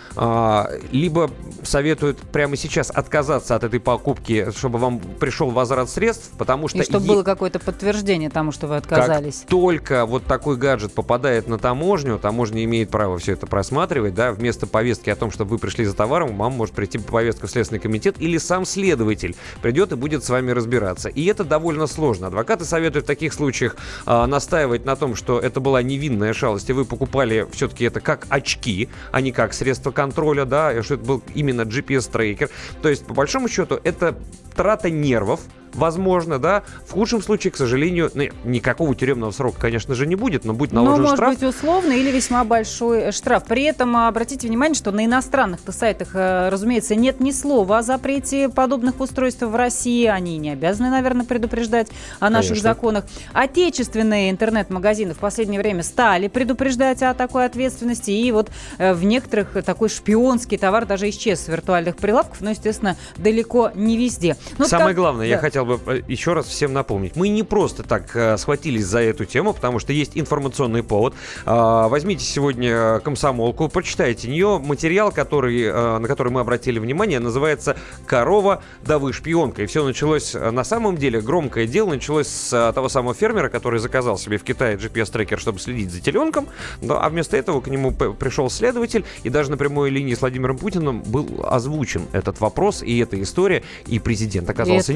либо советуют прямо сейчас отказаться от этой покупки, чтобы вам пришел возврат средств, потому что... И чтобы е... было какое-то подтверждение тому, что вы отказались. Как только вот такой гаджет попадает на таможню, таможня имеет право все это просматривать, да, вместо повестки о том, что вы пришли за товаром, вам может прийти повестка в Следственный комитет, или сам следователь придет и будет с вами разбираться. И это довольно сложно. Адвокаты советуют в таких случаях а, настаивать на том, что это была невинная шалость, и вы покупали все-таки это как очки, а не как средство контроля. контроля, да, что это был именно джи пи эс-трекер. То есть, по большому счету, это трата нервов, возможно, да. В худшем случае, к сожалению, ну, никакого тюремного срока, конечно же, не будет, но будет наложен ну, штраф. может быть, условный или весьма большой штраф. При этом обратите внимание, что на иностранных-то сайтах, разумеется, нет ни слова о запрете подобных устройств в России. Они не обязаны, наверное, предупреждать о наших конечно. законах. Отечественные интернет-магазины в последнее время стали предупреждать о такой ответственности. И вот в некоторых такой шпионский товар даже исчез с виртуальных прилавков, но, естественно, далеко не везде. Но Самое как... главное, да. я хотел бы еще раз всем напомнить. Мы не просто так э, схватились за эту тему, потому что есть информационный повод. Э, возьмите сегодня «Комсомолку», прочитайте нее. Материал, который, э, на который мы обратили внимание, называется «Корова, да вы шпионка». И все началось, на самом деле, громкое дело началось с э, того самого фермера, который заказал себе в Китае джи пи эс-трекер, чтобы следить за теленком. Да, а вместо этого к нему п- пришел следователь, и даже на прямой линии с Владимиром Путиным был озвучен этот вопрос и эта история, и президент оказался это, не в да, курсе. эта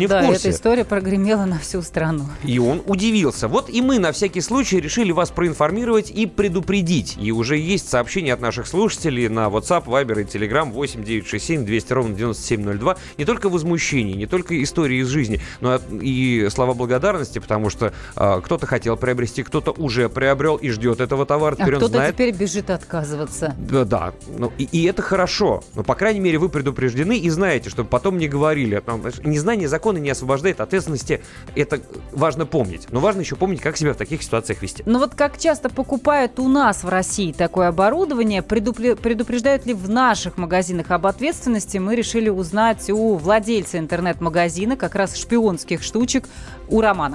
эта история прогремела на всю страну. И он удивился. Вот и мы на всякий случай решили вас проинформировать и предупредить. И уже есть сообщения от наших слушателей на WhatsApp, Viber и Telegram восемь девятьсот шестьдесят семь двести ровно девяносто семь ноль два. Не только возмущение, не только истории из жизни, но и слова благодарности, потому что э, кто-то хотел приобрести, кто-то уже приобрел и ждет этого товара. А кто-то знает... теперь бежит отказываться. Да, да. Ну, и, и это хорошо. Но, по крайней мере, вы предупреждены и знаете, чтобы потом не говорили. Незнание закона не освобождает от ответственности. Это важно помнить. Но важно еще помнить, как себя в таких ситуациях вести. Ну вот как часто покупают у нас в России такое оборудование, предупреждают ли в наших магазинах об ответственности, мы решили узнать у владельца интернет-магазина, как раз шпионских штучек, у Романа.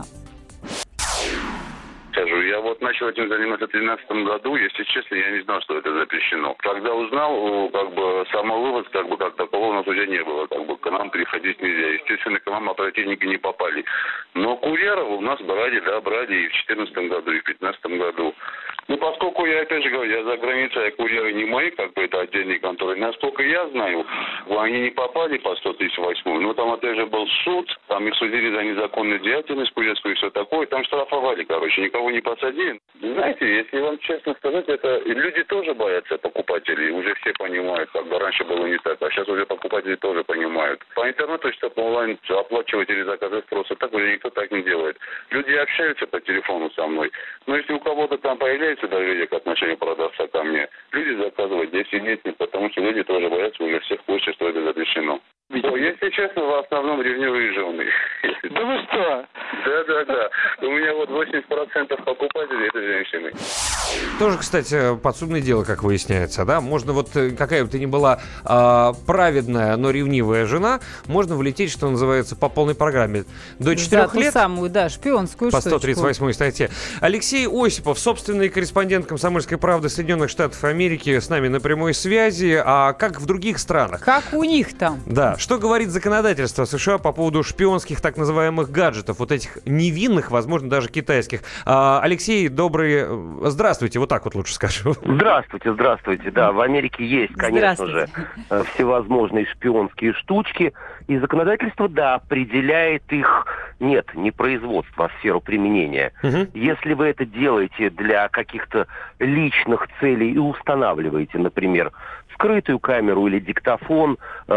Скажу, я вот начал этим заниматься в две тысячи тринадцатом году, если честно, я не знал, что это запрещено. Когда узнал, как бы, самовывоз, как бы, как такового у нас уже не было, как бы, к нам приходить нельзя. Естественно, к нам оперативники не попали. Но курьеров у нас брали, да, брали и в две тысячи четырнадцатом году, и в две тысячи пятнадцатом году. Ну, поскольку я, опять же говорю, я за границей, а курьеры не мои, как бы, это отдельные конторы. Насколько я знаю, они не попали по сто тысяч восьмую. Ну, там, опять же, был суд, там их судили за незаконную деятельность курьерскую и все такое. Там штрафовали, короче, никого не посадили. Знаете, если вам честно сказать, это люди тоже боятся покупателей. Уже все понимают, как бы раньше было не так, а сейчас уже покупатели тоже понимают. По интернету, чтобы онлайн оплачивать или заказать просто так, уже никто так не делает. Люди общаются по телефону со мной. Но если у кого-то там появляется доверие к отношению продавца ко мне, люди заказывают здесь и нет, потому что люди тоже боятся уже всех больше, что это запрещено. Но, если честно, в основном ревнивые жены. Да вы что? Да, да, да. У меня вот восемьдесят процентов покупателей — это женщины. Тоже, кстати, подсудное дело, как выясняется, да? Можно вот, какая бы ты ни была э, праведная, но ревнивая жена, можно влететь, что называется, по полной программе. До четырех За лет. ту самую, да, шпионскую по штучку. сто тридцать восьмой статье. Алексей Осипов, собственный корреспондент «Комсомольской правды» Соединенных Штатов Америки, с нами на прямой связи. А как в других странах? Как у них там? Да. Что говорит законодательство США по поводу шпионских так называемых гаджетов, вот этих невинных, возможно, даже китайских? А, Алексей, добрый... Здравствуйте, вот так вот лучше скажу. Здравствуйте, здравствуйте. Да, в Америке есть, конечно же, всевозможные шпионские штучки. И законодательство, да, определяет их, нет, не производство, а сферу применения. Угу. Если вы это делаете для каких-то личных целей и устанавливаете, например, скрытую камеру или диктофон э,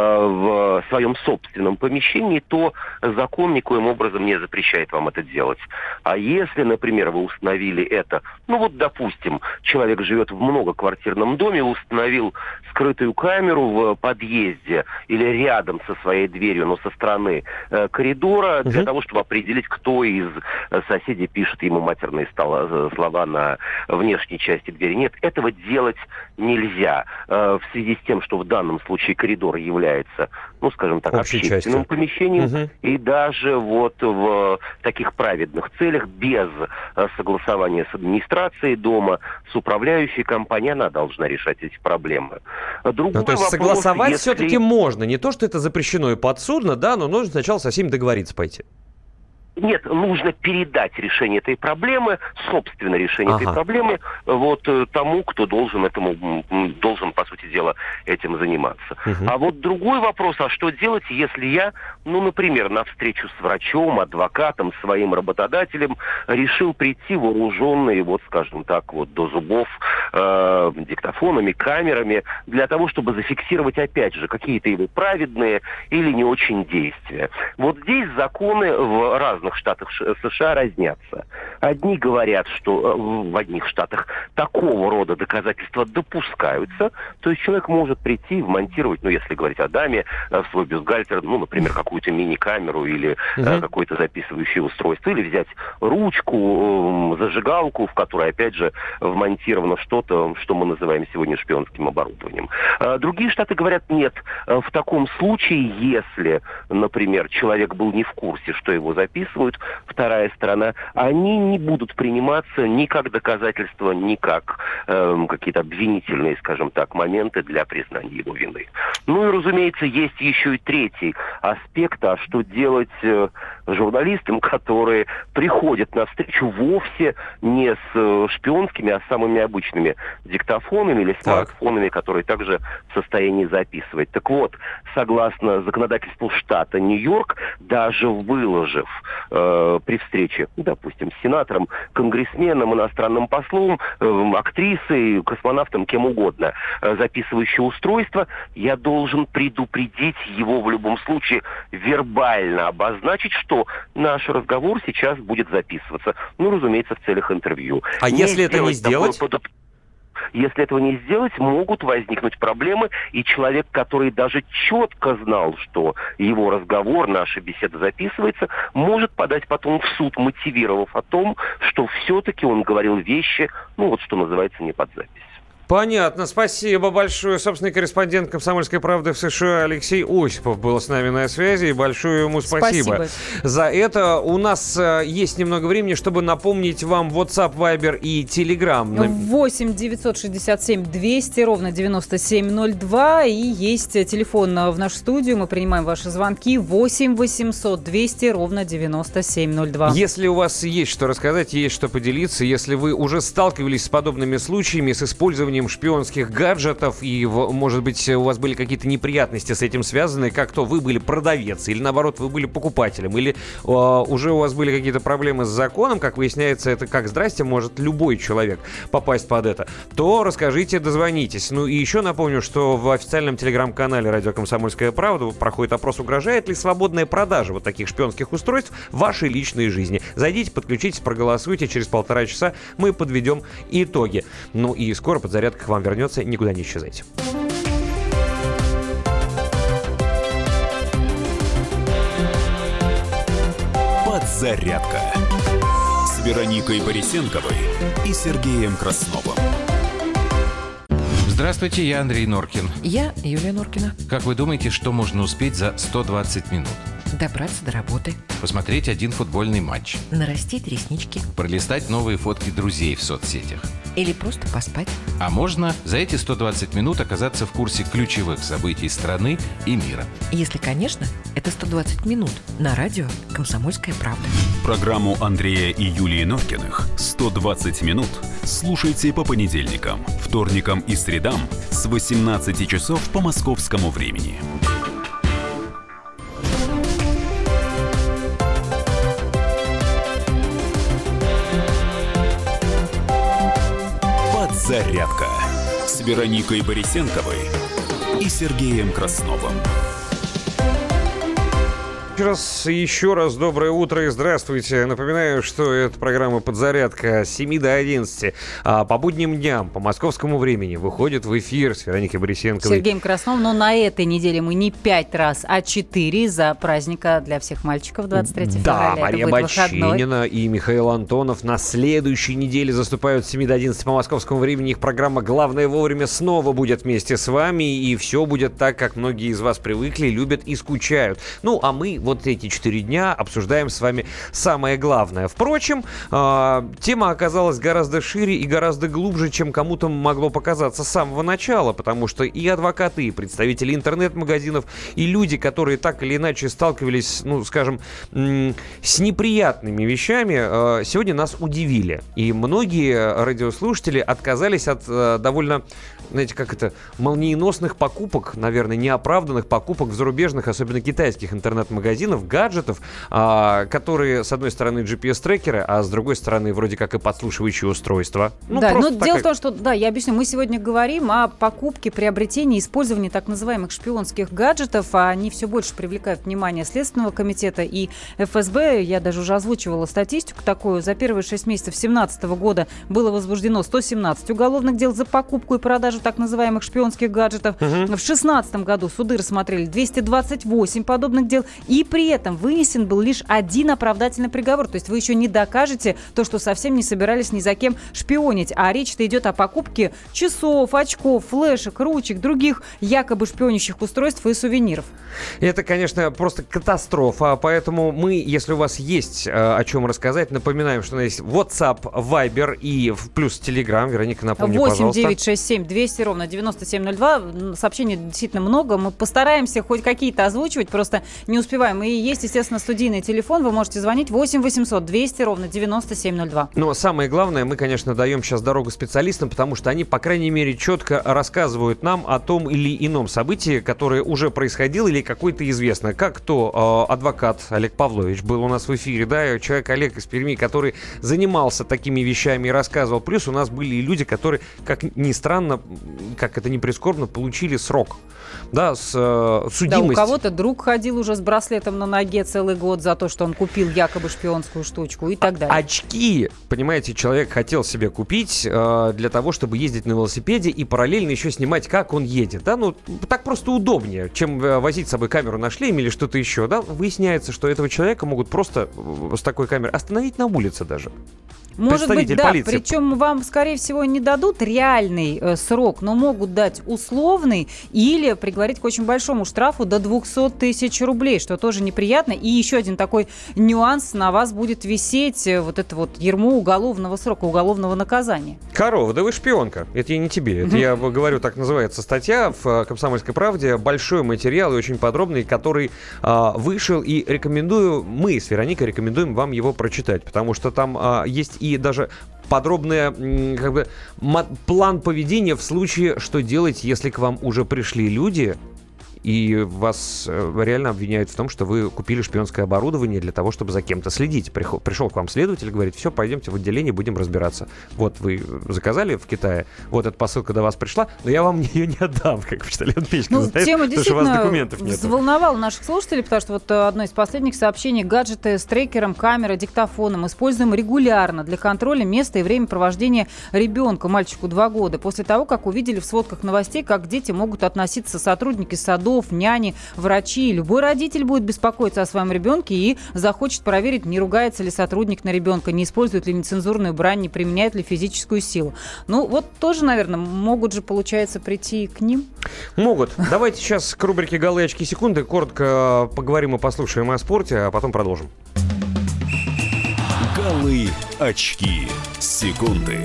в своем собственном помещении, то закон никоим образом не запрещает вам это делать. А если, например, вы установили это, ну вот, допустим, человек живет в многоквартирном доме, установил скрытую камеру в подъезде или рядом со своей дверью, но со стороны э, коридора, для uh-huh. того, чтобы определить, кто из э, соседей пишет ему матерные стола, слова на внешней части двери. Нет, этого делать нельзя. Э, в связи с тем, что в данном случае коридор является, ну, скажем так, общей общественным частью. помещением, Угу. и даже вот в таких праведных целях, без согласования с администрацией дома, с управляющей компанией, она должна решать эти проблемы. Другой ну, то есть вопрос, согласовать если... все-таки можно. Не то, что это запрещено и подсудно, да, но нужно сначала со всеми договориться пойти. Нет, нужно передать решение этой проблемы, собственно, решение ага. этой проблемы, вот тому, кто должен этому, должен, по сути дела, этим заниматься. Угу. А вот другой вопрос, а что делать, если я, ну, например, на встречу с врачом, адвокатом, своим работодателем решил прийти вооруженный, вот, скажем так, вот до зубов, э, диктофонами, камерами, для того, чтобы зафиксировать, опять же, какие-то его праведные или не очень действия. Вот здесь законы в разных штатах США разнятся. Одни говорят, что в одних штатах такого рода доказательства допускаются, то есть человек может прийти и вмонтировать, ну, если говорить о даме, в свой бюстгальтер, ну, например, какую-то мини-камеру или uh-huh. какое-то записывающее устройство, или взять ручку, зажигалку, в которой, опять же, вмонтировано что-то, что мы называем сегодня шпионским оборудованием. Другие штаты говорят, нет, в таком случае, если, например, человек был не в курсе, что его записывают, вторая сторона, они не будут приниматься ни как доказательства, ни как э, какие-то обвинительные, скажем так, моменты аргументы для признания его вины. Ну и, разумеется, есть еще и третий аспект, а что делать э, журналистам, которые приходят на встречу вовсе не с э, шпионскими, а с самыми обычными диктофонами или смартфонами, которые также в состоянии записывать. Так вот, согласно законодательству штата Нью-Йорк, даже выложив э, при встрече, допустим, с сенатором, конгрессменом, иностранным послом, э, актрисой, космонавтом, кем угодно, э, записывающее устройство, я должен предупредить его в любом случае, вербально обозначить, что наш разговор сейчас будет записываться. Ну, разумеется, в целях интервью. А не если это не сделать? Такое... Если этого не сделать, могут возникнуть проблемы, и человек, который даже четко знал, что его разговор, наша беседа записывается, может подать потом в суд, мотивировав о том, что все-таки он говорил вещи, ну вот что называется, не под запись. Понятно. Спасибо большое. Собственный корреспондент «Комсомольской правды» в США Алексей Осипов был с нами на связи. И большое ему спасибо, спасибо за это. У нас э, есть немного времени, чтобы напомнить вам WhatsApp, Viber и Telegram. восемь девятьсот шестьдесят семь двести ровно девяносто семь ноль два. И есть телефон в нашу студию. Мы принимаем ваши звонки. восемь восемьсот двести ровно девяносто семь ноль два. Если у вас есть что рассказать, есть что поделиться, если вы уже сталкивались с подобными случаями, с использованием шпионских гаджетов, и, может быть, у вас были какие-то неприятности с этим связаны, как то вы были продавец, или, наоборот, вы были покупателем, или э, уже у вас были какие-то проблемы с законом, как выясняется, это как здрасте, может любой человек попасть под это, то расскажите, дозвонитесь. Ну и еще напомню, что в официальном телеграм-канале «Радио Комсомольская правда» проходит опрос, угрожает ли свободная продажа вот таких шпионских устройств в вашей личной жизни. Зайдите, подключитесь, проголосуйте, через полтора часа мы подведем итоги. Ну и скоро подзарядка к вам вернется, никуда не исчезайте. Подзарядка с Вероникой Борисенковой и Сергеем Красновым. Здравствуйте, я Андрей Норкин. Я Юлия Норкина. Как вы думаете, что можно успеть за сто двадцать минут? Добраться до работы. Посмотреть один футбольный матч. Нарастить реснички. Пролистать новые фотки друзей в соцсетях. Или просто поспать. А можно за эти сто двадцать минут оказаться в курсе ключевых событий страны и мира. Если, конечно, это сто двадцать минут на радио «Комсомольская правда». Программу Андрея и Юлии Норкиных «сто двадцать минут» слушайте по понедельникам, вторникам и средам с восемнадцати часов по московскому времени. Подзарядка с Вероникой Борисенковой и Сергеем Красновым. Еще раз, еще раз доброе утро и здравствуйте. Напоминаю, что это программа «Подзарядка» с семи до одиннадцати. А по будним дням, по московскому времени, выходит в эфир с Вероникой Борисенковой. Сергеем Красновым, но на этой неделе мы не пять раз, а четыре из-за праздника для всех мальчиков двадцать третьего февраля. Да, Мария Бочинина и Михаил Антонов на следующей неделе заступают с семи до одиннадцати по московскому времени. Их программа «Главное вовремя» снова будет вместе с вами. И все будет так, как многие из вас привыкли, любят и скучают. Ну, а мы вот эти четыре дня обсуждаем с вами самое главное. Впрочем, э, тема оказалась гораздо шире и гораздо глубже, чем кому-то могло показаться с самого начала, потому что и адвокаты, и представители интернет-магазинов, и люди, которые так или иначе сталкивались, ну, скажем, м- с неприятными вещами, э, сегодня нас удивили. И многие радиослушатели отказались от э, довольно, знаете, как это, молниеносных покупок, наверное, неоправданных покупок в зарубежных, особенно китайских интернет-магазинах, гаджетов, а, которые, с одной стороны, джи пи эс-трекеры, а с другой стороны, вроде как и подслушивающие устройства. Ну, да, но такая... дело в том, что, да, я объясню, мы сегодня говорим о покупке, приобретении, использовании так называемых шпионских гаджетов, а они все больше привлекают внимание Следственного комитета и эф эс бэ. Я даже уже озвучивала статистику такую. За первые шесть месяцев две тысячи семнадцатого года было возбуждено сто семнадцать уголовных дел за покупку и продажу так называемых шпионских гаджетов. Угу. В две тысячи шестнадцатом году суды рассмотрели двести двадцать восемь подобных дел, и при этом вынесен был лишь один оправдательный приговор. То есть вы еще не докажете то, что совсем не собирались ни за кем шпионить. А речь-то идет о покупке часов, очков, флешек, ручек, других якобы шпионящих устройств и сувениров. Это, конечно, просто катастрофа. Поэтому мы, если у вас есть э, о чем рассказать, напоминаем, что у нас есть WhatsApp, Viber и плюс Telegram. Вероника, напомни, пожалуйста. восемь девятьсот шестьдесят семь двести двести ровно девяносто семь ноль два. Сообщений действительно много. Мы постараемся хоть какие-то озвучивать, просто не успеваем. И есть, естественно, студийный телефон. Вы можете звонить восемь восемьсот двести ровно девяносто семь ноль два. Но самое главное, мы, конечно, даем сейчас дорогу специалистам, потому что они, по крайней мере, четко рассказывают нам о том или ином событии, которое уже происходило или какое-то известно. Как то э, адвокат Олег Павлович был у нас в эфире, да, человек Олег из Перми, который занимался такими вещами и рассказывал. Плюс у нас были и люди, которые, как ни странно, как это ни прискорбно, получили срок. Да, с э, судимость. Да, у кого-то друг ходил уже с браслетом на ноге целый год за то, что он купил якобы шпионскую штучку и так далее. Очки, понимаете, человек хотел себе купить э, для того, чтобы ездить на велосипеде и параллельно еще снимать, как он едет. Да, ну, так просто удобнее, чем э, возить с собой камеру на шлеме или что-то еще. Да, выясняется, что этого человека могут просто э, с такой камерой остановить на улице даже. Может быть, да. Полиции. Причем вам, скорее всего, не дадут реальный э, срок, но могут дать условный или приговорить к очень большому штрафу до двести тысяч рублей, что тоже неприятно. И еще один такой нюанс: на вас будет висеть э, вот это вот ярмо уголовного срока, уголовного наказания. Корова, да вы шпионка. Это я не тебе. Это я говорю, так называется статья в «Комсомольской правде». Большой материал и очень подробный, который а, вышел. И рекомендую, мы с Вероникой рекомендуем вам его прочитать, потому что там а, есть и И даже подробный как бы, план поведения в случае, что делать, если к вам уже пришли люди и вас реально обвиняют в том, что вы купили шпионское оборудование для того, чтобы за кем-то следить. Пришел, пришел к вам следователь, говорит: все, пойдемте в отделение, будем разбираться. Вот вы заказали в Китае, вот эта посылка до вас пришла, но я вам ее не отдам, как почтальон печки, ну, знаете, тема потому что у вас документов нет. Взволновала наших слушателей, потому что вот одно из последних сообщений: гаджеты с трекером, камерой, диктофоном используем регулярно для контроля места и времени провождения ребенка, мальчику два года, после того, как увидели в сводках новостей, как к детям могут относиться сотрудники садов, няни, врачи. Любой родитель будет беспокоиться о своем ребенке и захочет проверить, не ругается ли сотрудник на ребенка, не использует ли нецензурную брань, не применяет ли физическую силу. Ну, вот тоже, наверное, могут же, получается, прийти к ним. Могут. Давайте сейчас к рубрике «Голы, очки, секунды» коротко поговорим и послушаем о спорте, а потом продолжим. Голы, очки, секунды.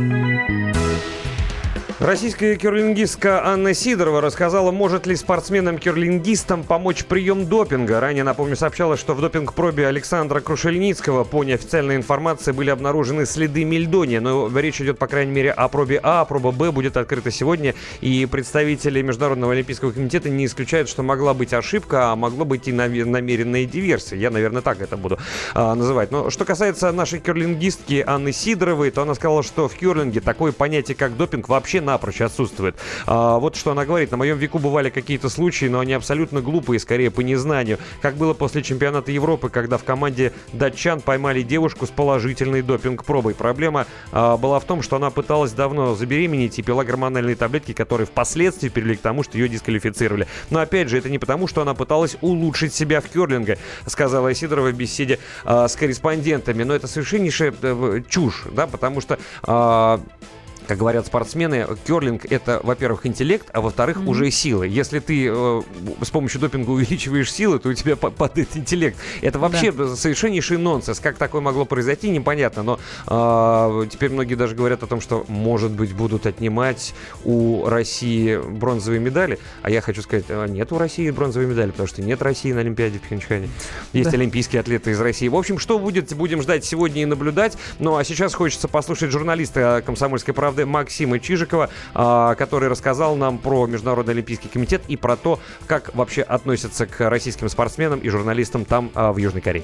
Российская керлингистка Анна Сидорова рассказала, может ли спортсменам-керлингистам помочь прием допинга. Ранее, напомню, сообщалось, что в допинг-пробе Александра Крушельницкого по неофициальной информации были обнаружены следы мельдония. Но речь идет, по крайней мере, о пробе А. Проба Б будет открыта сегодня. И представители Международного олимпийского комитета не исключают, что могла быть ошибка, а могло быть и намеренная диверсия. Я, наверное, так это буду а, называть. Но что касается нашей керлингистки Анны Сидоровой, то она сказала, что в керлинге такое понятие, как допинг, вообще на напрочь отсутствует. А, вот что она говорит: на моем веку бывали какие-то случаи, но они абсолютно глупые, скорее по незнанию. Как было после чемпионата Европы, когда в команде датчан поймали девушку с положительной допинг-пробой. Проблема а, была в том, что она пыталась давно забеременеть и пила гормональные таблетки, которые впоследствии привели к тому, что ее дисквалифицировали. Но опять же, это не потому, что она пыталась улучшить себя в керлинге, сказала Сидорова в беседе а, с корреспондентами. Но это совершеннейшая а, чушь, да, потому что... А, как говорят спортсмены, керлинг — это, во-первых, интеллект, а во-вторых, mm-hmm. уже сила. Если ты э, с помощью допинга увеличиваешь силы, то у тебя падает интеллект. Это вообще да. совершеннейший нонсенс. Как такое могло произойти, непонятно. Но э, теперь многие даже говорят о том, что, может быть, будут отнимать у России бронзовые медали. А я хочу сказать, нет у России бронзовой медали, потому что нет России на Олимпиаде в Пхенчхане. Есть да. олимпийские атлеты из России. В общем, что будет, будем ждать сегодня и наблюдать. Ну, а сейчас хочется послушать журналиста «Комсомольской правды» Максима Чижикова, который рассказал нам про Международный олимпийский комитет и про то, как вообще относятся к российским спортсменам и журналистам там, в Южной Корее.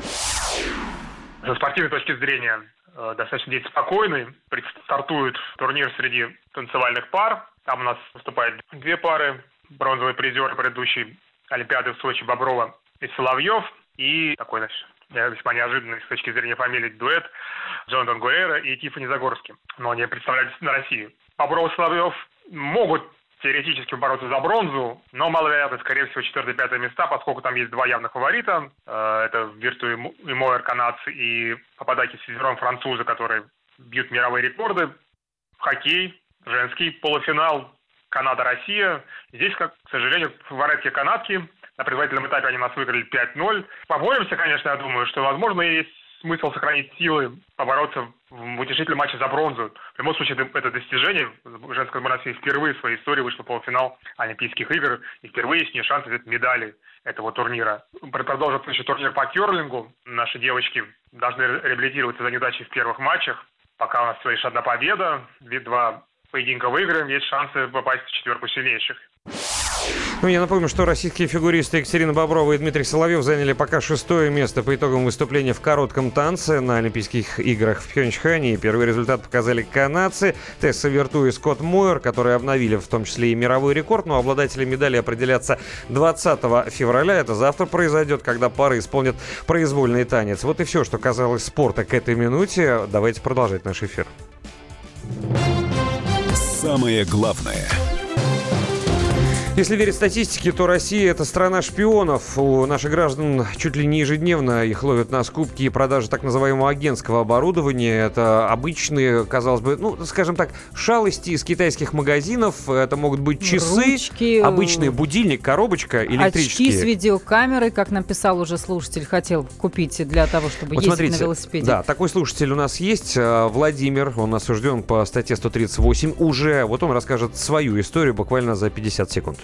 Со спортивной точки зрения достаточно день спокойный. Стартует турнир среди танцевальных пар. Там у нас выступают две пары. Бронзовый призер предыдущей Олимпиады в Сочи Боброва и Соловьев. И такой, значит, весьма неожиданный с точки зрения фамилии дуэт Джонатан Гуэра и Тиффани Загорский. Но они представляют на Россию. Бобров и Соловьев могут теоретически бороться за бронзу, но маловероятно, скорее всего, четвертое-пятое места, поскольку там есть два явных фаворита. Это Вирту и Мойер, канадцы, и Пападаки с Сизером, французы, которые бьют мировые рекорды. Хоккей, женский полуфинал Канада-Россия. Здесь, как, к сожалению, фаворитки канадки. На предварительном этапе они нас выиграли пять ноль. Поборемся, конечно, я думаю, что, возможно, есть смысл сохранить силы, побороться в утешительном матче за бронзу. В любом случае, это, это достижение. Женская сборная России впервые в своей истории вышла в полуфинал Олимпийских игр, и впервые есть шанс взять медали этого турнира. Продолжится еще турнир по керлингу. Наши девочки должны реабилитироваться за неудачи в первых матчах. Пока у нас всего лишь одна победа, два поединка выиграем, есть шансы попасть в четверку сильнейших. Ну, я напомню, что российские фигуристы Екатерина Боброва и Дмитрий Соловьев заняли пока шестое место по итогам выступления в коротком танце на Олимпийских играх в Пхенчхане. Первый результат показали канадцы Тесса Верту и Скотт Мойер, которые обновили в том числе и мировой рекорд. Но обладатели медали определятся двадцатого февраля. Это завтра произойдет, когда пары исполнят произвольный танец. Вот и все, что казалось спорта к этой минуте. Давайте продолжать наш эфир. Самое главное. Если верить статистике, то Россия – это страна шпионов. У наших граждан чуть ли не ежедневно их ловят на скупки и продажи так называемого агентского оборудования. Это обычные, казалось бы, ну, скажем так, шалости из китайских магазинов. Это могут быть часы, ручки, обычный будильник, коробочка, электрические. Очки с видеокамерой, как нам писал уже слушатель, хотел купить для того, чтобы вот ездить смотрите, на велосипеде. Да, такой слушатель у нас есть. Владимир, он осужден по статье сто тридцать восемь уже. Вот он расскажет свою историю буквально за пятьдесят секунд.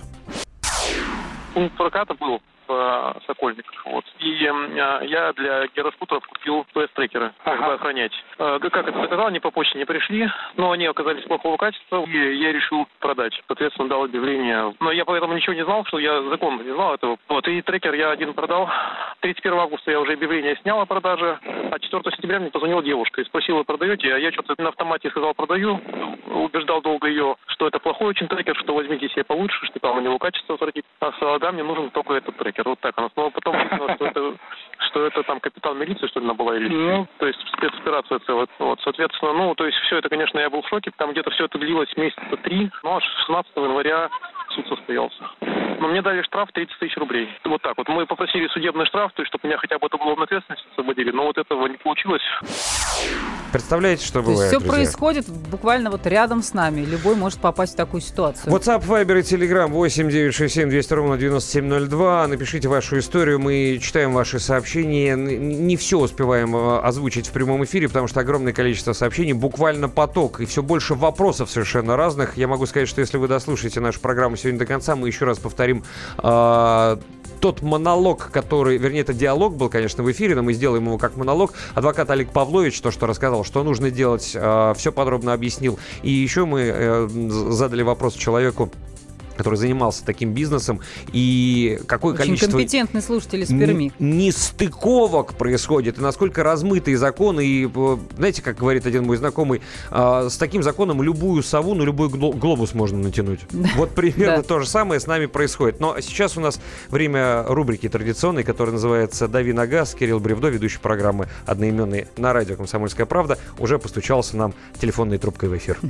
Пункт проката был в Сокольниках. Вот. И э, я для гироскутеров купил пи эс-трекеры, ага. чтобы охранять. Э, как это заказал, они по почте не пришли, но они оказались плохого качества, и я решил продать. Соответственно, дал объявление. Но я поэтому ничего не знал, что я законно не знал этого. Вот. И трекер я один продал. тридцать первого августа я уже объявление снял о продаже, а четвёртого сентября мне позвонила девушка и спросила, продаете? А я что-то на автомате сказал, продаю. Убеждал долго ее, что это плохой очень трекер, что возьмите себе получше, что там у него качество отвратит. А да, мне нужен только этот трекер. Вот так она. Но потом выяснилось, что это, что это там капитан милиции, что ли, она была, или ну, то есть спецоперация целая. Вот, соответственно, ну, то есть все это, конечно, я был в шоке. Там где-то все это длилось месяца три, ну, аж шестнадцатого января суд состоялся. Но мне дали штраф тридцать тысяч рублей. Вот так вот. Мы попросили судебный штраф, то есть, чтобы меня хотя бы от уголовной ответственности освободили, но вот этого не получилось. Представляете, что бывает, все друзья? происходит буквально вот рядом с нами. Любой может попасть в такую ситуацию. WhatsApp, Viber и Telegram восемь девятьсот шестьдесят семь двести ровно девяносто семь ноль два. Напишите вашу историю, мы читаем ваши сообщения. Не все успеваем озвучить в прямом эфире, потому что огромное количество сообщений, буквально поток, и все больше вопросов совершенно разных. Я могу сказать, что если вы дослушаете нашу программу сегодня до конца, мы еще раз повторим э, тот монолог, который, вернее, это диалог был, конечно, в эфире, но мы сделаем его как монолог. Адвокат Олег Павлович то, что рассказал, что нужно делать, э, все подробно объяснил. И еще мы э, задали вопрос человеку, который занимался таким бизнесом, и какое Очень количество компетентный слушатель из Перми. нестыковок происходит, и насколько размытые законы. И, знаете, как говорит один мой знакомый, э, с таким законом любую сову на любой глобус можно натянуть. Вот примерно то же самое с нами происходит. Но сейчас у нас время рубрики традиционной, которая называется «Дави на газ». Кирилл Бревдо, ведущий программы одноименной на радио «Комсомольская правда», уже постучался нам телефонной трубкой в эфир.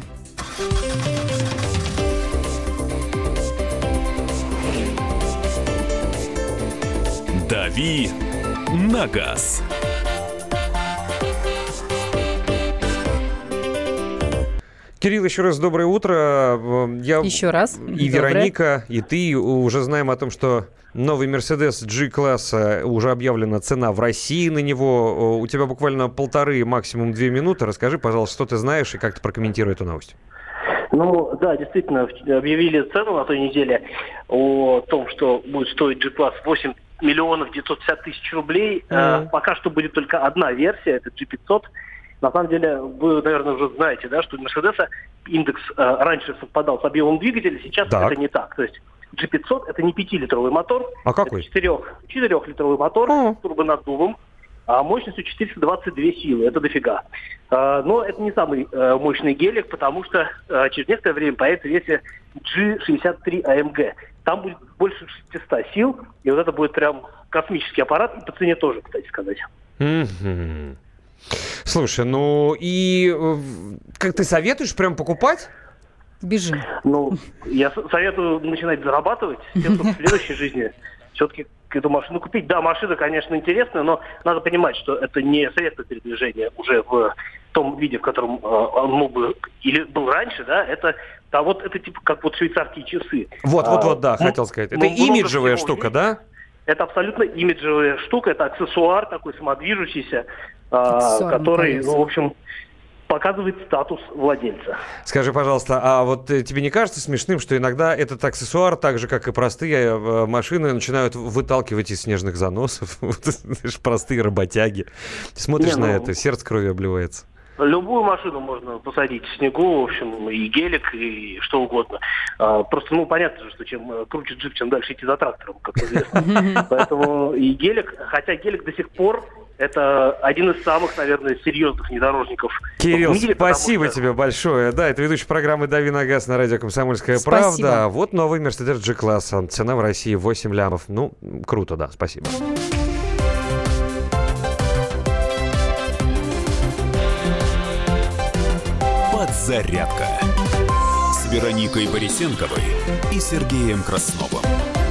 «Дави на газ». Кирилл, еще раз доброе утро. Я еще раз. И доброе. Вероника, и ты уже знаем о том, что новый Mercedes G-класса, уже объявлена цена в России на него. У тебя буквально полторы, максимум две минуты. Расскажи, пожалуйста, что ты знаешь и как ты прокомментируй эту новость. Ну, да, действительно, объявили цену на той неделе о том, что будет стоить G-класс восемь миллионов девятьсот пятьдесят тысяч рублей. Mm-hmm. Пока что будет только одна версия, это джи пятьсот. На самом деле, вы, наверное, уже знаете, да, что у Мерседеса индекс э, раньше совпадал с объемом двигателя, сейчас так. это не так. То есть джи пятьсот это не пятилитровый мотор, а какой? Это четырехлитровый мотор mm-hmm. с турбонаддувом, а мощностью четыреста двадцать две силы. Это дофига. Э, но это не самый э, мощный гелик, потому что э, через некоторое время появится версия джи шестьдесят три эй эм джи. Там будет больше шестисот сил, и вот это будет прям космический аппарат, и по цене тоже, кстати сказать. Mm-hmm. Слушай, ну и как ты советуешь прям покупать? Бежим. Ну, я советую начинать зарабатывать, тем, чтобы в следующей жизни все-таки эту машину купить. Да, машина, конечно, интересная, но надо понимать, что это не средство передвижения уже в том виде, в котором э, он мог бы или был раньше, да, это а вот это типа как вот швейцарские часы. Вот, а, вот, вот, да, м- хотел сказать. Это имиджевая штука, да? это абсолютно имиджевая штука, это аксессуар такой самодвижущийся, э, который, ну, в общем, показывает статус владельца. Скажи, пожалуйста, а вот тебе не кажется смешным, что иногда этот аксессуар, так же, как и простые машины, начинают выталкивать из снежных заносов? Простые работяги. Смотришь не, на ну, это, сердце кровью обливается. Любую машину можно посадить в снегу, в общем, и гелик, и что угодно. А, просто, ну, понятно же, что чем круче джип, чем дальше идти за трактором, как известно. Поэтому и гелик, хотя гелик до сих пор это один из самых, наверное, серьезных внедорожников Кирилл, в мире. Спасибо что... тебе большое. Да, это ведущий программы «Дави на газ» на радио «Комсомольская спасибо. правда». Вот новый Mercedes G-класса. Цена в России восемь лямов. Ну, круто, да, спасибо. Подзарядка с Вероникой Борисенковой и Сергеем Красновым.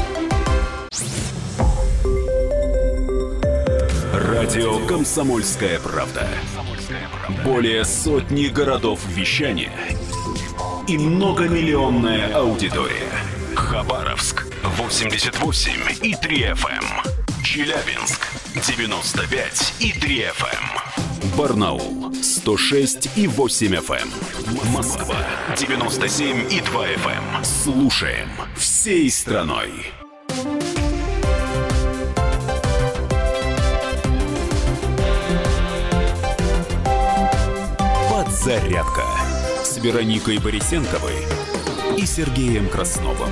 Радио «Комсомольская правда». Более сотни городов вещания и многомиллионная аудитория. Хабаровск восемьдесят восемь и три эф эм, Челябинск девяносто пять и три эф эм, Барнаул сто шесть и восемь эф эм, Москва девяносто семь и два эф эм. Слушаем всей страной. Подзарядка с Вероникой Борисенковой и Сергеем Красновым.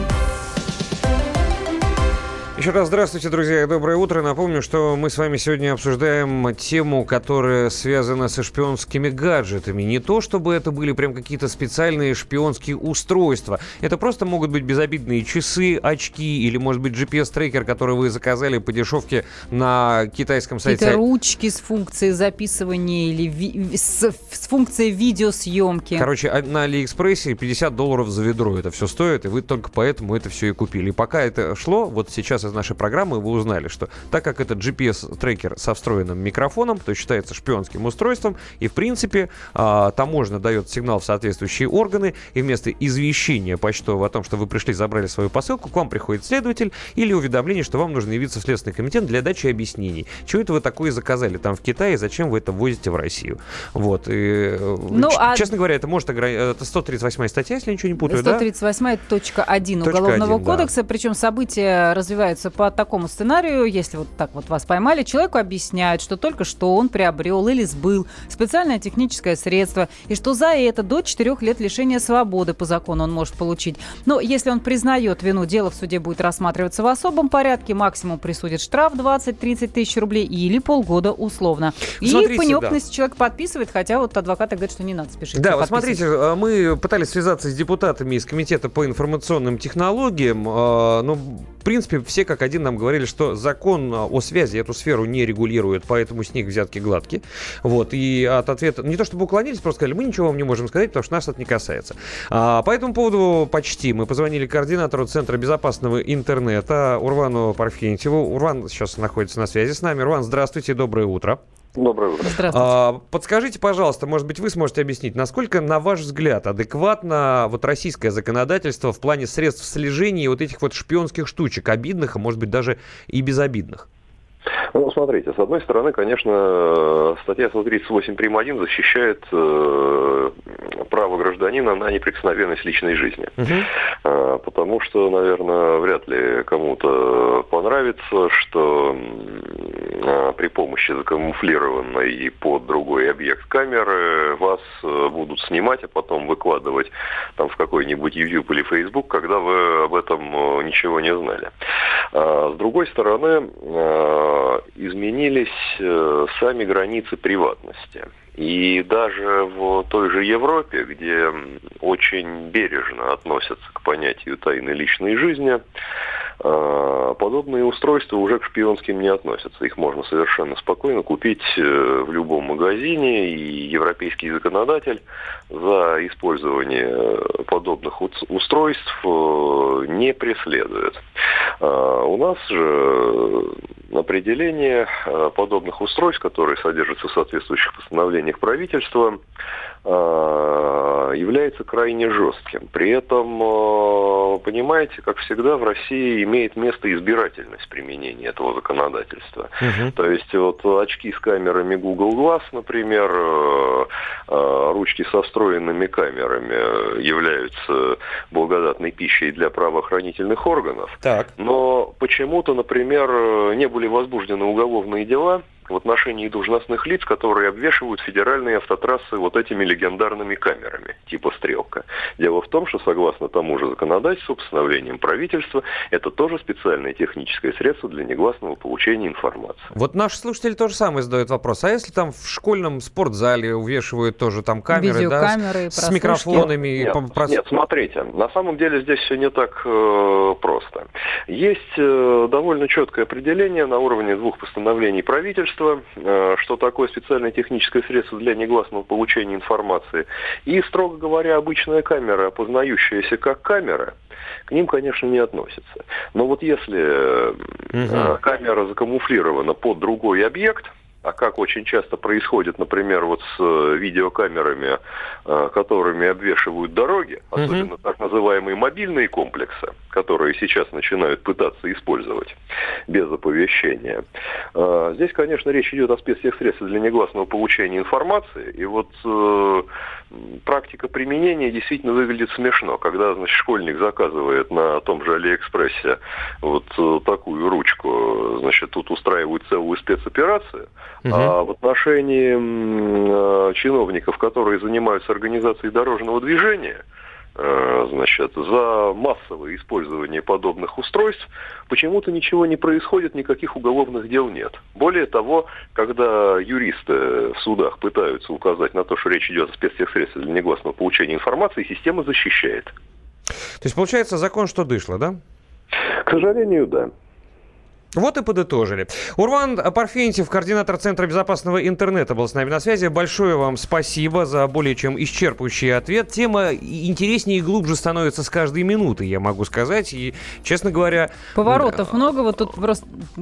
Еще раз здравствуйте, друзья, и доброе утро. Напомню, что мы с вами сегодня обсуждаем тему, которая связана со шпионскими гаджетами. Не то, чтобы это были прям какие-то специальные шпионские устройства. Это просто могут быть безобидные часы, очки или, может быть, джи пи эс-трекер, который вы заказали по дешевке на китайском сайте. Какие-то ручки с функцией записывания или ви- с, с функцией видеосъемки. Короче, на Алиэкспрессе пятьдесят долларов за ведро это все стоит, и вы только поэтому это все и купили. И пока это шло, вот сейчас из нашей программы вы узнали, что так как это джи пи эс-трекер со встроенным микрофоном, то считается шпионским устройством, и в принципе а, таможня дает сигнал в соответствующие органы, и вместо извещения почтового о том, что вы пришли, забрали свою посылку, к вам приходит следователь или уведомление, что вам нужно явиться в Следственный комитет для дачи объяснений. Чего это вы такое заказали там в Китае, зачем вы это возите в Россию? Вот. И, ну, ч- а... Честно говоря, это может ограничить... Это сто тридцать восьмая статья, если я ничего не путаю, сто тридцать восьмая да? точка один Уголовного один, кодекса, да. Причем события развиваются по такому сценарию, если вот так вот вас поймали, человеку объясняют, что только что он приобрел или сбыл специальное техническое средство, и что за это до четырех лет лишения свободы по закону он может получить. Но если он признает вину, дело в суде будет рассматриваться в особом порядке, максимум присудит штраф двадцать-тридцать тысяч рублей или полгода условно. И смотрите, по неопытности да. человек подписывает, хотя вот адвокаты говорят, что не надо спешить. Да, вот смотрите, мы пытались связаться с депутатами из Комитета по информационным технологиям, но в принципе все как один нам говорили, что закон о связи эту сферу не регулирует, поэтому с них взятки гладкие. Вот, и от ответа, не то чтобы уклонились, просто сказали, мы ничего вам не можем сказать, потому что нас это не касается. А, по этому поводу почти мы позвонили координатору Центра безопасного интернета Урвану Парфентьеву. Урван сейчас находится на связи с нами. Урван, здравствуйте, доброе утро. Доброе утро. Здравствуйте. А, подскажите, пожалуйста, может быть, вы сможете объяснить, насколько, на ваш взгляд, адекватно вот российское законодательство в плане средств слежения вот этих вот шпионских штучек, обидных, а может быть, даже и безобидных? Ну, смотрите, с одной стороны, конечно, статья сто тридцать восемь прим. один защищает э, право гражданина на неприкосновенность личной жизни. Uh-huh. Э, потому что, наверное, вряд ли кому-то понравится, что э, при помощи закамуфлированной под другой объект камеры вас э, будут снимать, а потом выкладывать там, в какой-нибудь YouTube или Facebook, когда вы об этом э, ничего не знали. А, с другой стороны, э, изменились э, сами границы приватности. И даже в той же Европе, где очень бережно относятся к понятию тайны личной жизни, э, подобные устройства уже к шпионским не относятся. Их можно совершенно спокойно купить э, в любом магазине, и европейский законодатель за использование подобных устройств э, не преследует. Э, у нас же определение подобных устройств, которые содержатся в соответствующих постановлениях правительства, является крайне жестким. При этом, понимаете, как всегда, в России имеет место избирательность применения этого законодательства. Uh-huh. То есть вот очки с камерами Google Glass, например, ручки со встроенными камерами являются благодатной пищей для правоохранительных органов. Так. Но почему-то, например, не были возбуждены уголовные дела в отношении должностных лиц, которые обвешивают федеральные автотрассы вот этими легендарными камерами, типа «Стрелка». Дело в том, что согласно тому же законодательству, постановлениям правительства, это тоже специальное техническое средство для негласного получения информации. Вот наши слушатели тоже самое задают вопрос. А если там в школьном спортзале увешивают тоже там камеры, да, с, с микрофонами? Нет, нет, нет, смотрите, на самом деле здесь все не так э, просто. Есть э, довольно четкое определение на уровне двух постановлений правительства, что такое специальное техническое средство для негласного получения информации. И, строго говоря, обычная камера, опознающаяся как камера, к ним, конечно, не относится. Но вот если угу. камера закамуфлирована под другой объект, а как очень часто происходит, например, вот с видеокамерами, которыми обвешивают дороги, особенно uh-huh. так называемые мобильные комплексы, которые сейчас начинают пытаться использовать без оповещения. Здесь, конечно, речь идет о спецтехсредствах для негласного получения информации, и вот практика применения действительно выглядит смешно, когда, значит, школьник заказывает на том же Алиэкспрессе вот такую ручку, значит, тут устраивают целую спецоперацию, uh-huh. а в отношении м, чиновников, которые занимаются организацией дорожного движения, значит, за массовое использование подобных устройств почему-то ничего не происходит, никаких уголовных дел нет. Более того, когда юристы в судах пытаются указать на то, что речь идет о спецтехсредствах для негласного получения информации, система защищает. То есть, получается, закон что дышло, да? К сожалению, да. Вот и подытожили. Урван Парфентьев, координатор Центра безопасного интернета, был с нами на связи. Большое вам спасибо за более чем исчерпывающий ответ. Тема интереснее и глубже становится с каждой минутой, я могу сказать. И, честно говоря... Поворотов много. Вот тут просто...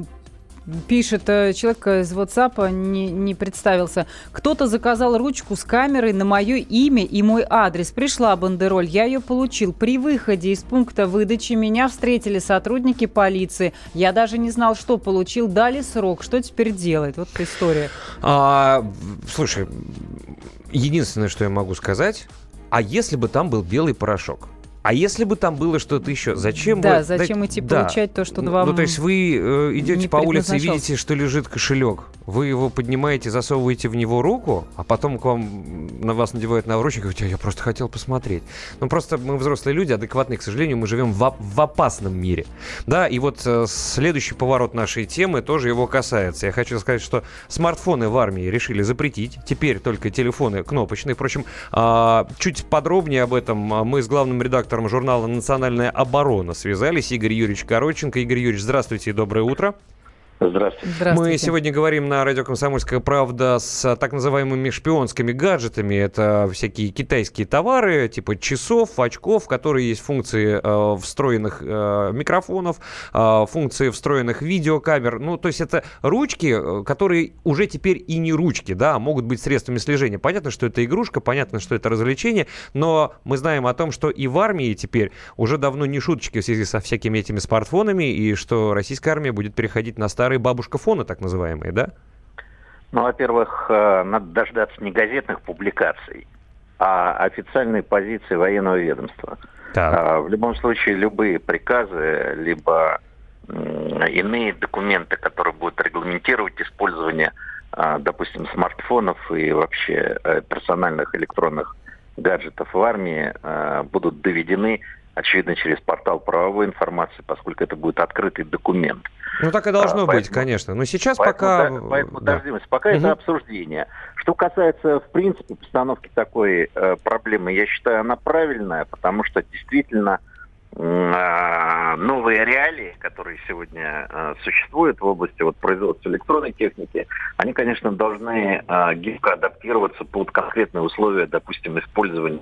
Пишет человек из WhatsApp, не, не представился. Кто-то заказал ручку с камерой на мое имя и мой адрес. Пришла бандероль, я ее получил. При выходе из пункта выдачи меня встретили сотрудники полиции. Я даже не знал, что получил. Дали срок. Что теперь делать? Вот история. А, слушай, единственное, что я могу сказать, а если бы там был белый порошок? А если бы там было что-то еще, зачем да, вы... зачем да, идти да. получать то, что вам... Ну, то есть вы э, идете по улице и видите, что лежит кошелек. Вы его поднимаете, засовываете в него руку, а потом к вам, на вас надевают наручники и говорите, я просто хотел посмотреть. Ну, просто мы взрослые люди, адекватные, к сожалению, мы живем в, в опасном мире. Да, и вот э, следующий поворот нашей темы тоже его касается. Я хочу сказать, что смартфоны в армии решили запретить. Теперь только телефоны кнопочные. Впрочем, э, чуть подробнее об этом мы с главным редактором журнала «Национальная оборона» связались. Игорь Юрьевич Коротченко. Игорь Юрьевич, здравствуйте и доброе утро. Здравствуйте. Здравствуйте. Мы сегодня говорим на радио «Комсомольская правда» с так называемыми шпионскими гаджетами. Это всякие китайские товары, типа часов, очков, которые есть функции э, встроенных э, микрофонов, э, функции встроенных видеокамер. Ну, то есть это ручки, которые уже теперь и не ручки, да, а могут быть средствами слежения. Понятно, что это игрушка, понятно, что это развлечение, но мы знаем о том, что и в армии теперь уже давно не шуточки в связи со всякими этими смартфонами, и что российская армия будет переходить на старые бабушка-фоны, так называемые, да? Ну, во-первых, надо дождаться не газетных публикаций, а официальной позиции военного ведомства. Так. В любом случае, любые приказы, либо иные документы, которые будут регламентировать использование, допустим, смартфонов и вообще персональных электронных гаджетов в армии, будут доведены, очевидно, через портал правовой информации, поскольку это будет открытый документ. Ну, так и должно а, быть, поэтому, конечно. Но сейчас пока... Да, поэтому да. дождемся. Пока угу. это обсуждение. Что касается, в принципе, постановки такой э, проблемы, я считаю, она правильная, потому что действительно э, новые реалии, которые сегодня э, существуют в области вот, производства электронной техники, они, конечно, должны э, гибко адаптироваться под конкретные условия, допустим, использования.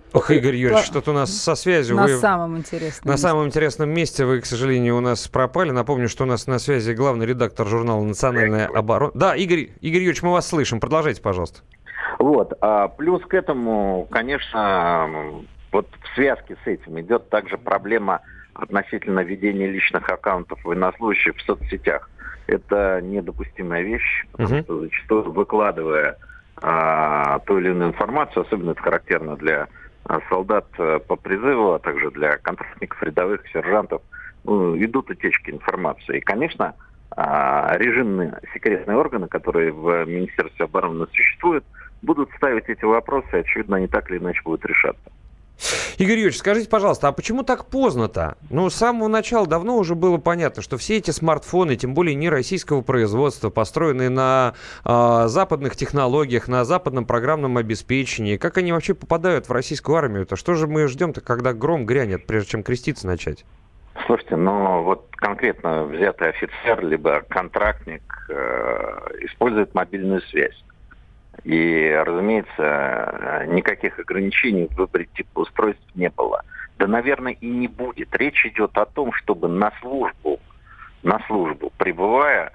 Ох, Игорь Юрьевич, что-то у нас со связью. На вы... самом интересном На месте. самом интересном месте вы, к сожалению, у нас пропали. Напомню, что у нас на связи главный редактор журнала «Национальная оборона». Да, Игорь, Игорь Юрьевич, мы вас слышим. Продолжайте, пожалуйста. Вот. А плюс к этому, конечно, вот в связке с этим идет также проблема относительно ведения личных аккаунтов военнослужащих в соцсетях. Это недопустимая вещь, потому uh-huh. что зачастую, выкладывая а, ту или иную информацию, особенно это характерно для а, солдат а, по призыву, а также для контрактников, рядовых, сержантов, ну, идут утечки информации. И, конечно, а, режимные секретные органы, которые в Министерстве обороны существуют, будут ставить эти вопросы, и, очевидно, они так или иначе будут решаться. Игорь Юрьевич, скажите, пожалуйста, а почему так поздно-то? Ну, с самого начала давно уже было понятно, что все эти смартфоны, тем более не российского производства, построенные на э, западных технологиях, на западном программном обеспечении, как они вообще попадают в российскую армию-то? Что же мы ждем-то, когда гром грянет, прежде чем креститься начать? Слушайте, ну вот конкретно взятый офицер, либо контрактник э, использует мобильную связь. И, разумеется, никаких ограничений в выборе типа устройств не было. Да, наверное, и не будет. Речь идет о том, чтобы на службу, на службу прибывая...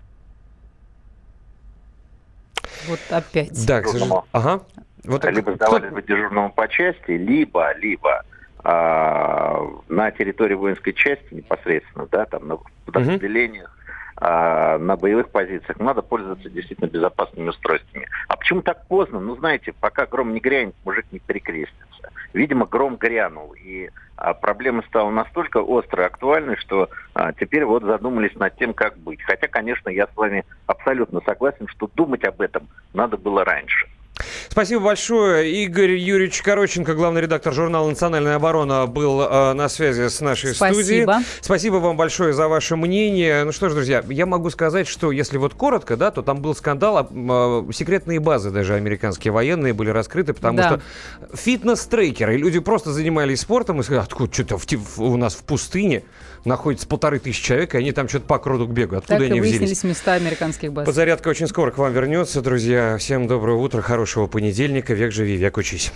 Вот опять. Да, к сожалению. Ага. Вот либо сдавали бы дежурному по части, либо, либо а, на территории воинской части непосредственно, да, там на подразделениях, а на боевых позициях надо пользоваться действительно безопасными устройствами. А почему так поздно? Ну, знаете, пока гром не грянет, мужик не перекрестится. Видимо, гром грянул, и а, проблема стала настолько острой и актуальной, что а, теперь вот задумались над тем, как быть. Хотя, конечно, я с вами абсолютно согласен, что думать об этом надо было раньше. Спасибо большое. Игорь Юрьевич Короченко, главный редактор журнала «Национальная оборона», был э, на связи с нашей Спасибо. студией. Спасибо вам большое за ваше мнение. Ну что ж, друзья, я могу сказать, что если вот коротко, да, то там был скандал, э, секретные базы даже американские военные были раскрыты, потому да. что фитнес-трекеры, люди просто занимались спортом и сказали, откуда что-то в, в, у нас в пустыне находится полторы тысячи человек, и они там что-то по кругу бегают. Откуда так они взялись? Так и выяснились места американских баз. Подзарядка очень скоро к вам вернется, друзья. Всем доброго утра, хорошего понедельника. Век живи, век учись.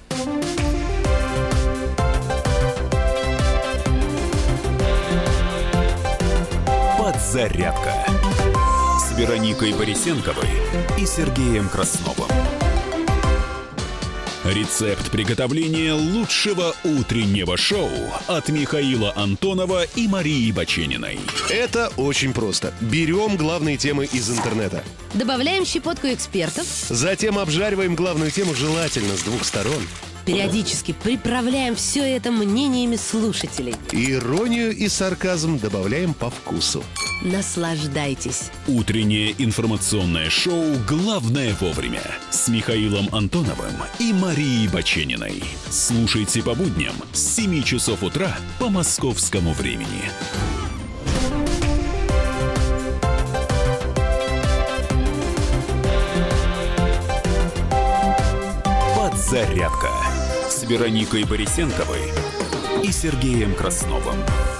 Подзарядка с Вероникой Борисенковой и Сергеем Красновым. Рецепт приготовления лучшего утреннего шоу от Михаила Антонова и Марии Бачениной. Это очень просто. Берем главные темы из интернета. Добавляем щепотку экспертов. Затем обжариваем главную тему желательно с двух сторон. Периодически приправляем все это мнениями слушателей. Иронию и сарказм добавляем по вкусу. Наслаждайтесь. Утреннее информационное шоу «Главное вовремя» с Михаилом Антоновым и Марией Бачениной. Слушайте по будням с семи часов утра по московскому времени. Подзарядка с Вероникой Борисенковой и Сергеем Красновым.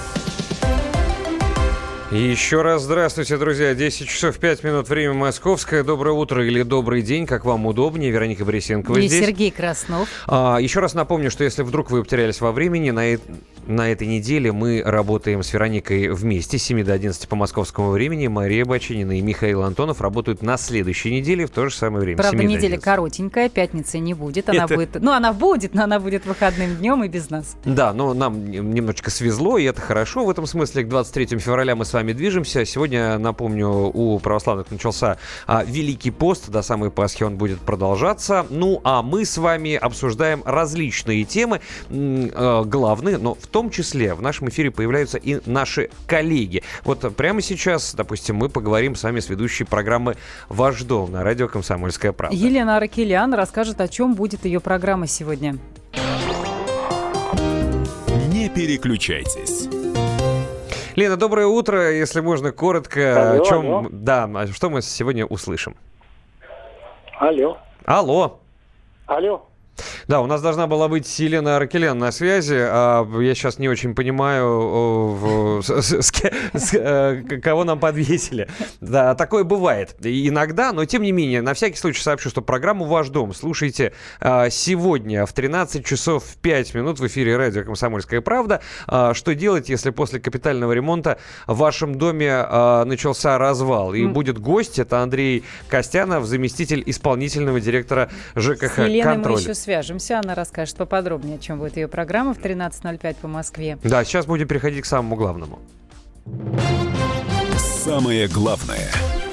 Еще раз здравствуйте, друзья. десять часов пять минут, время московское. Доброе утро или добрый день, как вам удобнее. Вероника Борисенкова и здесь. Сергей Краснов. А, еще раз напомню, что если вдруг вы потерялись во времени, на, э- на этой неделе мы работаем с Вероникой вместе с семи до одиннадцати по московскому времени. Мария Баченина и Михаил Антонов работают на следующей неделе в то же самое время. Правда, неделя коротенькая, пятницы не будет. Она это... будет, ну, она будет, но она будет выходным днем и без нас. Да, но нам немножечко свезло, и это хорошо. В этом смысле к двадцать третьему февраля мы с вами движемся. Сегодня, напомню, у православных начался а, Великий пост. До самой Пасхи он будет продолжаться. Ну, а мы с вами обсуждаем различные темы, м- э, главные, но в том числе в нашем эфире появляются и наши коллеги. Вот прямо сейчас, допустим, мы поговорим с вами с ведущей программы «Ваш дом» на радио «Комсомольская правда». Елена Аракелян расскажет, о чем будет ее программа сегодня. Не переключайтесь. Лена, доброе утро. Если можно, коротко, алло, о чем... алло. Да, что мы сегодня услышим? Алло. Алло. Алло. Да, у нас должна была быть Елена Аракелян на связи. А я сейчас не очень понимаю, с, с, с, с, кого нам подвесили. Да, такое бывает иногда, но тем не менее, на всякий случай сообщу, что программу «Ваш дом» слушайте сегодня в тринадцать часов пять минут в эфире радио «Комсомольская правда». Что делать, если после капитального ремонта в вашем доме начался развал? И будет гость, это Андрей Костянов, заместитель исполнительного директора ЖКХ «Контроль». С Еленой мы еще свяжемся, она расскажет поподробнее, о чем будет ее программа в тринадцать ноль пять по Москве. Да, сейчас будем переходить к самому главному. Самое главное.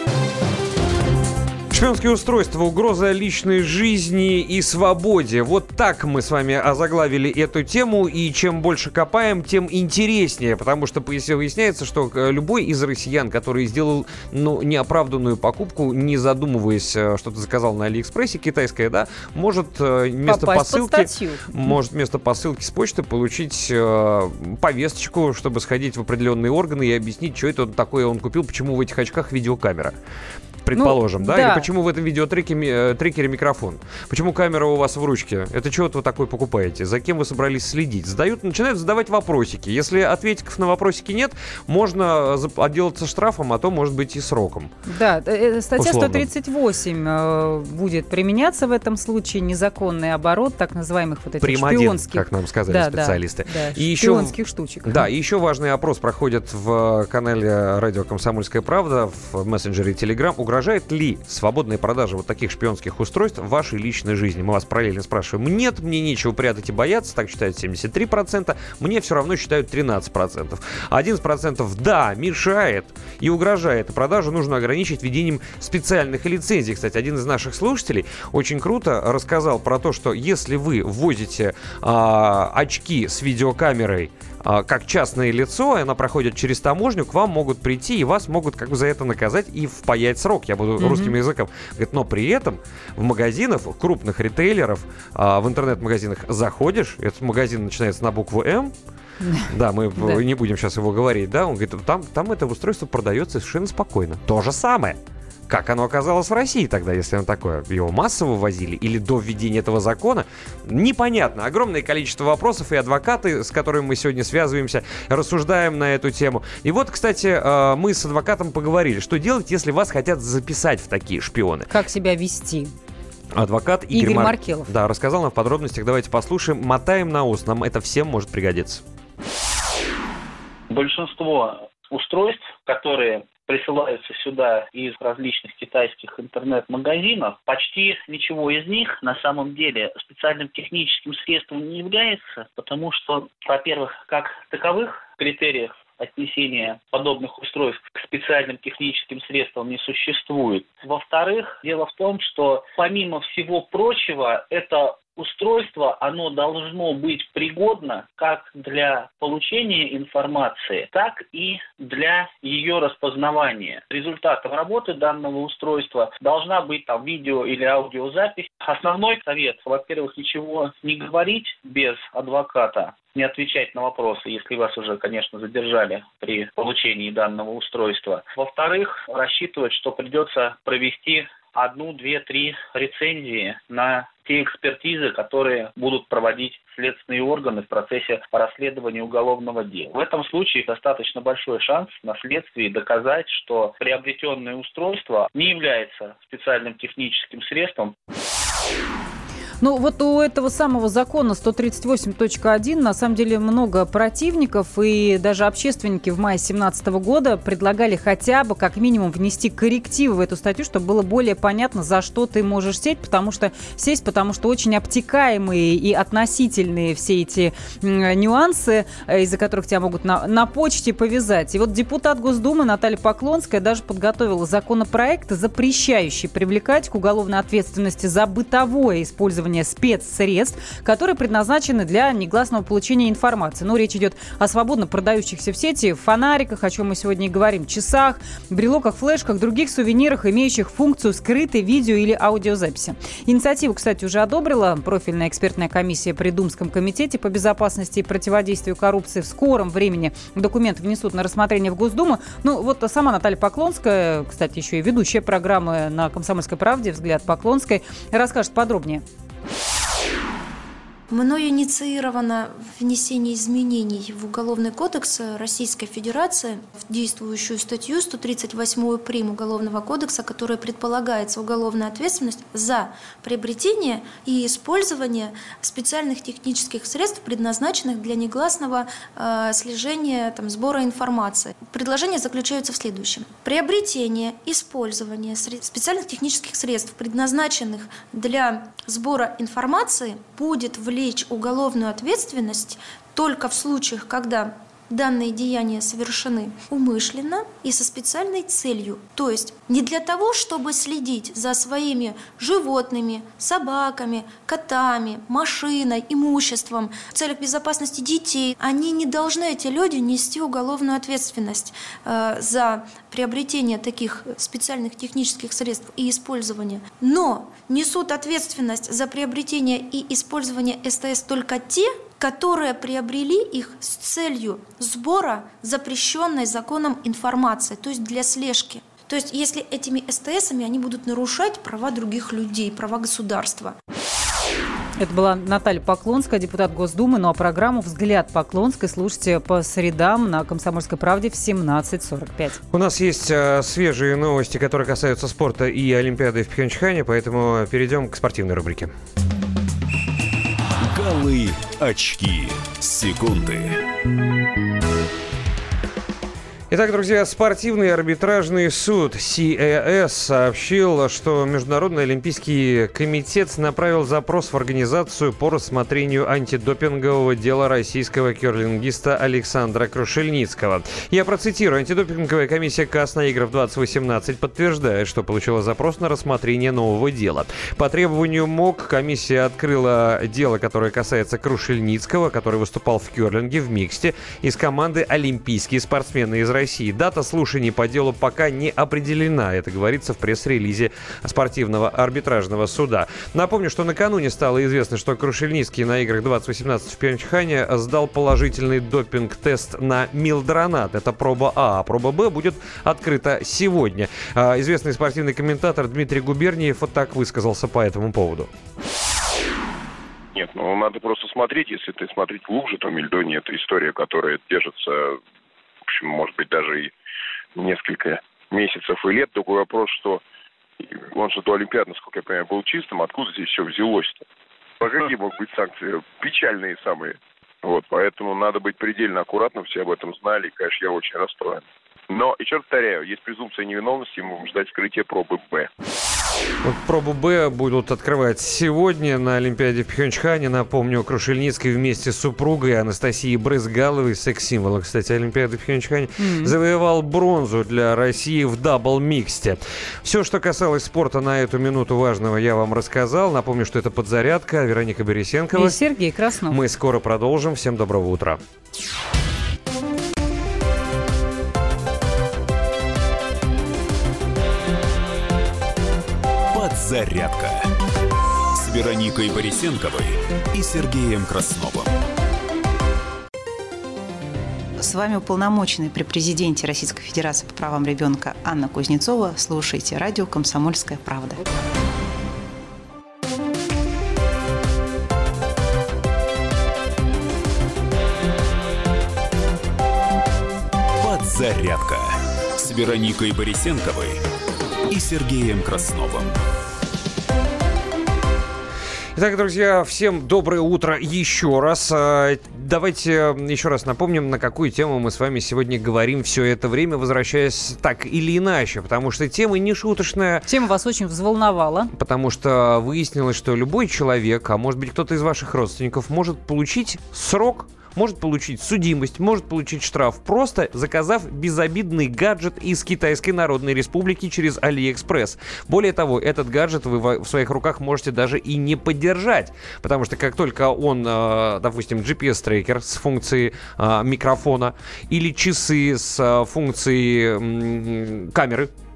Шпионские устройства, угроза личной жизни и свободе. Вот так мы с вами озаглавили эту тему. И чем больше копаем, тем интереснее. Потому что выясняется, что любой из россиян, который сделал ну, неоправданную покупку, не задумываясь, что-то заказал на Алиэкспрессе, китайское, да, может вместо посылки, может вместо посылки с почты получить э, повесточку, чтобы сходить в определенные органы и объяснить, что это такое он купил, почему в этих очках видеокамера. Предположим, ну, да? да? Или почему в этом видеотрекере трекере микрофон? Почему камера у вас в ручке? Это чего вы такое покупаете? За кем вы собрались следить? Задают, начинают задавать вопросики. Если ответиков на вопросики нет, можно отделаться штрафом, а то, может быть, и сроком. Да, статья сто тридцать восемь будет применяться в этом случае. Незаконный оборот так называемых вот этих Прим шпионских... один, как нам сказали да, специалисты. Да, да, и шпионских еще, штучек. Да, и еще важный опрос проходит в канале радио «Комсомольская правда» в мессенджере Telegram. Угрожает ли свободная продажа вот таких шпионских устройств в вашей личной жизни? Мы вас параллельно спрашиваем. Нет, мне нечего прятать и бояться, так считают семьдесят три процента. Мне все равно считают тринадцать процентов. одиннадцать процентов да, мешает и угрожает. И продажу нужно ограничить введением специальных лицензий. Кстати, один из наших слушателей очень круто рассказал про то, что если вы ввозите а, очки с видеокамерой как частное лицо, и она проходит через таможню, к вам могут прийти и вас могут как бы за это наказать и впаять срок. Я буду mm-hmm. русским языком. Говорит, но при этом в магазинах, крупных ритейлеров, в интернет-магазинах заходишь, этот магазин начинается на букву «М», да, мы да. не будем сейчас его говорить, да, он говорит, там, там это устройство продается совершенно спокойно. То же самое. Как оно оказалось в России тогда, если оно такое? Его массово ввозили или до введения этого закона? Непонятно. Огромное количество вопросов, и адвокаты, с которыми мы сегодня связываемся, рассуждаем на эту тему. И вот, кстати, мы с адвокатом поговорили, что делать, если вас хотят записать в такие шпионы. Как себя вести? Адвокат Игорь, Игорь Мар... Маркелов. Да, рассказал нам в подробностях. Давайте послушаем. Мотаем на ус. Нам это всем может пригодиться. Большинство устройств, которые присылаются сюда из различных китайских интернет-магазинов, почти ничего из них на самом деле специальным техническим средством не является, потому что, во-первых, как таковых критериев отнесения подобных устройств к специальным техническим средствам не существует. Во-вторых, дело в том, что помимо всего прочего, это устройство, оно должно быть пригодно как для получения информации, так и для ее распознавания. Результатом работы данного устройства должна быть там видео или аудиозапись. Основной совет, во-первых, ничего не говорить без адвоката, не отвечать на вопросы, если вас уже, конечно, задержали при получении данного устройства. Во-вторых, рассчитывать, что придется провести одну, две, три рецензии на те экспертизы, которые будут проводить следственные органы в процессе расследования уголовного дела. В этом случае достаточно большой шанс на следствии доказать, что приобретенное устройство не является специальным техническим средством. Ну, вот у этого самого закона сто тридцать восемь точка один на самом деле много противников, и даже общественники в мае две тысячи семнадцатого года предлагали хотя бы как минимум внести коррективы в эту статью, чтобы было более понятно, за что ты можешь сесть, потому что сесть, потому что очень обтекаемые и относительные все эти нюансы, из-за которых тебя могут на, на почте повязать. И вот депутат Госдумы Наталья Поклонская даже подготовила законопроект, запрещающий привлекать к уголовной ответственности за бытовое использование спецсредств, которые предназначены для негласного получения информации. Но речь идет о свободно продающихся в сети фонариках, о чем мы сегодня и говорим, часах, брелоках, флешках, других сувенирах, имеющих функцию скрытой видео- или аудиозаписи. Инициативу, кстати, уже одобрила профильная экспертная комиссия при Думском комитете по безопасности и противодействию коррупции. В скором времени документы внесут на рассмотрение в Госдуму. Ну, вот сама Наталья Поклонская, кстати, еще и ведущая программы на «Комсомольской правде» «Взгляд Поклонской», расскажет подробнее. мною инициировано внесение изменений в Уголовный кодекс Российской Федерации, в действующую статью сто тридцать восемь прим. Уголовного кодекса, которая предполагается уголовная ответственность за приобретение и использование специальных технических средств, предназначенных для негласного э, слежения, там, сбора информации. Предложение заключается в следующем. Приобретение, использование специальных технических средств, предназначенных для сбора информации, будет влечь уголовную ответственность только в случаях, когда данные деяния совершены умышленно и со специальной целью. То есть не для того, чтобы следить за своими животными, собаками, котами, машиной, имуществом, в целях безопасности детей. Они не должны, эти люди, нести уголовную ответственность э, за приобретение таких специальных технических средств и использование. Но несут ответственность за приобретение и использование СТС только те, которые приобрели их с целью сбора запрещенной законом информации, то есть для слежки. То есть если этими СТСами они будут нарушать права других людей, права государства. Это была Наталья Поклонская, депутат Госдумы. Ну а программу «Взгляд Поклонской» слушайте по средам на «Комсомольской правде» в семнадцать сорок пять. У нас есть э, свежие новости, которые касаются спорта и Олимпиады в Пхенчхане, поэтому перейдем к спортивной рубрике. Голы, очки, секунды. Итак, друзья, спортивный арбитражный суд си эй эс сообщил, что Международный олимпийский комитет направил запрос в организацию по рассмотрению антидопингового дела российского керлингиста Александра Крушельницкого. Я процитирую. Антидопинговая комиссия КАС на играх двадцать восемнадцать подтверждает, что получила запрос на рассмотрение нового дела. По требованию МОК комиссия открыла дело, которое касается Крушельницкого, который выступал в керлинге в миксте из команды «Олимпийские спортсмены из России». России. Дата слушаний по делу пока не определена. Это говорится в пресс-релизе спортивного арбитражного суда. Напомню, что накануне стало известно, что Крушельницкий на играх двадцать восемнадцать в Пхенчхане сдал положительный допинг-тест на милдронат. Это проба А, а проба Б будет открыта сегодня. Известный спортивный комментатор Дмитрий Губерниев вот так высказался по этому поводу. Нет, ну надо просто смотреть. Если ты смотреть глубже, то мельдоний — это история, которая держится, в общем, может быть, даже и несколько месяцев и лет. Другой вопрос, что он же до Олимпиады, насколько я понимаю, был чистым. Откуда здесь все взялось-то? А какие могут быть санкции? Печальные самые. Вот, поэтому надо быть предельно аккуратным, все об этом знали, и, конечно, я очень расстроен. Но, еще раз повторяю, есть презумпция невиновности, мы будем ждать вскрытия пробы Б. Вот пробу Б будут открывать сегодня на Олимпиаде в Пхенчхане. Напомню, Крушельницкий вместе с супругой Анастасией Брызгаловой, секс-символа, кстати, Олимпиады в Пхенчхане, mm-hmm. завоевал бронзу для России в дабл-миксте. Все, что касалось спорта на эту минуту важного, я вам рассказал. Напомню, что это «Подзарядка». Вероника Борисенкова. И Сергей Краснов. Мы скоро продолжим. Всем доброго утра. Подзарядка с Вероникой Борисенковой и Сергеем Красновым. С вами уполномоченный при президенте Российской Федерации по правам ребенка Анна Кузнецова. Слушайте радио «Комсомольская правда». Подзарядка с Вероникой Борисенковой и Сергеем Красновым. Итак, друзья, всем доброе утро еще раз. Давайте еще раз напомним, на какую тему мы с вами сегодня говорим все это время, возвращаясь так или иначе, потому что тема не шуточная. Тема вас очень взволновала. Потому что выяснилось, что любой человек, а может быть кто-то из ваших родственников, может получить срок, может получить судимость, может получить штраф, просто заказав безобидный гаджет из Китайской Народной Республики через Алиэкспресс. Более того, этот гаджет вы в своих руках можете даже и не поддержать, потому что как только он, допустим, джи пи эс-трекер с функцией микрофона или часы с функцией камеры,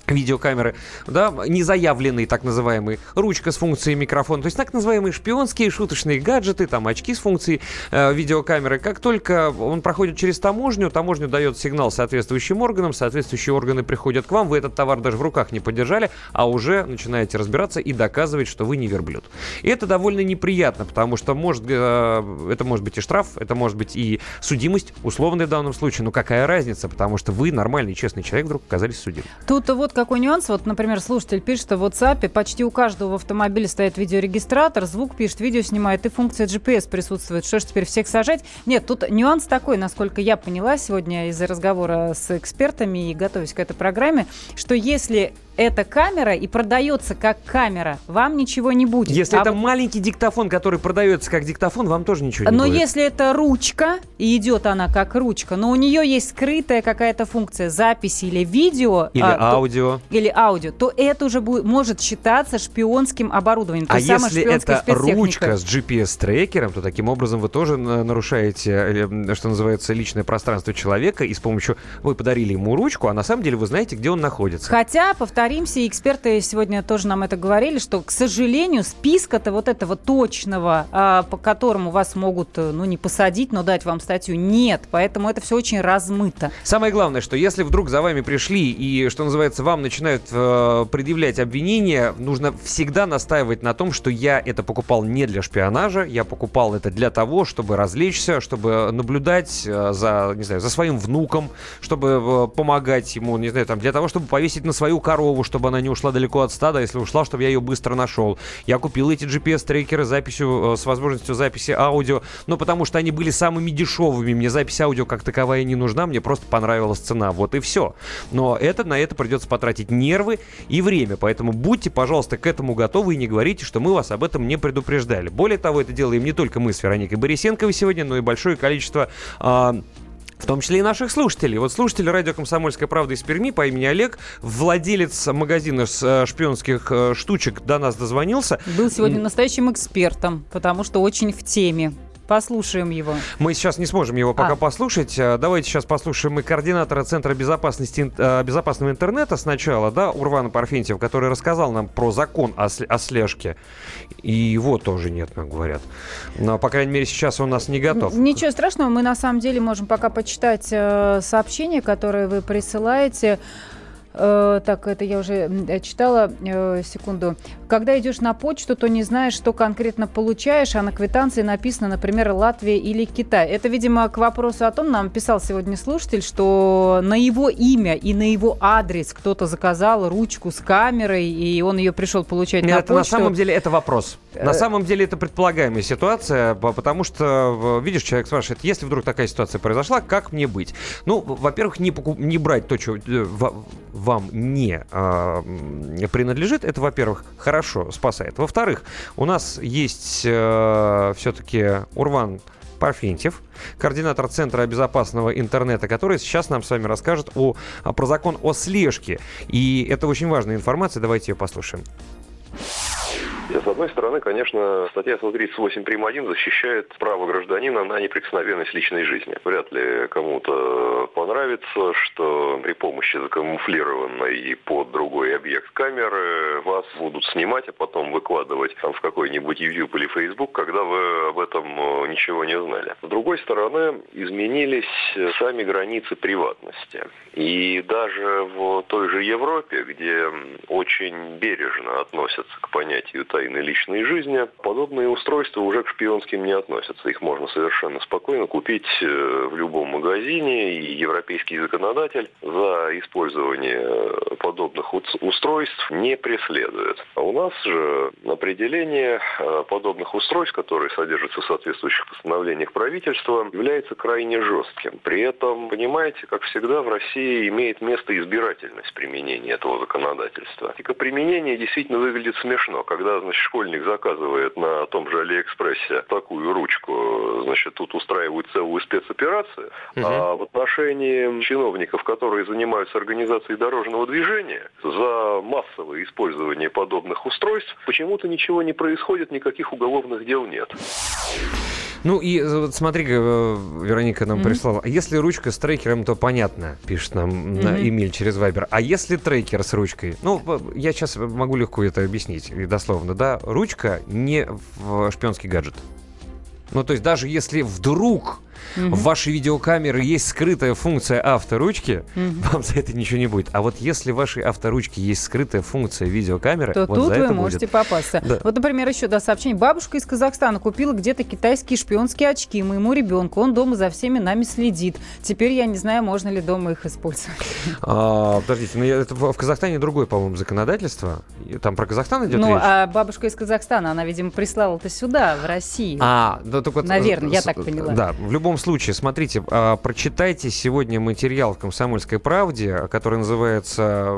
видеокамеры, да, незаявленный так называемый, ручка с функцией микрофона, то есть так называемые шпионские шуточные гаджеты, там очки с функцией э, видеокамеры. Как только он проходит через таможню, таможню дает сигнал соответствующим органам, соответствующие органы приходят к вам, вы этот товар даже в руках не подержали, а уже начинаете разбираться и доказывать, что вы не верблюд. И это довольно неприятно, потому что может, э, это может быть и штраф, это может быть и судимость, условная в данном случае, но какая разница, потому что вы, нормальный, честный человек, вдруг оказались судимым. Тут вот какой нюанс. Вот, например, слушатель пишет, что в WhatsApp почти у каждого в автомобиле стоит видеорегистратор, звук пишет, видео снимает, и функция джи пи эс присутствует. Что ж теперь, всех сажать? Нет, тут нюанс такой, насколько я поняла сегодня из-за разговора с экспертами и готовясь к этой программе, что если эта камера и продается как камера, вам ничего не будет. Если а это вот... маленький диктофон, который продается как диктофон, вам тоже ничего не но будет. Но если это ручка, и идет она как ручка, но у нее есть скрытая какая-то функция записи или видео, или а, аудио, то, или аудио, то это уже будет, может считаться шпионским оборудованием. А если это ручка с джи пи эс-трекером, то таким образом вы тоже нарушаете, что называется, личное пространство человека, и с помощью... Вы подарили ему ручку, а на самом деле вы знаете, где он находится. Хотя, повторяю, и эксперты сегодня тоже нам это говорили, что, к сожалению, списка-то вот этого точного, а, по которому вас могут, ну, не посадить, но дать вам статью, нет. Поэтому это все очень размыто. Самое главное, что если вдруг за вами пришли и, что называется, вам начинают э, предъявлять обвинения, нужно всегда настаивать на том, что я это покупал не для шпионажа, я покупал это для того, чтобы развлечься, чтобы наблюдать э, за, не знаю, за своим внуком, чтобы э, помогать ему, не знаю, там, для того, чтобы повесить на свою корову, чтобы она не ушла далеко от стада, если ушла, чтобы я ее быстро нашел. Я купил эти джи пи эс-трекеры с записью, с возможностью записи аудио, но потому что они были самыми дешевыми. Мне запись аудио как таковая не нужна, мне просто понравилась цена. Вот и все. Но это, на это придется потратить нервы и время. Поэтому будьте, пожалуйста, к этому готовы и не говорите, что мы вас об этом не предупреждали. Более того, это делаем не только мы с Вероникой Борисенковой сегодня, но и большое количество... А- В том числе и наших слушателей. Вот слушатель радио «Комсомольская правда» из Перми по имени Олег, владелец магазина шпионских штучек, до нас дозвонился. Был сегодня настоящим экспертом, потому что очень в теме. Послушаем его. Мы сейчас не сможем его пока а. послушать. Давайте сейчас послушаем и координатора Центра безопасности, безопасного интернета сначала, да, Урвана Парфентьева, который рассказал нам про закон о, о слежке. И его тоже нет, нам говорят. Но, по крайней мере, сейчас он у нас не готов. Ничего страшного, мы на самом деле можем пока почитать э, сообщения, которые вы присылаете. Э, так, это я уже читала, э, секунду. Когда идешь на почту, то не знаешь, что конкретно получаешь, а на квитанции написано, например, Латвия или Китай. Это, видимо, к вопросу о том, нам писал сегодня слушатель, что на его имя и на его адрес кто-то заказал ручку с камерой, и он ее пришел получать Нет, на это почту. На самом деле это вопрос. На самом деле это предполагаемая ситуация, потому что, видишь, человек спрашивает, если вдруг такая ситуация произошла, как мне быть? Ну, во-первых, не, покуп... не брать то, что вам не а, принадлежит, это, во-первых, хорошо спасает. Во-вторых, у нас есть э, все-таки Урван Парфентьев, координатор Центра безопасного интернета, который сейчас нам с вами расскажет о, о, про закон о слежке. И это очень важная информация, давайте ее послушаем. С одной стороны, конечно, статья сто тридцать восемь прим. один защищает право гражданина на неприкосновенность личной жизни. Вряд ли кому-то понравится, что при помощи закамуфлированной под другой объект камеры вас будут снимать, а потом выкладывать там в какой-нибудь YouTube или Facebook, когда вы об этом ничего не знали. С другой стороны, изменились сами границы приватности. И даже в той же Европе, где очень бережно относятся к понятию тайны личной жизни, подобные устройства уже к шпионским не относятся. Их можно совершенно спокойно купить в любом магазине, и европейский законодатель за использование подобных устройств не преследует. А у нас же определение подобных устройств, которые содержатся в соответствующих постановлениях правительства, является крайне жестким. При этом, понимаете, как всегда, в России имеет место избирательность применения этого законодательства. И применение действительно выглядит смешно, когда, значит, школьник заказывает на том же Алиэкспрессе такую ручку, значит, тут устраивают целую спецоперацию, угу. А в отношении чиновников, которые занимаются организацией дорожного движения, за массовое использование подобных устройств почему-то ничего не происходит, никаких уголовных дел нет. Ну и вот смотри, Вероника нам mm-hmm. прислала. Если ручка с трекером, то понятно, пишет нам mm-hmm. Эмиль через Вайбер. А если трекер с ручкой? Ну, я сейчас могу легко это объяснить, дословно, да. Ручка не в шпионский гаджет. Ну, то есть даже если вдруг mm-hmm. в вашей видеокамере есть скрытая функция авторучки, mm-hmm. вам за это ничего не будет. А вот если в вашей авторучке есть скрытая функция видеокамеры, то вот тут за вы это можете будет. попасться. Да. Вот, например, еще да, сообщение. Бабушка из Казахстана купила где-то китайские шпионские очки моему ребенку. Он дома за всеми нами следит. Теперь я не знаю, можно ли дома их использовать. А, подождите, ну это в Казахстане другое, по-моему, законодательство. Там про Казахстан идет ну, речь? Ну, а бабушка из Казахстана, она, видимо, прислала это сюда, в Россию. А, да, только вот, наверное, с, я так поняла. Да, в любом случае, смотрите, а, прочитайте сегодня материал в «Комсомольской правде», который называется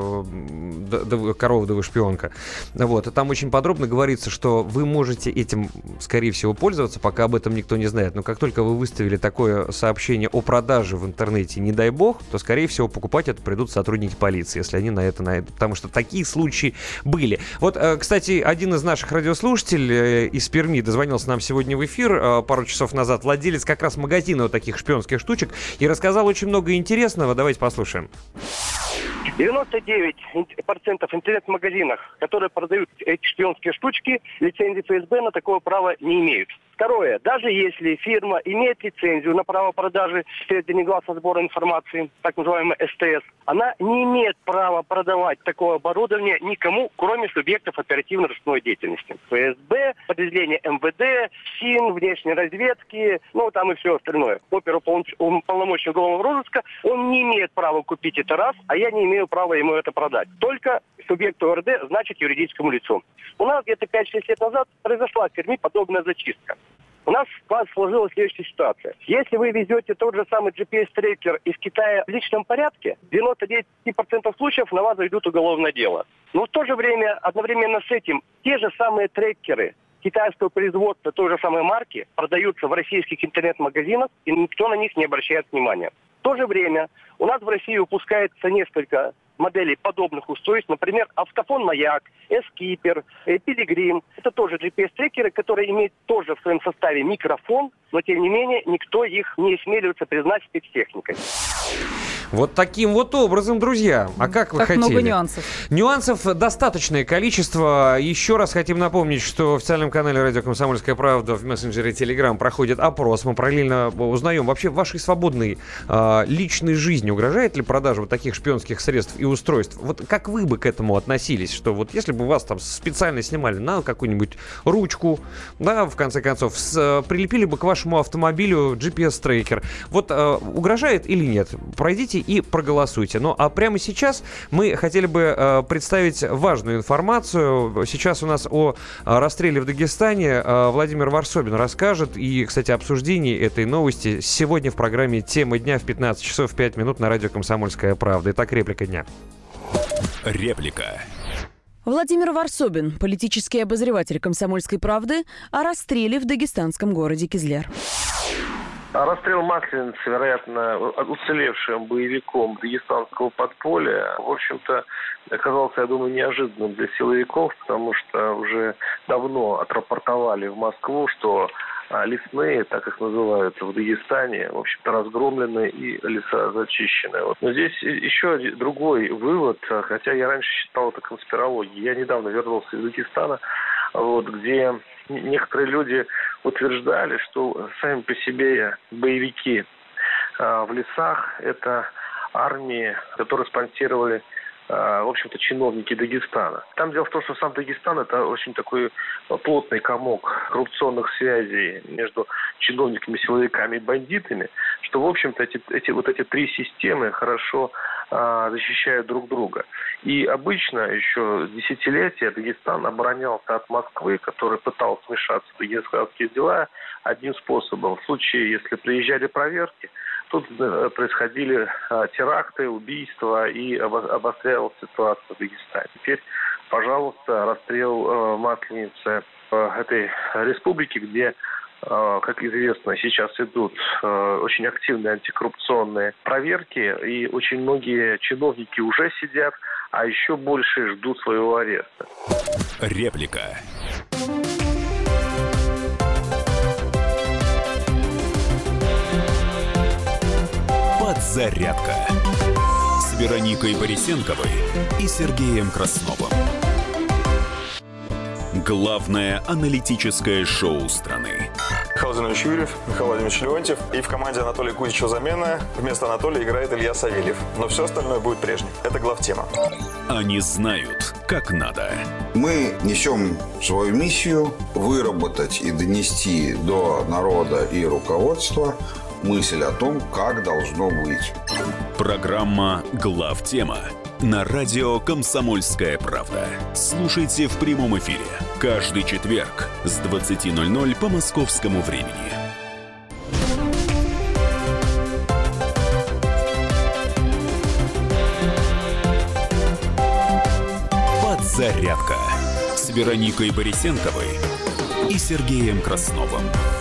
«Корова да вы шпионка». Вот, и там очень подробно говорится, что вы можете этим, скорее всего, пользоваться, пока об этом никто не знает. Но как только вы выставили такое сообщение о продаже в интернете, не дай бог, то, скорее всего, покупать это придут сотрудники полиции, если они на это найдут. Потому что такие случаи были. Вот, кстати, один из наших радиослушателей из Перми дозвонился нам сегодня в эфир пару часов назад, владелец как раз магазина вот таких шпионских штучек, и рассказал очень много интересного. Давайте послушаем. девяносто девять процентов интернет-магазинов, которые продают эти шпионские штучки, лицензии эф эс бэ на такое право не имеют. Второе. Даже если фирма имеет лицензию на право продажи средств негласного сбора информации, так называемая эс тэ эс, она не имеет права продавать такое оборудование никому, кроме субъектов оперативно-розыскной деятельности. эф эс бэ, подразделение эм вэ дэ, СИН, внешней разведки, ну там и все остальное. Оперуполномоченный уголовного розыска, он не имеет права купить это раз, а я не имею права ему это продать. Только субъекту эр дэ, значит юридическому лицу. У нас где-то пять-шесть лет назад произошла в Перми подобная зачистка. У нас сложилась следующая ситуация. Если вы везете тот же самый джи пи эс-трекер из Китая в личном порядке, в девяносто девять процентов случаев на вас заведут уголовное дело. Но в то же время, одновременно с этим, те же самые трекеры китайского производства той же самой марки продаются в российских интернет-магазинах, и никто на них не обращает внимания. В то же время у нас в России выпускается несколько моделей подобных устройств, например, Автофон Маяк, Эскипер, Пилигрим. Это тоже джи пи эс-трекеры, которые имеют тоже в своем составе микрофон, но тем не менее никто их не осмеливается признать спецтехникой. Вот таким вот образом, друзья. А как вы так хотели? Много нюансов. Нюансов достаточное количество. Еще раз хотим напомнить, что в официальном канале «Радио Комсомольская правда» в мессенджере Telegram проходит опрос. Мы параллельно узнаем, вообще вашей свободной э, личной жизни угрожает ли продажа вот таких шпионских средств и устройств? Вот как вы бы к этому относились? Что вот если бы вас там специально снимали на какую-нибудь ручку, да, в конце концов, с, прилепили бы к вашему автомобилю джи пи эс-трекер. Вот э, угрожает или нет? Пройдите и проголосуйте. Ну, а прямо сейчас мы хотели бы э, представить важную информацию. Сейчас у нас о э, расстреле в Дагестане э, Владимир Варсобин расскажет. И, кстати, обсуждение этой новости сегодня в программе «Тема дня» в пятнадцать часов пять минут на радио «Комсомольская правда». Итак, реплика дня. Реплика. Владимир Варсобин, политический обозреватель «Комсомольской правды», о расстреле в дагестанском городе Кизляр. Расстрел Масленицы, вероятно, уцелевшим боевиком дагестанского подполья, в общем-то, оказался, я думаю, неожиданным для силовиков, потому что уже давно отрапортовали в Москву, что лесные, так их называют в Дагестане, в общем-то, разгромлены и леса зачищены. Вот. Но здесь еще другой вывод, хотя я раньше считал это конспирологией. Я недавно вернулся из Дагестана, вот, где некоторые люди утверждали, что сами по себе боевики э, в лесах – это армии, которые спонсировали, э, в общем-то, чиновники Дагестана. Там дело в том, что сам Дагестан – это очень такой плотный комок коррупционных связей между чиновниками, силовиками и бандитами, что, в общем-то, эти, эти, вот эти три системы хорошо э, защищают друг друга. И обычно еще десятилетия Дагестан оборонялся от Москвы, которая пыталась вмешаться в дагестанские дела одним способом. В случае, если приезжали проверки, тут происходили теракты, убийства и обострялась ситуация в Дагестане. Теперь, пожалуйста, расстрел Масленицы этой республики, где, как известно, сейчас идут очень активные антикоррупционные проверки, и очень многие чиновники уже сидят, а еще больше ждут своего ареста. Реплика. Подзарядка с Вероникой Борисенковой и Сергеем Красновым. Главное аналитическое шоу страны. Михаил Владимирович Юрьев, Михаил Владимирович Леонтьев. И в команде Анатолия Кузичева замена. Вместо Анатолия играет Илья Савельев. Но все остальное будет прежним. Это главтема. Они знают, как надо. Мы несем свою миссию выработать и донести до народа и руководства мысль о том, как должно быть. Программа «Главтема» на радио «Комсомольская правда». Слушайте в прямом эфире каждый четверг с двадцати ноль-ноль по московскому времени. Подзарядка с Вероникой Борисенковой и Сергеем Красновым.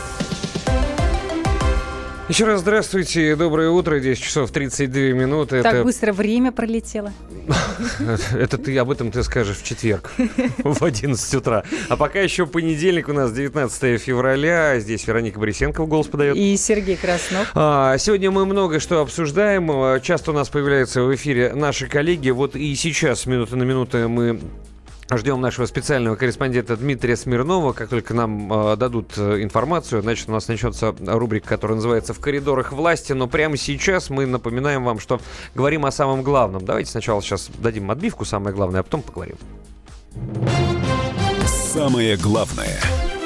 Еще раз здравствуйте, доброе утро, десять часов тридцать две минуты. Так это... быстро время пролетело. Это ты об этом ты скажешь в четверг в одиннадцать утра. А пока еще понедельник, у нас девятнадцатое февраля. Здесь Вероника Борисенкова голос подает. И Сергей Краснов. А, сегодня мы много что обсуждаем. Часто у нас появляются в эфире наши коллеги. Вот и сейчас, минута на минуту, мы... ждем нашего специального корреспондента Дмитрия Смирнова. Как только нам э, дадут э, информацию, значит, у нас начнется рубрика, которая называется «В коридорах власти». Но прямо сейчас мы напоминаем вам, что говорим о самом главном. Давайте сначала сейчас дадим отбивку, самое главное, а потом поговорим. Самое главное.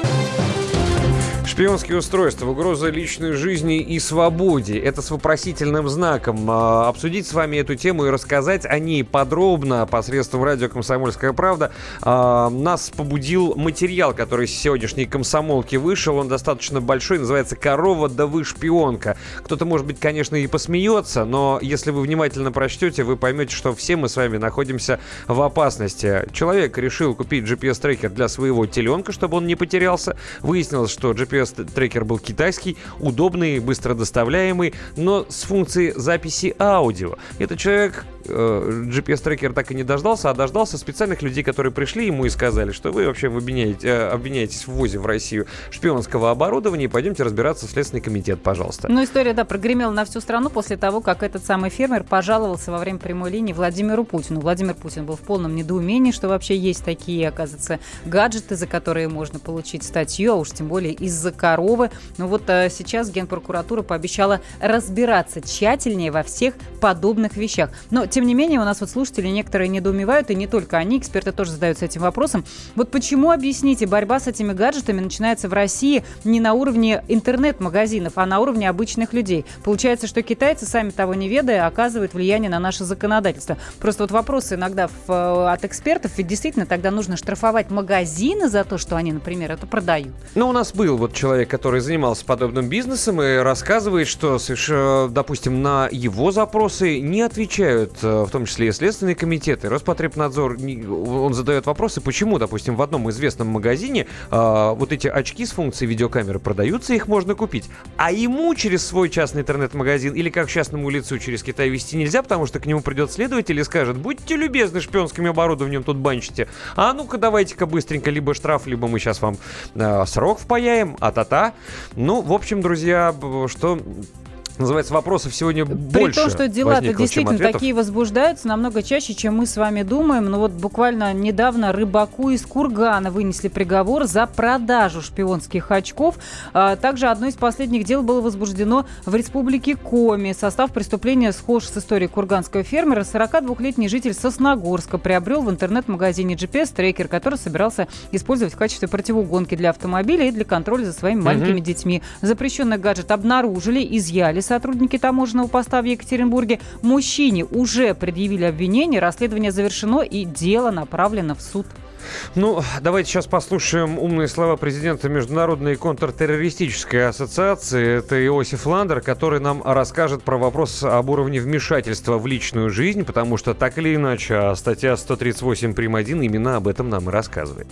Шпионские устройства, угроза личной жизни и свободе. Это с вопросительным знаком. А, обсудить с вами эту тему и рассказать о ней подробно посредством радио «Комсомольская правда» а, нас побудил материал, который с сегодняшней комсомолки вышел. Он достаточно большой, называется «Корова да вы шпионка». Кто-то, может быть, конечно, и посмеется, но если вы внимательно прочтете, вы поймете, что все мы с вами находимся в опасности. Человек решил купить джи пи эс-трекер для своего теленка, чтобы он не потерялся. Выяснилось, что джи пи эс трекер был китайский, удобный, быстро доставляемый, но с функцией записи аудио. Этот человек э, джи пи эс-трекер так и не дождался, а дождался специальных людей, которые пришли ему и сказали, что вы вообще обвиняете, э, обвиняетесь в ввозе в Россию шпионского оборудования, и пойдемте разбираться в Следственный комитет, пожалуйста. Ну, история, да, прогремела на всю страну после того, как этот самый фермер пожаловался во время прямой линии Владимиру Путину. Владимир Путин был в полном недоумении, что вообще есть такие, оказывается, гаджеты, за которые можно получить статью, а уж тем более из-за коровы. Ну вот а, сейчас Генпрокуратура пообещала разбираться тщательнее во всех подобных вещах. Но, тем не менее, у нас вот слушатели некоторые недоумевают, и не только они, эксперты тоже задаются этим вопросом. Вот почему, объясните, борьба с этими гаджетами начинается в России не на уровне интернет-магазинов, а на уровне обычных людей? Получается, что китайцы, сами того не ведая, оказывают влияние на наше законодательство. Просто вот вопросы иногда в, от экспертов, ведь действительно тогда нужно штрафовать магазины за то, что они, например, это продают. Ну, у нас был вот человек, который занимался подобным бизнесом и рассказывает, что, допустим, на его запросы не отвечают, в том числе и Следственные комитеты, Роспотребнадзор. Он задает вопросы, почему, допустим, в одном известном магазине а, вот эти очки с функцией видеокамеры продаются, их можно купить, а ему через свой частный интернет-магазин или как частному лицу через Китай вести нельзя, потому что к нему придет следователь и скажет: будьте любезны, шпионским оборудованием тут банчите, а ну-ка давайте-ка быстренько либо штраф, либо мы сейчас вам а, срок впаяем, а-та-та. Ну, в общем, друзья, что... называется, вопросов сегодня При больше. При том, что дела-то возникло, действительно такие возбуждаются намного чаще, чем мы с вами думаем. Но вот буквально недавно рыбаку из Кургана вынесли приговор за продажу шпионских очков. А, также одно из последних дел было возбуждено в республике Коми. Состав преступления схож с историей курганского фермера. сорокадвухлетний житель Сосногорска приобрел в интернет-магазине джи пи эс-трекер, который собирался использовать в качестве противоугонки для автомобиля и для контроля за своими маленькими mm-hmm. детьми. Запрещенный гаджет обнаружили, изъяли сотрудники таможенного поста в Екатеринбурге. Мужчине уже предъявили обвинение, расследование завершено и дело направлено в суд. Ну, давайте сейчас послушаем умные слова президента Международной контртеррористической ассоциации. Это Иосиф Ландер, который нам расскажет про вопрос об уровне вмешательства в личную жизнь, потому что так или иначе статья сто тридцать восемь прим. один именно об этом нам и рассказывает.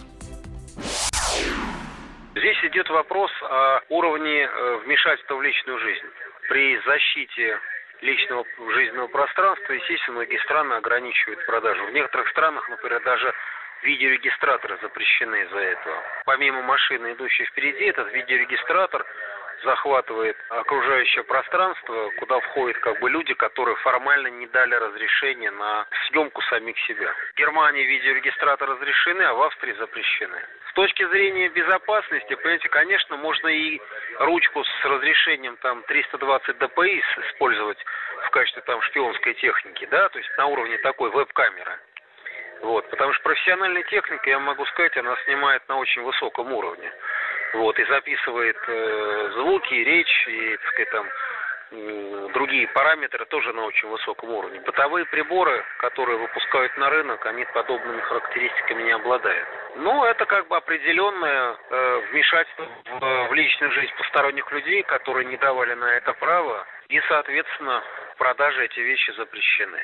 Здесь идет вопрос о уровне вмешательства в личную жизнь. При защите личного жизненного пространства, естественно, многие страны ограничивают продажу. В некоторых странах, например, даже видеорегистраторы запрещены из-за этого. Помимо машины, идущей впереди, этот видеорегистратор захватывает окружающее пространство, куда входят как бы люди, которые формально не дали разрешения на съемку самих себя. В Германии видеорегистраторы разрешены, а в Австрии запрещены. С точки зрения безопасности, понимаете, конечно, можно и ручку с разрешением там триста двадцать дэ пэ и использовать в качестве там шпионской техники, да, то есть на уровне такой веб-камеры. Вот, потому что профессиональная техника, я могу сказать, она снимает на очень высоком уровне. Вот, и записывает э, звуки, речь, и, так сказать, там, э, другие параметры тоже на очень высоком уровне. Бытовые приборы, которые выпускают на рынок, они подобными характеристиками не обладают. Но это как бы определенное э, вмешательство в, в личную жизнь посторонних людей, которые не давали на это право, и, соответственно, в продаже эти вещи запрещены.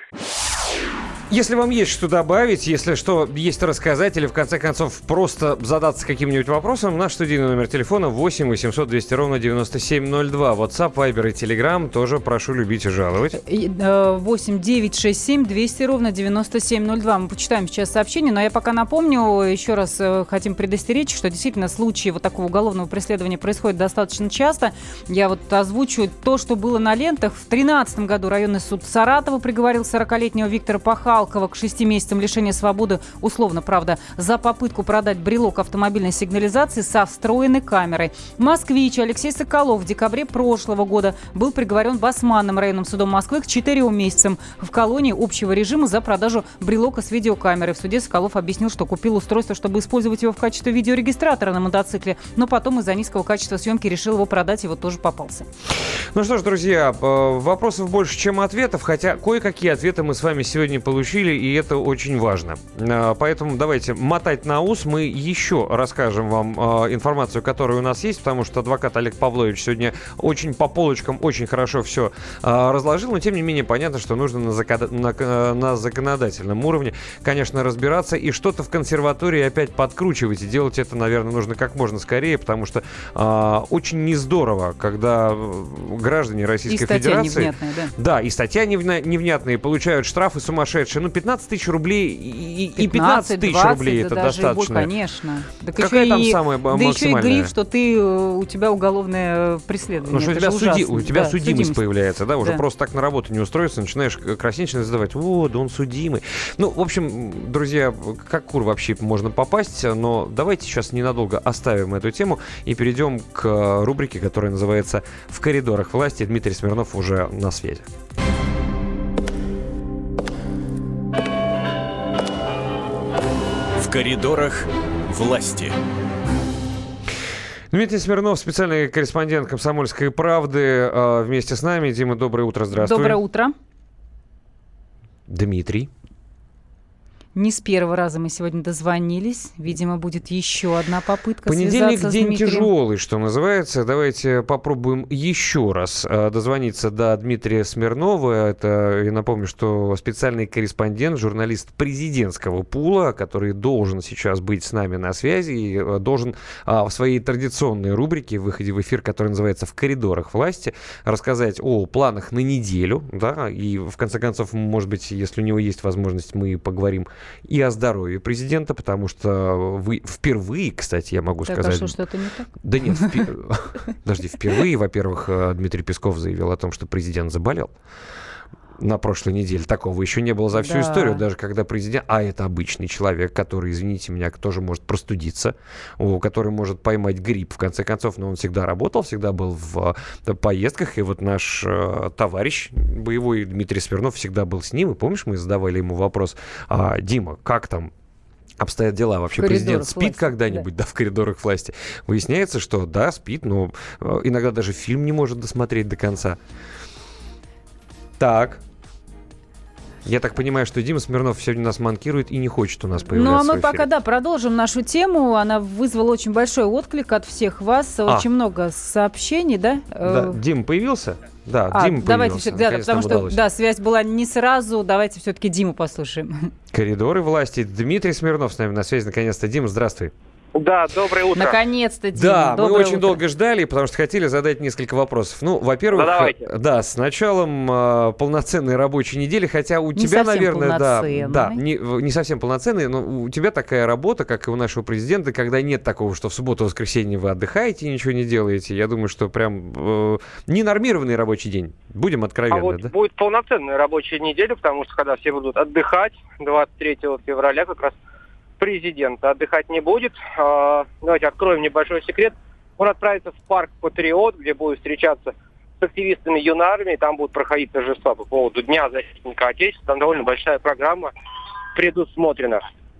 Если вам есть что добавить, если что есть рассказать, или в конце концов просто задаться каким-нибудь вопросом, наш студийный номер телефона восемь восемьсот двести ровно девяносто семь ноль два. WhatsApp, Viber и Telegram тоже прошу любить и жаловать. восемь девятьсот шестьдесят семь двести ровно девяносто семь ноль два. Мы почитаем сейчас сообщение, но я пока напомню, еще раз хотим предостеречь, что действительно случаи вот такого уголовного преследования происходят достаточно часто. Я вот озвучу то, что было на лентах. В две тысячи тринадцатом году районный суд Саратова приговорил сорокалетнего Виктора Пахалкова к шести месяцам лишения свободы, условно, правда, за попытку продать брелок автомобильной сигнализации со встроенной камерой. Москвич Алексей Соколов в декабре прошлого года был приговорен Басманным районным судом Москвы к четырем месяцам в колонии общего режима за продажу брелока с видеокамерой. В суде Соколов объяснил, что купил устройство, чтобы использовать его в качестве видеорегистратора на мотоцикле, но потом из-за низкого качества съемки решил его продать, и вот тоже попался. Ну что ж, друзья, вопросов больше, чем ответов, хотя кое-какие ответы мы с вами сегодня получили, и это очень важно. Поэтому давайте мотать на ус. Мы еще расскажем вам информацию, которая у нас есть, потому что адвокат Олег Павлович сегодня очень по полочкам, очень хорошо все разложил, но тем не менее понятно, что нужно на, закон... на... на законодательном уровне, конечно, разбираться и что-то в консерватории опять подкручивать. И делать это, наверное, нужно как можно скорее, потому что а, очень не здорово, когда граждане Российской и статья Федерации... невнятная, да? Да, и статья невнятная, получают штрафы сумасшедшие. Ну, пятнадцать тысяч рублей и, и пятнадцать тысяч рублей да это даже достаточно. Больше, конечно. Так какая там и, самая да максимальная? еще и гриф, что ты, у тебя уголовное преследование. Ну, что у тебя, суди, у тебя да, судимость, судимость появляется, да? Уже да. Просто так на работу не устроиться, начинаешь красничать задавать. О, да он судимый. Ну, в общем, друзья, как кур вообще можно попасть, но давайте сейчас ненадолго оставим эту тему и перейдем к рубрике, которая называется «В коридорах власти». Дмитрий Смирнов уже на связи. В коридорах власти. Дмитрий Смирнов, специальный корреспондент «Комсомольской правды», вместе с нами. Дима, доброе утро, здравствуй. Доброе утро. Дмитрий. Не с первого раза мы сегодня дозвонились. Видимо, будет еще одна попытка Понедельник связаться с день Дмитрием. тяжелый, что называется. Давайте попробуем еще раз дозвониться до Дмитрия Смирнова. Это, я напомню, что специальный корреспондент, журналист президентского пула, который должен сейчас быть с нами на связи и должен в своей традиционной рубрике, выходе в эфир, который называется «В коридорах власти», рассказать о планах на неделю. Да, и в конце концов, может быть, если у него есть возможность, мы поговорим и о здоровье президента, потому что вы впервые, кстати, я могу так, сказать... А что, что-то не так? Да нет, подожди, впервые, во-первых, Дмитрий Песков заявил о том, что президент заболел на прошлой неделе. Такого еще не было за всю да. историю, даже когда президент... А это обычный человек, который, извините меня, тоже может простудиться, который может поймать грипп, в конце концов, но он всегда работал, всегда был в поездках, и вот наш э, товарищ боевой Дмитрий Смирнов всегда был с ним, и помнишь, мы задавали ему вопрос: а, Дима, как там обстоят дела? Вообще президент спит власти, когда-нибудь, да. да, в коридорах власти? Выясняется, что да, спит, но иногда даже фильм не может досмотреть до конца. Так. Я так понимаю, что Дима Смирнов сегодня нас манкирует и не хочет у нас появляться. Ну, а мы в эфире. пока, да, продолжим нашу тему. Она вызвала очень большой отклик от всех вас. А. Очень много сообщений, да? Да. Дима появился? Да, а, Дима давайте появился. Все, да, потому что удалось. Да, связь была не сразу. Давайте все-таки Диму послушаем. Коридоры власти. Дмитрий Смирнов с нами на связи наконец-то. Дима, здравствуй. Да, доброе утро. Наконец-то, Дима. Да, доброе мы очень утро. долго ждали, потому что хотели задать несколько вопросов. Ну, во-первых, да, да, с началом э, полноценной рабочей недели, хотя у не тебя, совсем наверное, да, полноценной. да, не, не совсем полноценной, но у тебя такая работа, как и у нашего президента, когда нет такого, что в субботу-воскресенье вы отдыхаете и ничего не делаете. Я думаю, что прям э, ненормированный рабочий день. Будем откровенны, а вот да? будет полноценная рабочая неделя, потому что когда все будут отдыхать, двадцать третьего февраля как раз президент отдыхать не будет. Давайте откроем небольшой секрет. Он отправится в парк «Патриот», где будет встречаться с активистами юной армии. Там будут проходить торжества по поводу Дня защитника Отечества. Там довольно большая программа предусмотрена.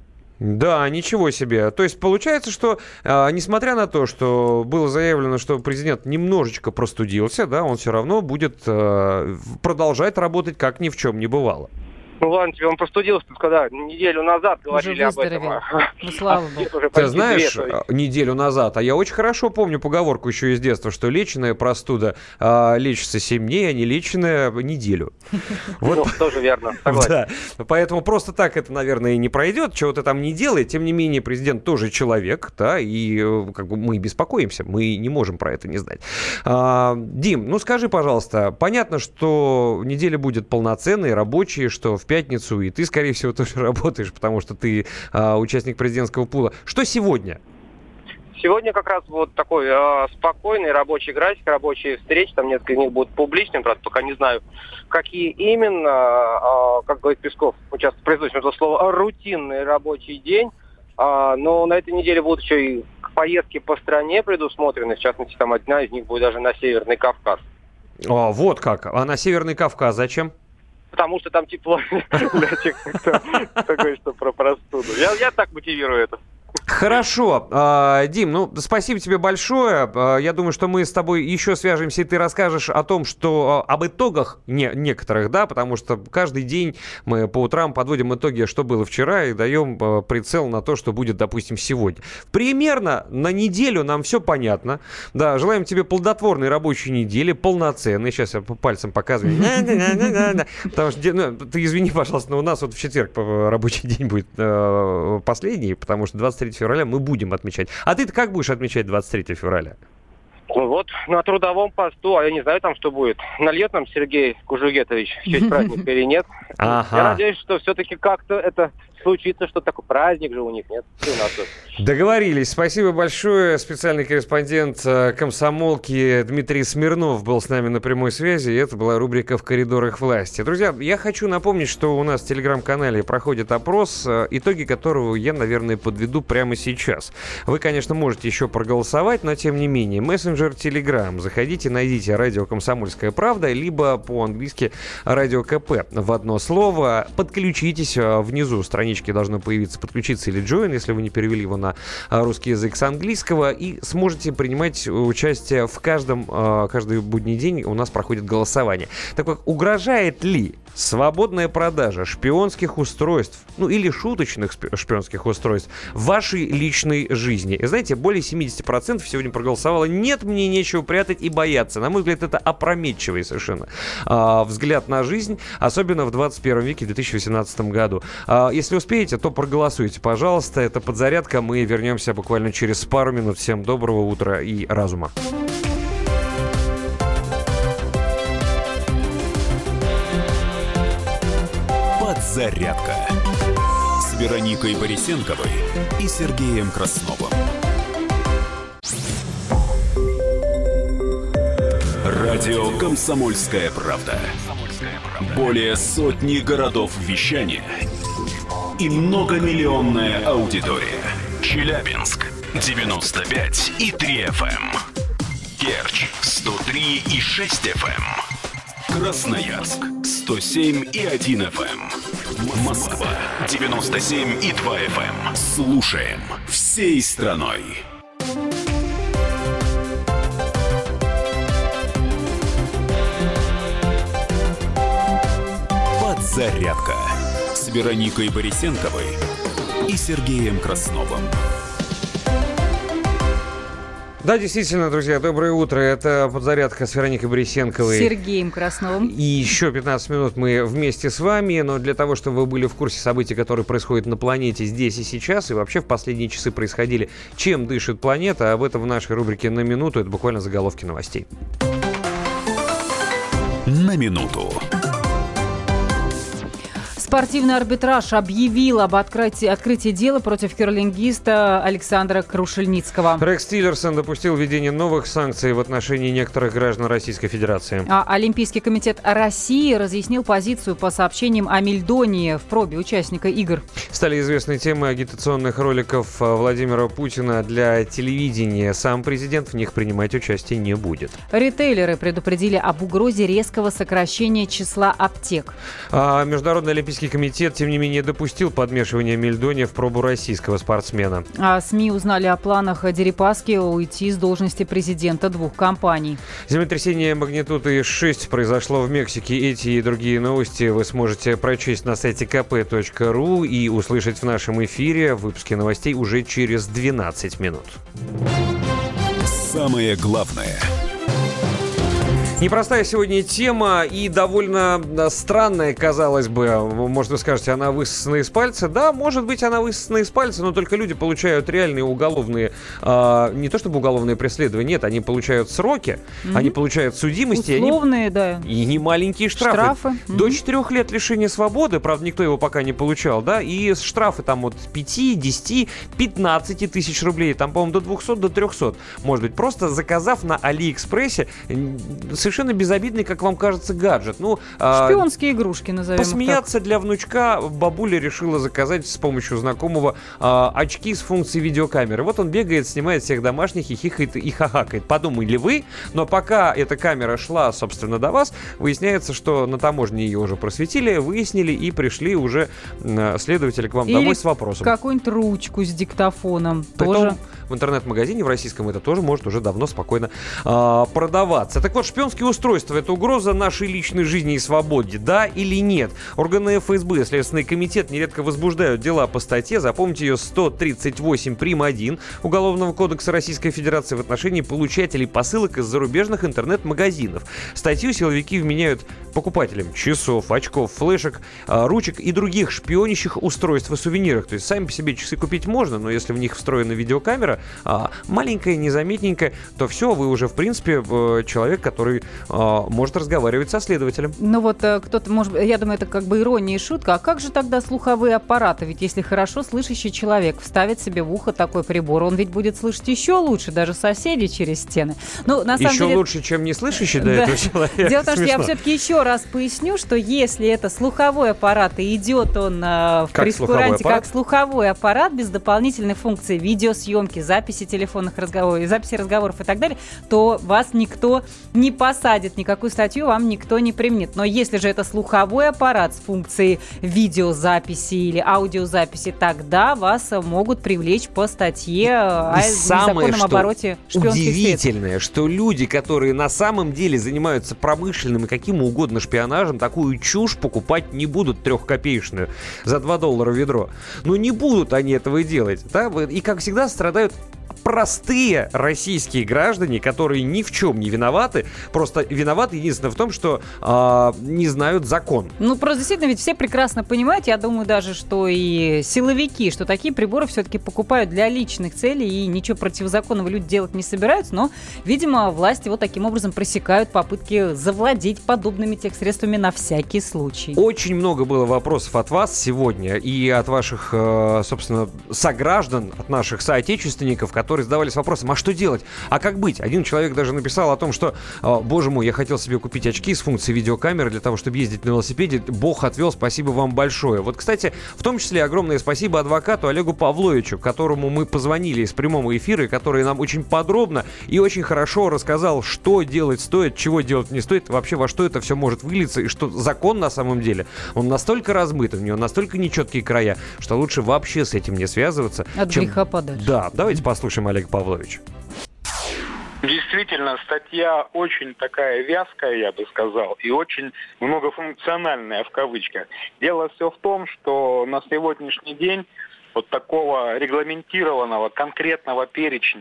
Да, ничего себе. То есть получается, что э, несмотря на то, что было заявлено, что президент немножечко простудился, да, он все равно будет э, продолжать работать, как ни в чем не бывало. Ну ладно, тебе он простудился, когда неделю назад говорили об этом. Ну, слава богу. Ты знаешь, две, неделю назад, а я очень хорошо помню поговорку еще из детства, что леченая простуда а, лечится семь дней, а не леченая неделю. Вот. Ну, тоже верно, согласен. Да. Поэтому просто так это, наверное, и не пройдет, чего-то там не делает. Тем не менее, президент тоже человек, да, и как бы мы беспокоимся, мы не можем про это не знать. А, Дим, ну скажи, пожалуйста, понятно, что неделя будет полноценной, рабочей, что в пятницу, и ты, скорее всего, тоже работаешь, потому что ты а, участник президентского пула. Что сегодня? Сегодня как раз вот такой э, спокойный рабочий график, рабочие встречи, там несколько из них будут публичными, правда, пока не знаю, какие именно, э, как говорит Песков, мы часто произносим это слово, рутинный рабочий день, э, но на этой неделе будут еще и поездки по стране предусмотрены, в частности, там одна из них будет даже на Северный Кавказ. А, вот как, а на Северный Кавказ зачем? Потому что там тепло для тех, кто такой, что про простуду. Я, я так мотивирую это. Хорошо. А, Дим, ну, спасибо тебе большое. А, я думаю, что мы с тобой еще свяжемся, и ты расскажешь о том, что об итогах не, некоторых, да, потому что каждый день мы по утрам подводим итоги, что было вчера, и даем а, прицел на то, что будет, допустим, сегодня. Примерно на неделю нам все понятно. Да, желаем тебе плодотворной рабочей недели, полноценной. Сейчас я по пальцам показываю. Потому что, ну, ты извини, пожалуйста, но у нас вот в четверг рабочий день будет э, последний, потому что двадцать третьего февраля мы будем отмечать. А ты-то как будешь отмечать двадцать третьего февраля? Ну вот, на трудовом посту, а я не знаю там, что будет. Нальет нам Сергей Кужугетович в честь праздника или нет. Ага. Я надеюсь, что все-таки как-то это случится, что такой праздник же у них, нет? У нас тут. Договорились. Спасибо большое. Специальный корреспондент «Комсомолки» Дмитрий Смирнов был с нами на прямой связи. И это была рубрика «В коридорах власти». Друзья, я хочу напомнить, что у нас в телеграм-канале проходит опрос, итоги которого я, наверное, подведу прямо сейчас. Вы, конечно, можете еще проголосовать, но тем не менее. Мессенджер Телеграм. Заходите, найдите «Радио Комсомольская правда», либо по-английски «Радио КП» в одно слово. Подключитесь. Внизу странички должно появиться «Подключиться» или «Join», если вы не перевели его на русский язык с английского, и сможете принимать участие в каждом, каждый будний день у нас проходит голосование. Так как угрожает ли свободная продажа шпионских устройств, ну или шуточных шпионских устройств в вашей личной жизни? И знаете, более семьдесят процентов сегодня проголосовало «нет, мне нечего прятать и бояться». На мой взгляд, это опрометчивый совершенно а, взгляд на жизнь, особенно в двадцать первом веке, в две тысячи восемнадцатом году. А, если успеете, то проголосуйте, пожалуйста. Это подзарядка. Мы вернемся буквально через пару минут. Всем доброго утра и разума. Подзарядка с Вероникой Борисенковой и Сергеем Красновым. Радио «Комсомольская правда». Более сотни городов вещания и многомиллионная аудитория. Челябинск девяносто пять и три эф эм, Керчь сто три и шесть эф эм, Красноярск сто семь и один эф эм, Москва девяносто семь и два эф эм. Слушаем всей страной. Подзарядка с Вероникой Борисенковой и Сергеем Красновым. Да, действительно, друзья, доброе утро. Это «Подзарядка» с Вероникой Борисенковой. Сергеем Красновым. И еще пятнадцать минут мы вместе с вами. Но для того, чтобы вы были в курсе событий, которые происходят на планете здесь и сейчас, и вообще в последние часы происходили, чем дышит планета, об этом в нашей рубрике «На минуту». Это буквально заголовки новостей. На минуту. Спортивный арбитраж объявил об открытии, открытии дела против керлингиста Александра Крушельницкого. Рекс Тиллерсон допустил введение новых санкций в отношении некоторых граждан Российской Федерации. А Олимпийский комитет России разъяснил позицию по сообщениям о Мельдонии в пробе участника игр. Стали известны темы агитационных роликов Владимира Путина для телевидения. Сам президент в них принимать участие не будет. Ритейлеры предупредили об угрозе резкого сокращения числа аптек. А Международный Олимпийский комитет, тем не менее, допустил подмешивание мельдония в пробу российского спортсмена. А СМИ узнали о планах Дерипаски уйти с должности президента двух компаний. Землетрясение магнитудой шесть произошло в Мексике. Эти и другие новости вы сможете прочесть на сайте ка пэ точка ру и услышать в нашем эфире в выпуске новостей уже через двенадцать минут. Самое главное. Непростая сегодня тема и довольно странная, казалось бы. Может, вы скажете, она высосана из пальца. Да, может быть, она высосана из пальца, но только люди получают реальные уголовные, э, не то чтобы уголовные преследования, нет, они получают сроки, mm-hmm. они получают судимости. Условные, они, да. И немаленькие штрафы. Штрафы. Mm-hmm. До четырех лет лишения свободы, правда, никто его пока не получал, да, и штрафы там от пяти, десяти, пятнадцати тысяч рублей, там, по-моему, до двухсот, до трехсот. Может быть, просто заказав на Алиэкспрессе совершенно безобидный, как вам кажется, гаджет. Ну, шпионские а, игрушки, назовем посмеяться для внучка бабуля решила заказать с помощью знакомого а, очки с функцией видеокамеры. Вот он бегает, снимает всех домашних и хихает и хахакает. Подумали вы, но пока эта камера шла, собственно, до вас, выясняется, что на таможне ее уже просветили, выяснили и пришли уже следователи к вам Или домой с вопросом. Какую-нибудь ручку с диктофоном. Притом, тоже. В интернет-магазине в российском это тоже может уже давно спокойно а, продаваться. Так вот, шпионские устройства — это угроза нашей личной жизни и свободе, да или нет? Органы эф эс бэ, Следственный комитет нередко возбуждают дела по статье, запомните ее, сто тридцать восемь прим. один Уголовного кодекса Российской Федерации в отношении получателей посылок из зарубежных интернет-магазинов. Статью силовики вменяют покупателям часов, очков, флешек, ручек и других шпионящих устройств и сувениров. То есть сами по себе часы купить можно, но если в них встроена видеокамера, маленькая, незаметненькая, то все, вы уже, в принципе, человек, который может разговаривать со следователем. Ну вот кто-то, может, я думаю, это как бы ирония и шутка. А как же тогда слуховые аппараты? Ведь если хорошо слышащий человек вставит себе в ухо такой прибор, он ведь будет слышать еще лучше, даже соседей через стены. Ну, на самом еще деле... лучше, чем не слышащий до этого человека. Дело в том, что я все-таки еще раз поясню, что если это слуховой аппарат и идет он в прейскуранте как слуховой аппарат без дополнительной функции видеосъемки, записи телефонных разговоров, записи разговоров и так далее, то вас никто не посадит, никакую статью вам никто не применит. Но если же это слуховой аппарат с функцией видеозаписи или аудиозаписи, тогда вас могут привлечь по статье о незаконном обороте шпионских средств. Удивительное, что люди, которые на самом деле занимаются промышленным и каким угодно шпионажем, такую чушь покупать не будут трехкопеечную за два доллара ведро. Но не будут они этого делать. Да? И, как всегда, страдают простые российские граждане, которые ни в чем не виноваты, просто виноваты единственное в том, что э, не знают закон. Ну, просто действительно, ведь все прекрасно понимают, я думаю даже, что и силовики, что такие приборы все-таки покупают для личных целей, и ничего противозаконного люди делать не собираются, но, видимо, власти вот таким образом пресекают попытки завладеть подобными техсредствами на всякий случай. Очень много было вопросов от вас сегодня и от ваших, э, собственно, сограждан, от наших соотечественников, которые задавались вопросом, а что делать? А как быть? Один человек даже написал о том, что, боже мой, я хотел себе купить очки с функцией видеокамеры для того, чтобы ездить на велосипеде. Бог отвел, спасибо вам большое. Вот, кстати, в том числе огромное спасибо адвокату Олегу Павловичу, которому мы позвонили из прямого эфира, и который нам очень подробно и очень хорошо рассказал, что делать стоит, чего делать не стоит, вообще во что это все может вылиться, и что закон на самом деле, он настолько размыт, у него настолько нечеткие края, что лучше вообще с этим не связываться. От чем... греха подальше. Да, давайте послушаем Олега Павловича. Действительно, статья очень такая вязкая, я бы сказал, и очень многофункциональная в кавычках. Дело все в том, что на сегодняшний день вот такого регламентированного конкретного перечня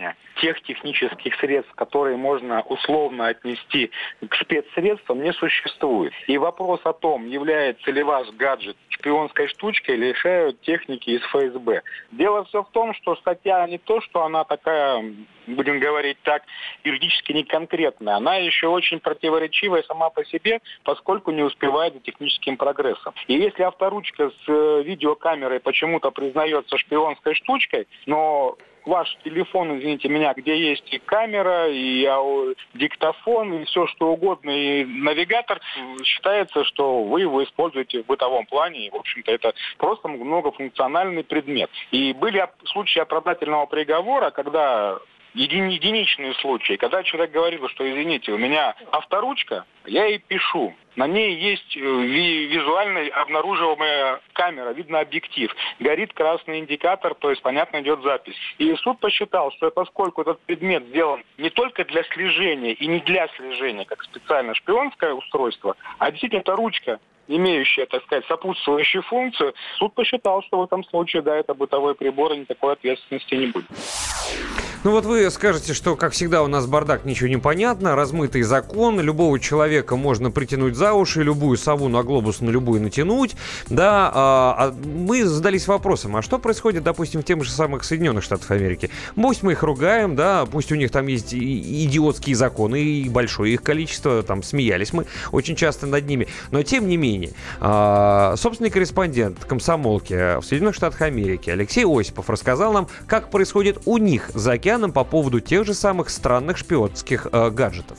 тех технических средств, которые можно условно отнести к спецсредствам, не существует. И вопрос о том, является ли ваш гаджет шпионской штучкой, решают техники из эф эс бэ. Дело все в том, что статья не то, что она такая, будем говорить так, юридически неконкретная. Она еще очень противоречивая сама по себе, поскольку не успевает за техническим прогрессом. И если авторучка с видеокамерой почему-то признается шпионской штучкой, но ваш телефон, извините меня, где есть и камера, и диктофон, и все что угодно, и навигатор, считается, что вы его используете в бытовом плане, и, в общем-то, это просто многофункциональный предмет. И были случаи оправдательного приговора, когда Еди- единичные случаи, когда человек говорил, что, извините, у меня авторучка, я ей пишу. На ней есть ви- визуально обнаруживаемая камера, видно объектив. Горит красный индикатор, то есть, понятно, идет запись. И суд посчитал, что поскольку этот предмет сделан не только для слежения и не для слежения, как специально шпионское устройство, а действительно это ручка, имеющая, так сказать, сопутствующую функцию, суд посчитал, что в этом случае, да, это бытовой прибор, и никакой ответственности не будет. Ну вот вы скажете, что, как всегда, у нас бардак, ничего не понятно, размытый закон, любого человека можно притянуть за уши, любую сову на глобус на любую натянуть, да, а, а мы задались вопросом, а что происходит, допустим, в тех же самых Соединенных Штатах Америки? Пусть мы их ругаем, да, пусть у них там есть и идиотские законы, и большое их количество, там, смеялись мы очень часто над ними, но тем не менее, а, собственный корреспондент комсомолки в Соединенных Штатах Америки Алексей Осипов рассказал нам, как происходит у них за океаном по поводу тех же самых странных шпионских э, гаджетов.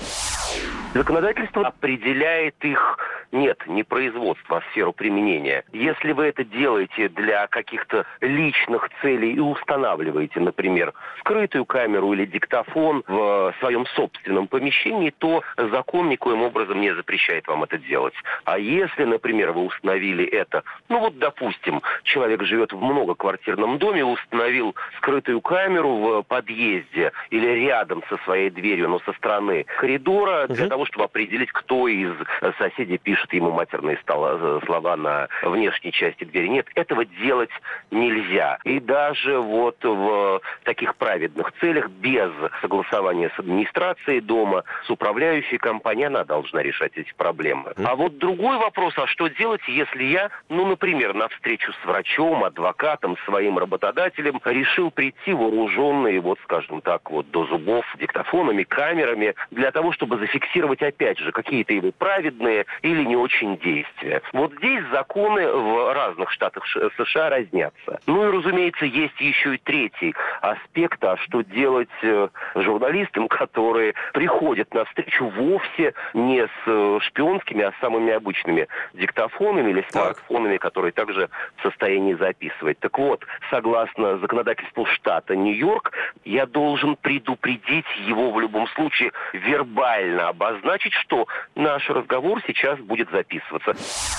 Законодательство определяет их, нет, не производство, а сферу применения. Если вы это делаете для каких-то личных целей и устанавливаете, например, скрытую камеру или диктофон в своем собственном помещении, то закон никоим образом не запрещает вам это делать. А если, например, вы установили это, ну вот, допустим, человек живет в многоквартирном доме, установил скрытую камеру в подъезде или рядом со своей дверью, но со стороны коридора, для того, чтобы определить, кто из соседей пишет ему матерные слова на внешней части двери. Нет, этого делать нельзя. И даже вот в таких праведных целях, без согласования с администрацией дома, с управляющей компанией, она должна решать эти проблемы. А вот другой вопрос, а что делать, если я, ну, например, на встречу с врачом, адвокатом, своим работодателем решил прийти вооруженный, вот, скажем так, вот до зубов, диктофонами, камерами, для того, чтобы зафиксировать опять же какие-то его праведные или не очень действия. Вот здесь законы в разных штатах США разнятся. Ну и, разумеется, есть еще и третий аспект, а что делать журналистам, которые приходят на встречу вовсе не с шпионскими, а с самыми обычными диктофонами или смартфонами, которые также в состоянии записывать. Так вот, согласно законодательству штата Нью-Йорк, я должен предупредить его в любом случае вербально, обозначить, что наш разговор сейчас будет записываться.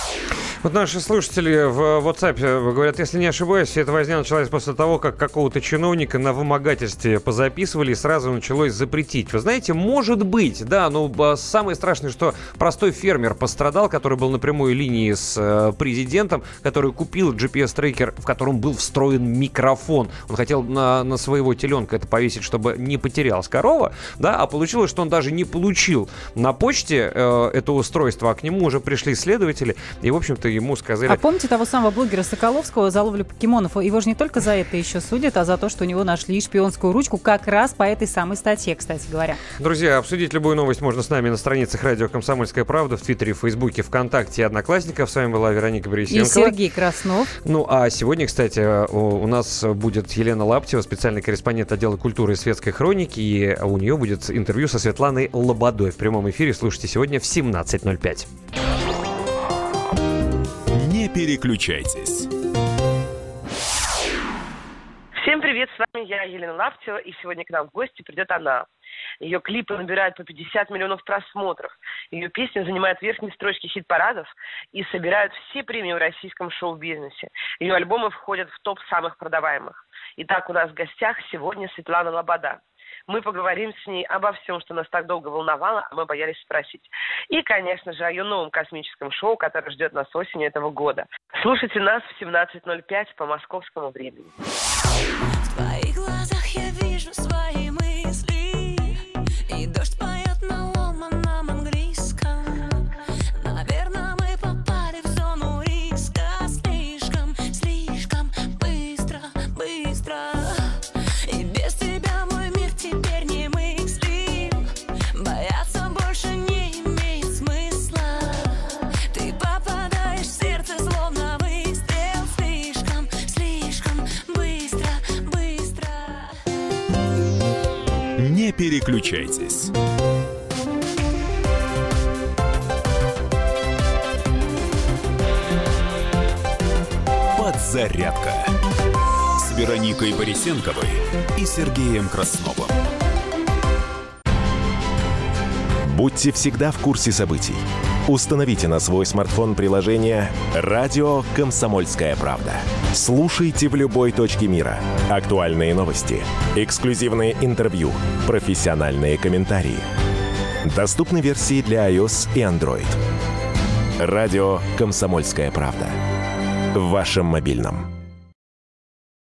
Вот наши слушатели в WhatsApp говорят, если не ошибаюсь, все это возня началась после того, как какого-то чиновника на вымогательстве позаписывали и сразу началось запретить. Вы знаете, может быть, да, но самое страшное, что простой фермер пострадал, который был на прямой линии с президентом, который купил джи пи эс-трекер, в котором был встроен микрофон. Он хотел на, на своего теленка это повесить, чтобы не потерялась корова, да, а получилось, что он даже не получил на почте э, это устройство, а к нему уже пришли следователи, и, в общем-то, ему сказали... А помните того самого блогера Соколовского за ловлю покемонов? Его же не только за это еще судят, а за то, что у него нашли шпионскую ручку как раз по этой самой статье, кстати говоря. Друзья, обсудить любую новость можно с нами на страницах радио «Комсомольская правда» в Твиттере, Фейсбуке, ВКонтакте и Одноклассниках. С вами была Вероника Борисенкова. И Сергей Краснов. Ну, а сегодня, кстати, у нас будет Елена Лаптева, специальный корреспондент отдела культуры и светской хроники, и у нее будет интервью со Светланой Лободой в прямом эфире. Слушайте сегодня в семнадцать ноль пять. Не переключайтесь. Всем привет, с вами я, Елена Лаптева, и сегодня к нам в гости придет она. Ее клипы набирают по пятьдесят миллионов просмотров. Ее песни занимают верхние строчки хит-парадов и собирают все премии в российском шоу-бизнесе. Ее альбомы входят в топ самых продаваемых. Итак, у нас в гостях сегодня Светлана Лобода. Мы поговорим с ней обо всем, что нас так долго волновало, а мы боялись спросить. И, конечно же, о ее новом космическом шоу, которое ждет нас осенью этого года. Слушайте нас в семнадцать ноль пять по московскому времени. В твоих глазах я вижу свои мысли. переключайтесь. Подзарядка с Вероникой Борисенковой и Сергеем Красновым. Будьте всегда в курсе событий. Установите на свой смартфон приложение «Радио Комсомольская правда». Слушайте в любой точке мира. Актуальные новости, эксклюзивные интервью, профессиональные комментарии. Доступны версии для iOS и Android. «Радио Комсомольская правда». В вашем мобильном.